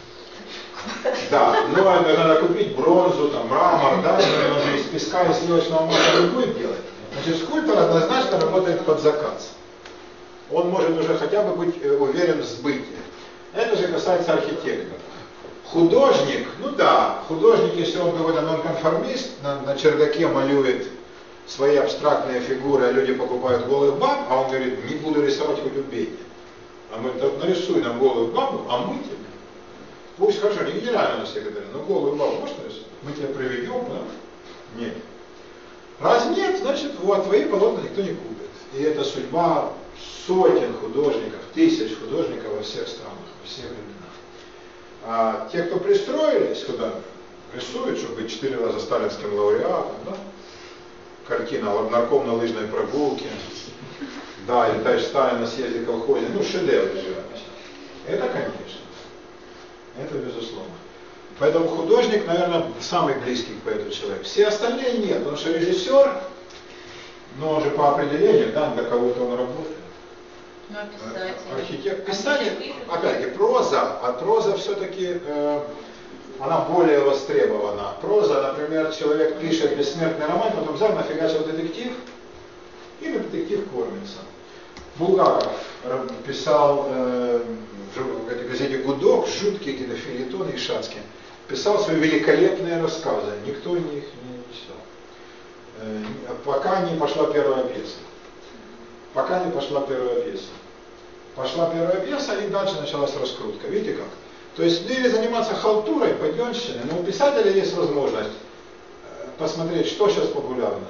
Да, но надо купить бронзу, там, мрамор, да, он же из песка и сливочного масла не будет делать. Значит, скульптор однозначно работает под заказ. Он может уже хотя бы быть уверен в сбытии. Это же касается архитекторов. Художник, ну да, художник, если он какой-то нонконформист, на, на чердаке малюет свои абстрактные фигуры, а люди покупают голых баб, а он говорит, не буду рисовать, хоть убейте. А мы говорим, нарисуй нам голую бабу, а мы тебе. Пусть хорошо, не генерального секретаря, но голую бабу можешь нарисовать? Мы тебя приведем, да? Нет. Раз нет, значит, вот твои полотна никто не купит. И это судьба сотен художников, тысяч художников во всех странах, во всех временах. А те, кто пристроились, куда рисуют, чтобы быть четыре раза сталинским лауреатом, да? Картина нарком на лыжной прогулке, да, или товарищ Сталин на съезде колхозе, ну шедевр живописи. Это, конечно, это безусловно. Поэтому художник, наверное, самый близкий к поэту человек. Все остальные нет, потому что режиссер, но он же по определению, да, для кого-то он работает. Ну, а писатель? Архитектор, писатель, опять-таки, проза, а проза все-таки, э, она более востребована. Проза, например, человек пишет бессмертный роман, потом взял, нафигачил детектив, и на детектив кормится. Булгаков писал э, в этой газете «Гудок», жуткие какие-то фельетоны ишатские, писал свои великолепные рассказы, никто их не читал. Э, пока не пошла первая пьеса. Пока не пошла первая пьеса. Пошла первая пьеса, и дальше началась раскрутка. Видите как? То есть или заниматься халтурой, паденщиной, но у писателя есть возможность посмотреть, что сейчас популярно.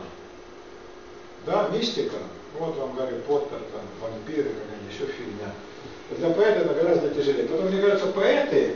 Да, мистика. Вот вам Гарри Поттер, там, вампиры, какая-нибудь еще фигня. Для поэта это гораздо тяжелее. Потом, мне кажется, поэты,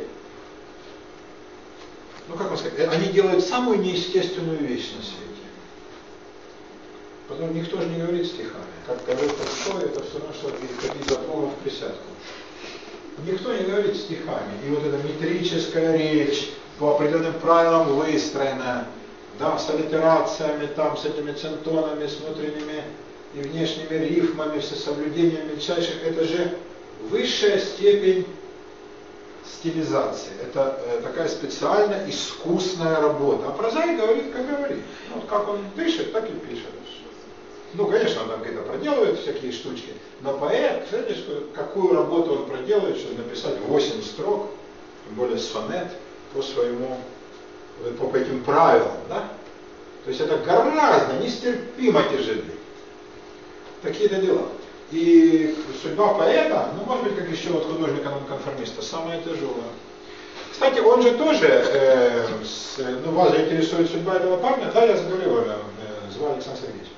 ну как вам сказать, они делают самую неестественную вещь на свете. Потом никто же не говорит стихами. Как говорит Толстой, это все равно, что ходить за плугом в присядку. Никто не говорит стихами. И вот эта метрическая речь, по определенным правилам выстроенная, да, с аллитерациями, там, с этими центонами, с внутренними и внешними рифмами, с соблюдением мельчайших, это же высшая степень стилизации. Это э, такая специальная, искусная работа. А прозаик говорит, как говорит. Вот как он пишет, так и пишет. Ну, конечно, он там какие-то проделывает всякие штучки, но поэт, знаете, что, какую работу он проделывает, чтобы написать восемь строк, тем более сонет, по своему, по, по этим правилам, да? То есть это гораздо нестерпимо тяжелее. Такие-то дела. И судьба поэта, ну, может быть, как еще вот художника-нонконформиста, самая тяжелая. Кстати, он же тоже, э, с, ну, вас же интересует судьба этого парня, да, я заговорил, э, звали Александр Сергеевич.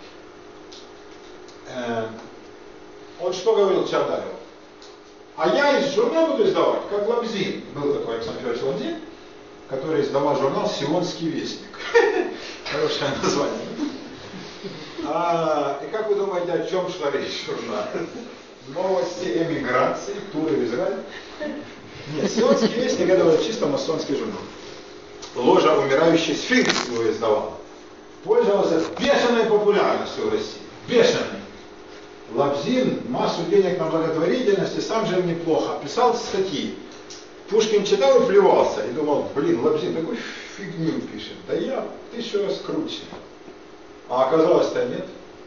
Э, он что говорил Чаадаеву? А я из журнала буду издавать, как Лабзин. Был такой Александр Федорович Лабзин, который издавал журнал «Сионский вестник». Хорошее название. А, и как вы думаете, о чем шла речь в журнале? Новости эмиграции, туры в Израиль? Нет, «Сионский вестник» это был чисто масонский журнал. Ложа «Умирающий сфинкс» его издавал. Пользовался бешеной популярностью в России. Бешеной. Лобзин массу денег на благотворительности, сам жил неплохо, писал статьи. Пушкин читал и плевался, и думал, блин, Лобзин такую фигню пишет, да я тысячу раз круче. А оказалось-то нет.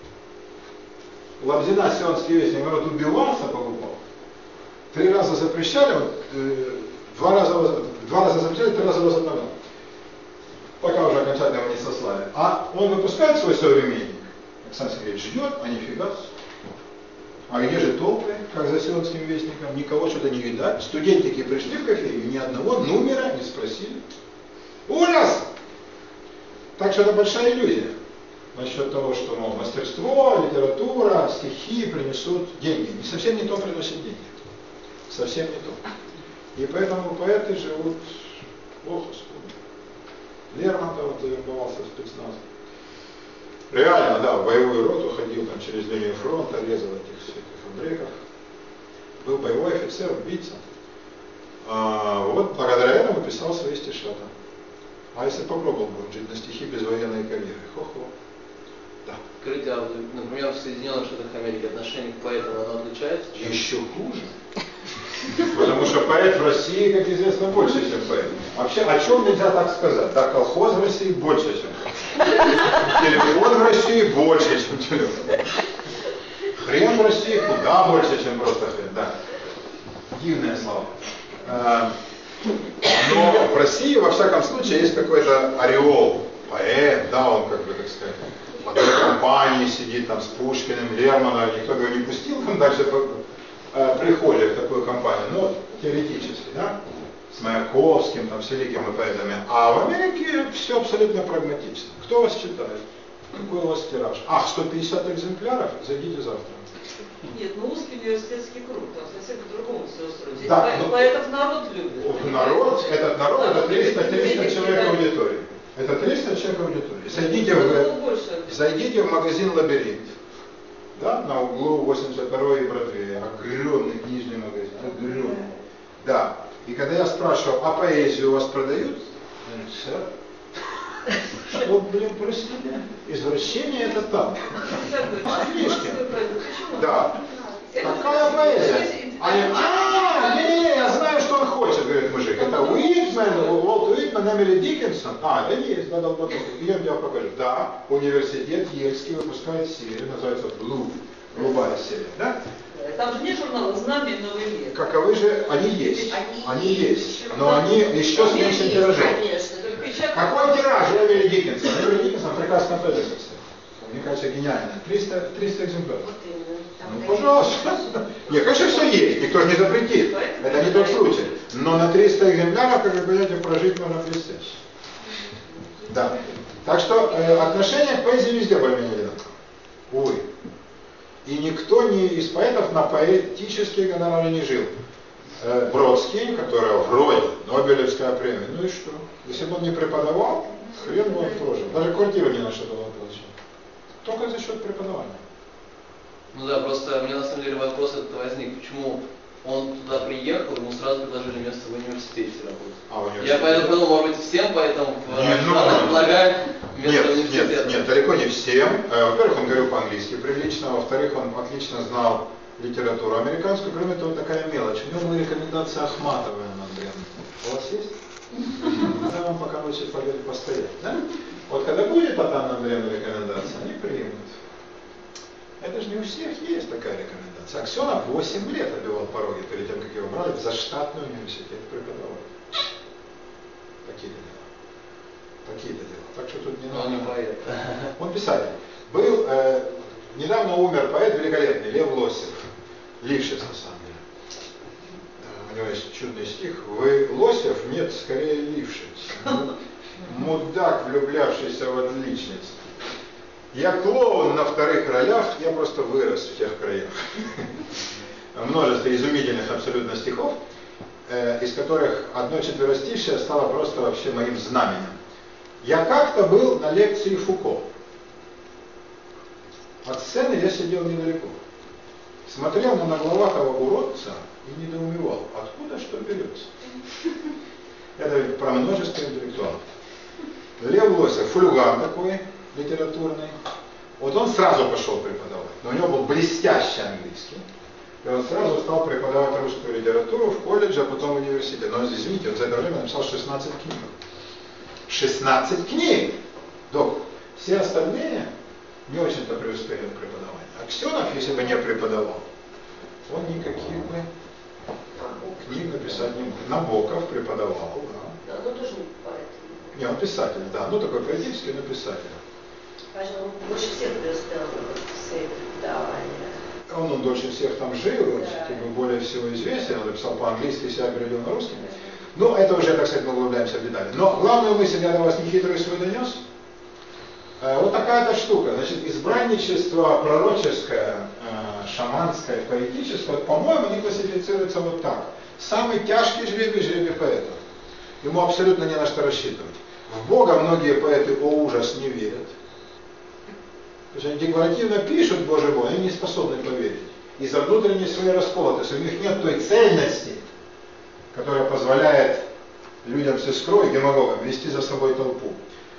Лобзина Сионский вестник, народ убивался, покупал. Три раза запрещали, вот, э, два, раза, два раза запрещали, три раза возобновлял. Пока уже окончательно его не сослали. А он выпускает свой современник, Александр Сергеевич ждет, а нифига. А где же толпы, как за Сионским вестником? Никого что-то не видать. Студентики пришли в кофейню, ни одного номера не спросили. Ужас! Так что это большая иллюзия. Насчет того, что, мол, мастерство, литература, стихи принесут деньги. Не совсем не то приносит деньги. Совсем не то. И поэтому поэты живут плохо, скудно. Лермонтов завербовался в спецназ. Реально, да, в боевую роту ходил там через линию фронта, резал этих всяких фабриков. Был боевой офицер, убийца. А, вот благодаря этому писал свои стишата. А если попробовал бы жить на стихи без военной карьеры? Хо-хо. Да. Скажите, а, например, в Соединенных Штатах Америки отношение к поэтам, оно отличается? Еще хуже. Потому что поэт в России, как известно, больше, чем поэт. Вообще, о чем нельзя так сказать? Да, колхоз в России больше, чем поэт. Телефон в России больше, чем телефон. Хрен в России куда больше, чем просто хрен. Да. Дивные слова. Но в России, во всяком случае, есть какой-то ореол. Поэт, да, он как бы, так сказать, в одной компании сидит там с Пушкиным, Лермоном, никто его не пустил там дальше приходят в такую компанию, ну, теоретически, да, с Маяковским, там, с великими поэтами. А в Америке все абсолютно прагматично. Кто вас читает? Какой у вас тираж? Ах, сто пятьдесят экземпляров? Зайдите завтра. Нет, ну узкий университетский круг, там совсем по-другому все устроено. Здесь Да, по- ну, поэтов народ любит. Народ, этот народ, это триста, триста человек аудитории. Это триста человек аудитории. Зайдите в, зайдите в магазин «Лабиринт». Да, на углу восемьдесят второй и Бродвея. Огромный книжный магазин. Огромный. Да. И когда я спрашивал, а поэзию у вас продают? Они говорят, сэр, что, блин, простите? Извращение это там. А книжки? Да. Какая поэзия? Они, а, не-не-не, я знаю, что он хочет, говорит мужик. Это Уитмен, Уолт Уитмен, Эмили Диккенсон. А, это есть, да, долбанутый. Я тебе покажу. Да, университет Ельский выпускает серию, называется Blue, голубая серия, да? Там же нет журнала «Знамя и Новый мир». Каковы же, они есть, Они, они есть. есть, но они еще с меньшим тиражом. Конечно. Какой тираж у Эмили Диккенсон? Эмили Диккенсон прекрасно поэзия, кстати. Мне кажется, гениально. триста, триста экземпляров. Вот именно. Ну, пожалуйста. Нет, конечно, все есть, никто же не запретит. Это не тот случай. Но на триста экземпляров, как вы понимаете, прожить можно блестяще. Да. Так что э, отношение к поэзии везде более-менее одинаково. Увы. И никто не из поэтов на поэтические гонорары не жил. Э, Бродский, которого вроде Нобелевская премия, ну и что? Если бы он не преподавал, хрен бы он прожил. Даже квартиру не на что было получить. Только за счет преподавания. Ну да, просто мне на самом деле вопрос этот возник, почему он туда приехал, ему сразу предложили место в университете работать. А, в университете? Я поэтому подумал, может быть, всем поэтому Не, ну, предлагают место нет, в университете. нет, нет, далеко не всем. Во-первых, он говорил по-английски прилично, во-вторых, он отлично знал литературу американскую. Кроме того, такая мелочь. У него была рекомендация Ахматовой, Анна Андреевна. У вас есть? Я вам пока ночью постоять. Да? Вот когда будет от Анны Андреевны рекомендация, они примут. Это же не у всех есть такая рекомендация. Аксенов восемь лет обивал пороги перед тем, как его брали в заштатный университет преподавать. Такие-то дела. Такие-то дела. Так что тут не надо. Он не поэт. Он писатель. Был, э, недавно умер поэт великолепный, Лев Лосев. Лившиц, на самом деле. Э, у него есть чудный стих. Вы Лосев? Нет, скорее Лившиц. Мудак, влюблявшийся в отличниц. Я клоун на вторых ролях, я просто вырос в тех краях. Множество изумительных абсолютно стихов, э, из которых одно четверостишее стало просто вообще моим знаменем. Я как-то был на лекции Фуко. От сцены я сидел недалеко. Смотрел на нагловатого уродца и недоумевал, откуда что берется. Это ведь про множество интеллектуалов. Лев Лосев, фульгар такой, литературный. Вот он сразу пошел преподавать, но у него был блестящий английский. И он сразу стал преподавать русскую литературу в колледже, а потом в университете. Но, извините, он за это время написал шестнадцать книг. шестнадцать книг! Док, все остальные не очень-то преуспели в преподавании. Аксенов, если бы не преподавал, он никаких бы книг написать не мог. Набоков преподавал, да. Да, ну тоже не поэт. Не, он писатель, да. Ну, такой поэтический, но писатель. Пожалуй, он больше всех преуспел в своей преподавании. Он, он дольше всех там жил, он все-таки был более всего известен, он написал по-английски, себя перевел на русский. Ну, это уже, так сказать, мы углубляемся в детали. Но главную мысль я до вас нехитрый свой донес. Вот такая-то штука. Значит, избранничество пророческое, шаманское, поэтическое, по-моему, не классифицируется вот так. Самый тяжкий жребий – жребий поэтов. Ему абсолютно не на что рассчитывать. В Бога многие поэты, о ужас, не верят. То есть они декларативно пишут, Боже мой, они не способны поверить. Из-за внутренней своей расколотости. У них нет той цельности, которая позволяет людям с искрой, демагогам, вести за собой толпу.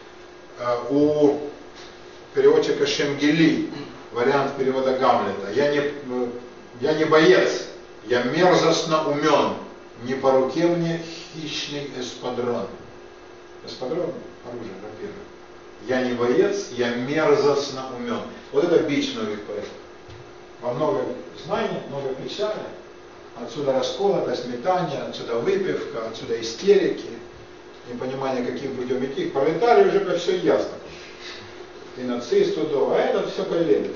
У переводчика Шенгели вариант перевода Гамлета. Я не, я не боец, я мерзостно умен. Не по руке мне хищный эспадрон. Эспадрон – оружие, рапира. Я не боец, я мерзостно умен. Вот это бич многих поэтов. Во много знаний, много печали. Отсюда расколотость, метание, отсюда выпивка, отсюда истерики, непонимание, каким путем идти. Пролетарию уже как все ясно. И нацисту, да, а это все колеблется.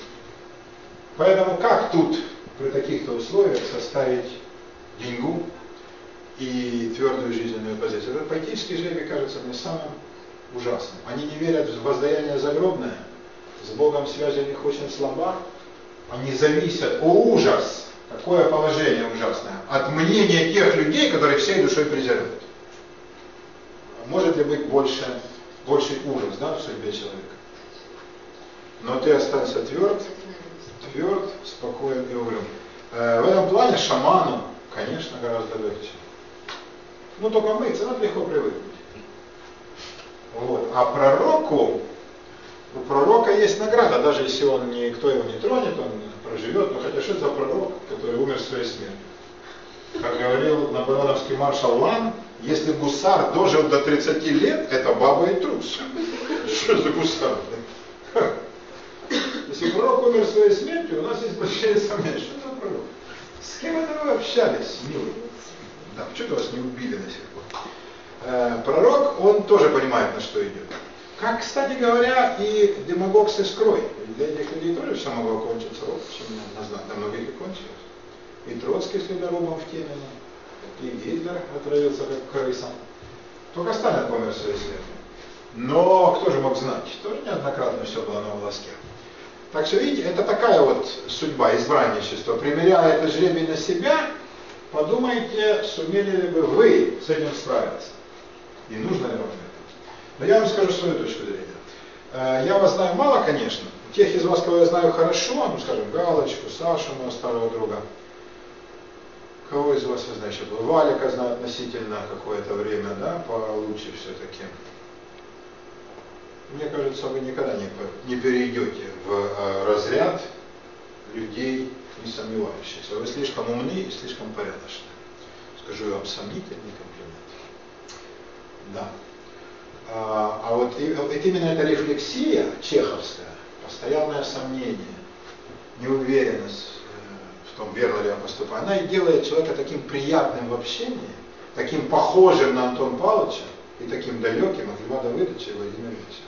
Поэтому как тут при таких-то условиях составить деньгу и твердую жизненную позицию? Этот поэтический жребий кажется мне самым ужасным. Они не верят в воздаяние загробное, с Богом связь у них очень слаба, они зависят, о ужас, какое положение ужасное, от мнения тех людей, которые всей душой презирают. Может ли быть больше, больший ужас, да, в судьбе человека? Но ты останься тверд, тверд, спокоен и угрюм. Э, в этом плане шаману, конечно, гораздо легче. Ну, только мыться, надо легко привыкнуть. Вот. А пророку, у пророка есть награда, даже если он никто его не тронет, он проживет, но хотя что это за пророк, который умер своей смертью? Как говорил наполеоновский маршал Лан, если гусар дожил до тридцати лет, это баба и трус. Что за гусар? Если пророк умер своей смертью, у нас есть большие сомнения. Что это за пророк? С кем это вы общались, милый? Да, почему вас не убили до сих пор? Э, пророк, он тоже понимает, на что идет. Как, кстати говоря, и демагог с искрой. Для этих людей тоже все могло кончиться. Вот почему я знаю, для многих и кончилось. И Троцкий с ледорубом в теме, и Гитлер отравился как крыса. Только Сталин помер своей смертью. Но кто же мог знать? Тоже неоднократно все было на волоске. Так что, видите, это такая вот судьба, избранничество. Примеряя это жребий на себя, подумайте, сумели ли бы вы с этим справиться. И нужно ли вам это. Но я вам скажу свою точку зрения. Я вас знаю мало, конечно. Тех из вас, кого я знаю хорошо, ну, скажем, Галочку, Сашу, моего старого друга. Кого из вас я знаю еще? Валика знаю относительно какое-то время, да, получше все-таки. Мне кажется, вы никогда не, не перейдете в э, разряд людей, не сомневающихся. Вы слишком умны и слишком порядочны. Скажу вам сомнительный комплимент. Да. А, а вот, и, вот именно эта рефлексия чеховская, постоянное сомнение, неуверенность э, в том, верно ли я поступаю, она и делает человека таким приятным в общении, таким похожим на Антона Павловича и таким далеким от Льва Давыдовича и Владимира Ильича.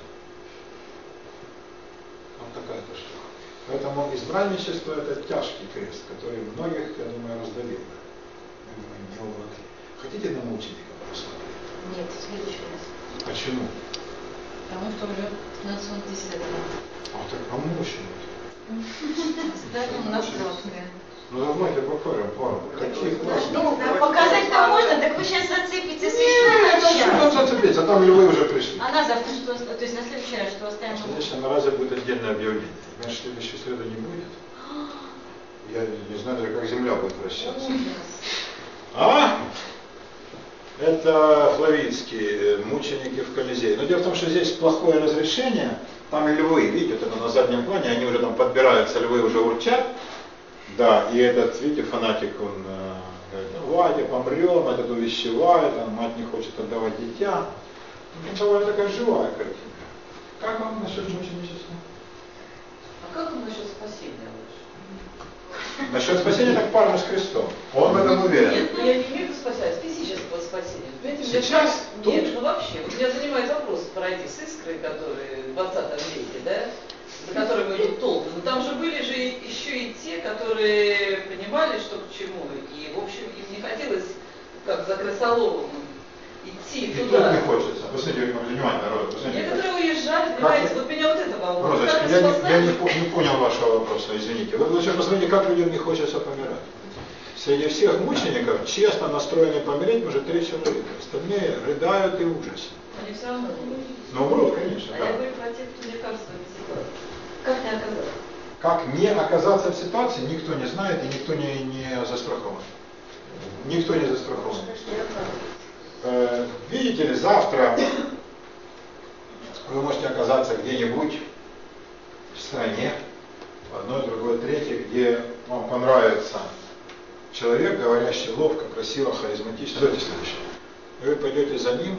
Вот такая-то штука. Поэтому избранничество – это тяжкий крест, который многих, я думаю, раздавил. Я думаю, не увлекли. Хотите на мучеников посмотреть? Нет, в следующий раз. Почему? Потому что уже пятнадцать тысяч лет. А так помученик. Ставим на завтра. Ну давайте покажем пару. Какие классные. Ну, показать-то можно, так вы сейчас зацепите Нет, совершенно. что там зацепиться, а там львы уже пришли. А на завтра что, то есть на следующий раз что оставим? Конечно, на разе будет отдельное объявление. Понимаешь, следующей среды не будет. Я не знаю даже, как земля будет вращаться. А? Это Флавийские мученики в Колизее. Но дело в том, что здесь плохое разрешение, там львы, видите, вот это на заднем плане, они уже там подбираются, львы уже урчат. Да, и этот, видите, фанатик, он э, говорит, ну, Вадя, помрем, этот увещевает, он, мать не хочет отдавать дитя. Ну, довольно такая живая картинка. Как вам насчет мученичества? А как он насчет спасения лучше? Насчет спасения так парня с крестом. Он в этом уверен. Нет, ну я не имею в виду спасать, физического спасения. Понимаете, Сейчас? Меня, нет, ну вообще, вот меня занимает вопрос пройти с искрой, которые в двадцатом веке, да, за которыми идут толпы. Но там же были же еще и те, которые понимали, что к чему. И, в общем, им не хотелось, как за крысоловым, идти И туда. тут не хочется. Посмотрите, внимание, народ. Некоторые уезжали, понимаете, вот меня вот это волнует. Розочка, я, не, я не, по- не понял вашего вопроса, извините. Вы лучше посмотрите, как людям не хочется помирать. Среди всех мучеников честно настроены помереть может три человека. Остальные рыдают и ужасе. Они все равно умрут. Ну, умрут, конечно, А да. я говорю про тех, кто, мне кажется, в этой ситуации. Как не оказаться? Как не оказаться в ситуации, никто не знает и никто не, не застрахован. Никто не застрахован. Э, видите ли, завтра вы можете оказаться где-нибудь в стране, в одной, другой, третьей, где вам понравится человек, говорящий ловко, красиво, харизматично. Давайте следующее. И вы пойдете за ним.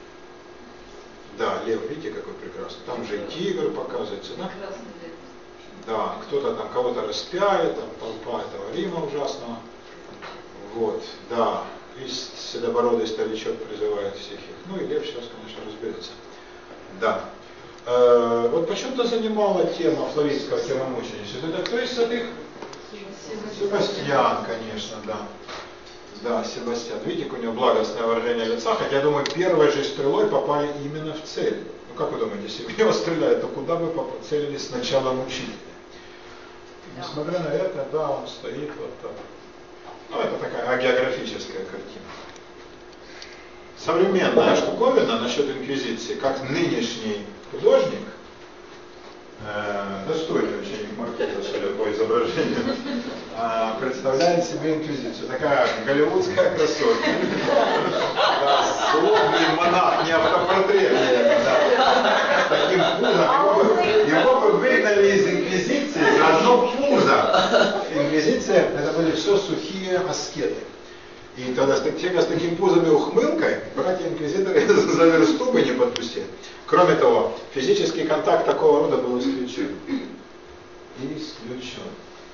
Да, лев, видите, какой прекрасный. Там же и тигр показывается, да? Да, кто-то там кого-то распяет, там толпа этого Рима ужасного. Вот, да. И седобородый старичок призывает всех их. Ну и лев сейчас, конечно, разберется. Да. Э, вот почему-то занимала тема флавийского, тема мученичества. Это кто из этих? Себастьян, конечно, да. Да, Себастьян. Видите, у него благостное выражение лица, хотя, я думаю, первой же стрелой попали именно в цель. Ну, как вы думаете, если в него стреляют, то куда бы поцелились сначала мучителя? Несмотря на это, да, он стоит вот так. Ну, это такая агеографическая картина. Современная штуковина насчет инквизиции, как нынешний художник, э, достойный ученик Маркиза, судя по изображению, э, представляет себе инквизицию. Такая голливудская красотка. Да, злобный монах, не автопортретный. Да. Таким пузом. Его, его бы выгнали из инквизиции за одно пузо. Инквизиция, это были все сухие аскеты. И тогда те, с таким пузом и ухмылкой, братья-инквизиторы за версту бы не подпустили. Кроме того, физический контакт такого рода был исключен. Исключен.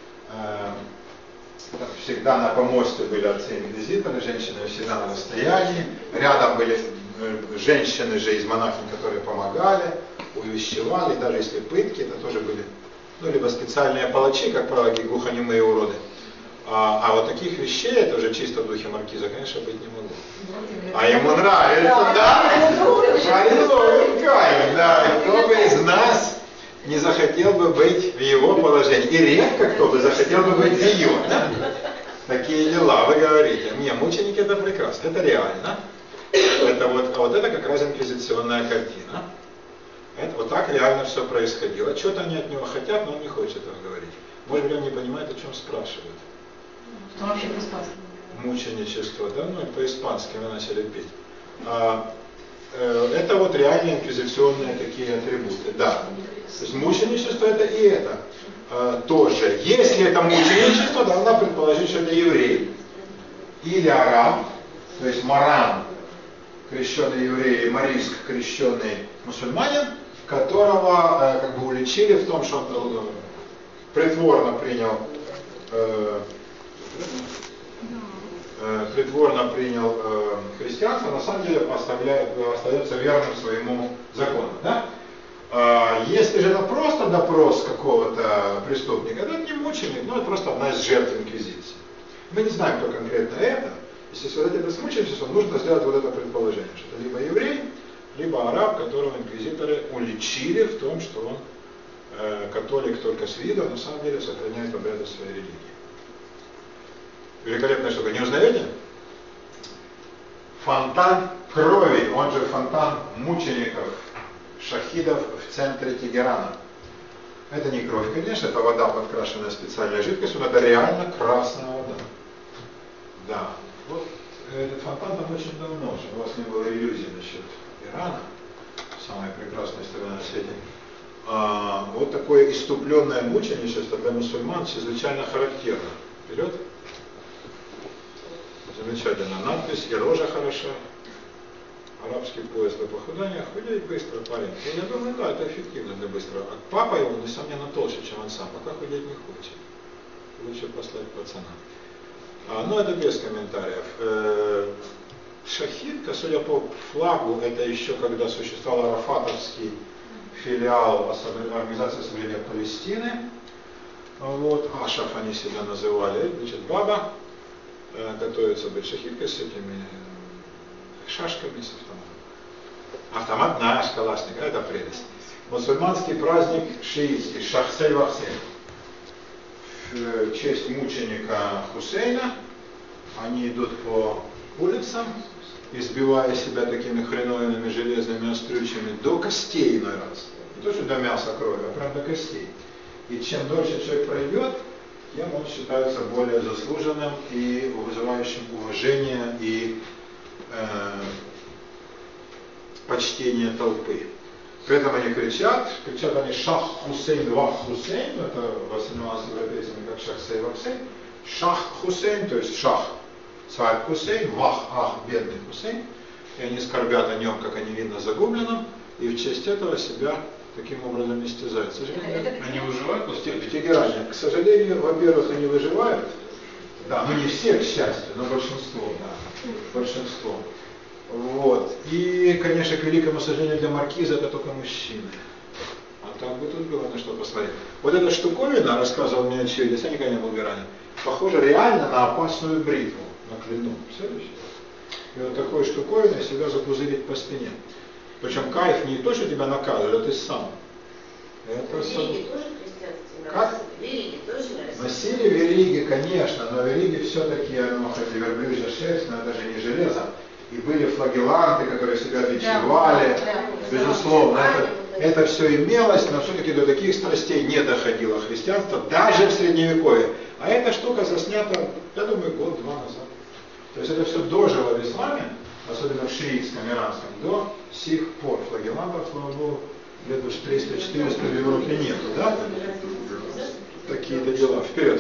Всегда на помосте были отцы-инквизиторы, женщины всегда на расстоянии. Рядом были женщины же из монахинь, которые помогали, увещевали, даже если пытки, это тоже были, ну, либо специальные палачи, как правило, глухонемые уроды. А, а вот таких вещей, это уже чисто в духе Маркиза, конечно, быть не могло. А ему нравится, да? Марин кайф, да. И кто бы из нас не захотел бы быть в его положении. И редко кто бы захотел бы быть в ее, да? Такие дела, вы говорите. Не, мученики это прекрасно, это реально. Это вот, а вот это как раз инквизиционная картина. Это вот так реально все происходило. Что-то они от него хотят, но он не хочет этого говорить. Может быть, он не понимает, о чем спрашивают. Что вообще по-испански? Мученичество, да, ну и по-испански мы начали петь. А, э, это вот реальные инквизиционные такие атрибуты, да. То есть мученичество это и это а, тоже. Если это мученичество, должна предположить, что это еврей или араб, то есть маран, крещенный еврей, и мариск, крещенный мусульманин, которого э, как бы уличили в том, что он э, притворно принял э, э, притворно принял э, христианство, на самом деле оставляет, остается верным своему закону. Да? Э, если же это просто допрос какого-то преступника, это не мученик, но это просто одна из жертв инквизиции. Мы не знаем, кто конкретно это. Если связать это с мученичеством, нужно сделать вот это предположение, что это либо еврей, либо араб, которого инквизиторы уличили в том, что он э, католик только с виду, а на самом деле сохраняет обряды своей религии. Великолепная штука. Не узнаете? Фонтан крови, он же фонтан мучеников, шахидов в центре Тегерана. Это не кровь, конечно, это вода, подкрашенная специальной жидкостью, но это реально красная вода. Да. Вот этот фонтан там очень давно, чтобы у вас не было иллюзий насчет Ирана, самая прекрасная страна на свете. А, вот такое иступленное мученичество для мусульман чрезвычайно характерно. Вперед. Замечательно. Надпись и рожа хороша. Арабский поезд для похудания. Худеет быстро, парень. И я думаю, да, это эффективно для быстрого. А папа его, несомненно, толще, чем он сам. Пока худеть не хочет. Лучше послать пацана. А, ну, это без комментариев. Э, шахидка, судя по флагу, это еще когда существовал арафатовский филиал Организации Освобождения Палестины. Вот, Ашаф они себя называли. Значит, баба э, готовится быть шахидкой с этими шашками, с автоматом. Автомат наш, калашник, это прелесть. Мусульманский праздник шиитский, Шахсель-Вахсель. В честь мученика Хусейна они идут по улицам, избивая себя такими хреновинами железными острючами до костей иной раз. Не то, что до мяса крови, а прям до костей. И чем дольше человек пройдет, тем он считается более заслуженным и вызывающим уважение и э, почтение толпы. При этом они кричат, кричат они Шах Хусейн, Вах Хусейн, это воспринималось европейцами как Шах Сей Вахсейн. Шах Хусейн, то есть Шах царь Хусейн, Вах, ах, бедный Хусейн. И они скорбят о нем, как они видно, загубленном, и в честь этого себя таким образом истязают. К сожалению, они выживают после в Тегеране. К сожалению, во-первых, они выживают. Да, ну не все, к счастью, но большинство, да. Большинство. Вот. И, конечно, к великому сожалению для маркиза, это только мужчины. А так бы тут было на что посмотреть. Вот эта штуковина, рассказывал мне очевидец, я никогда не был в Иране, похоже реально на опасную бритву, на клину. Следующее. И вот такой штуковиной себя запузырить по спине. Причем кайф не то, что тебя наказывают, а ты сам. Это вериги сам... тоже христианские? Как? Вериги тоже носили вериги, конечно, но вериги все-таки, ну, хоть и верблюжья шерсть, но это же не железо. И были флагеланты, которые себя бичевали, да, да, безусловно. Это, это все имелось, но все-таки до таких страстей не доходило христианство, даже в Средневековье. А эта штука заснята, я думаю, год-два назад. То есть это все дожило в исламе, особенно в шиитском, иранском, до сих пор. Флагелантов, слава Богу, лет уж триста-четыреста в Европе нету, да? Такие-то дела. Вперед.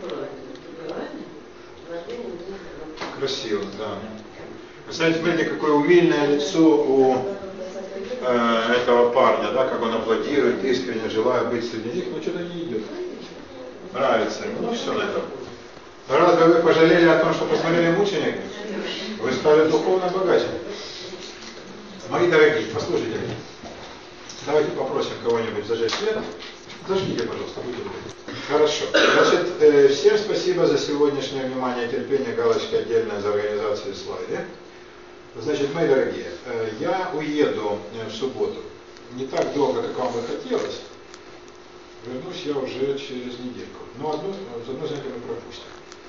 Красиво, да. Кстати, смотрите, какое умильное лицо у э, этого парня, да, как он аплодирует, искренне желая быть среди них, но что-то не идет. Нравится ему, ну все на этом. Но разве вы пожалели о том, что посмотрели мученик? Вы стали духовно богаче. Мои дорогие, послушайте меня. Давайте попросим кого-нибудь зажечь свет. Зажгите, пожалуйста, будьте добры. Хорошо. Значит, э, всем спасибо за сегодняшнее внимание, терпение, галочка отдельная за организацию слайда. Значит, мои дорогие, э, я уеду э, в субботу. Не так долго, как вам бы хотелось. Вернусь я уже через недельку. Но одну, одну занятие мы пропустим.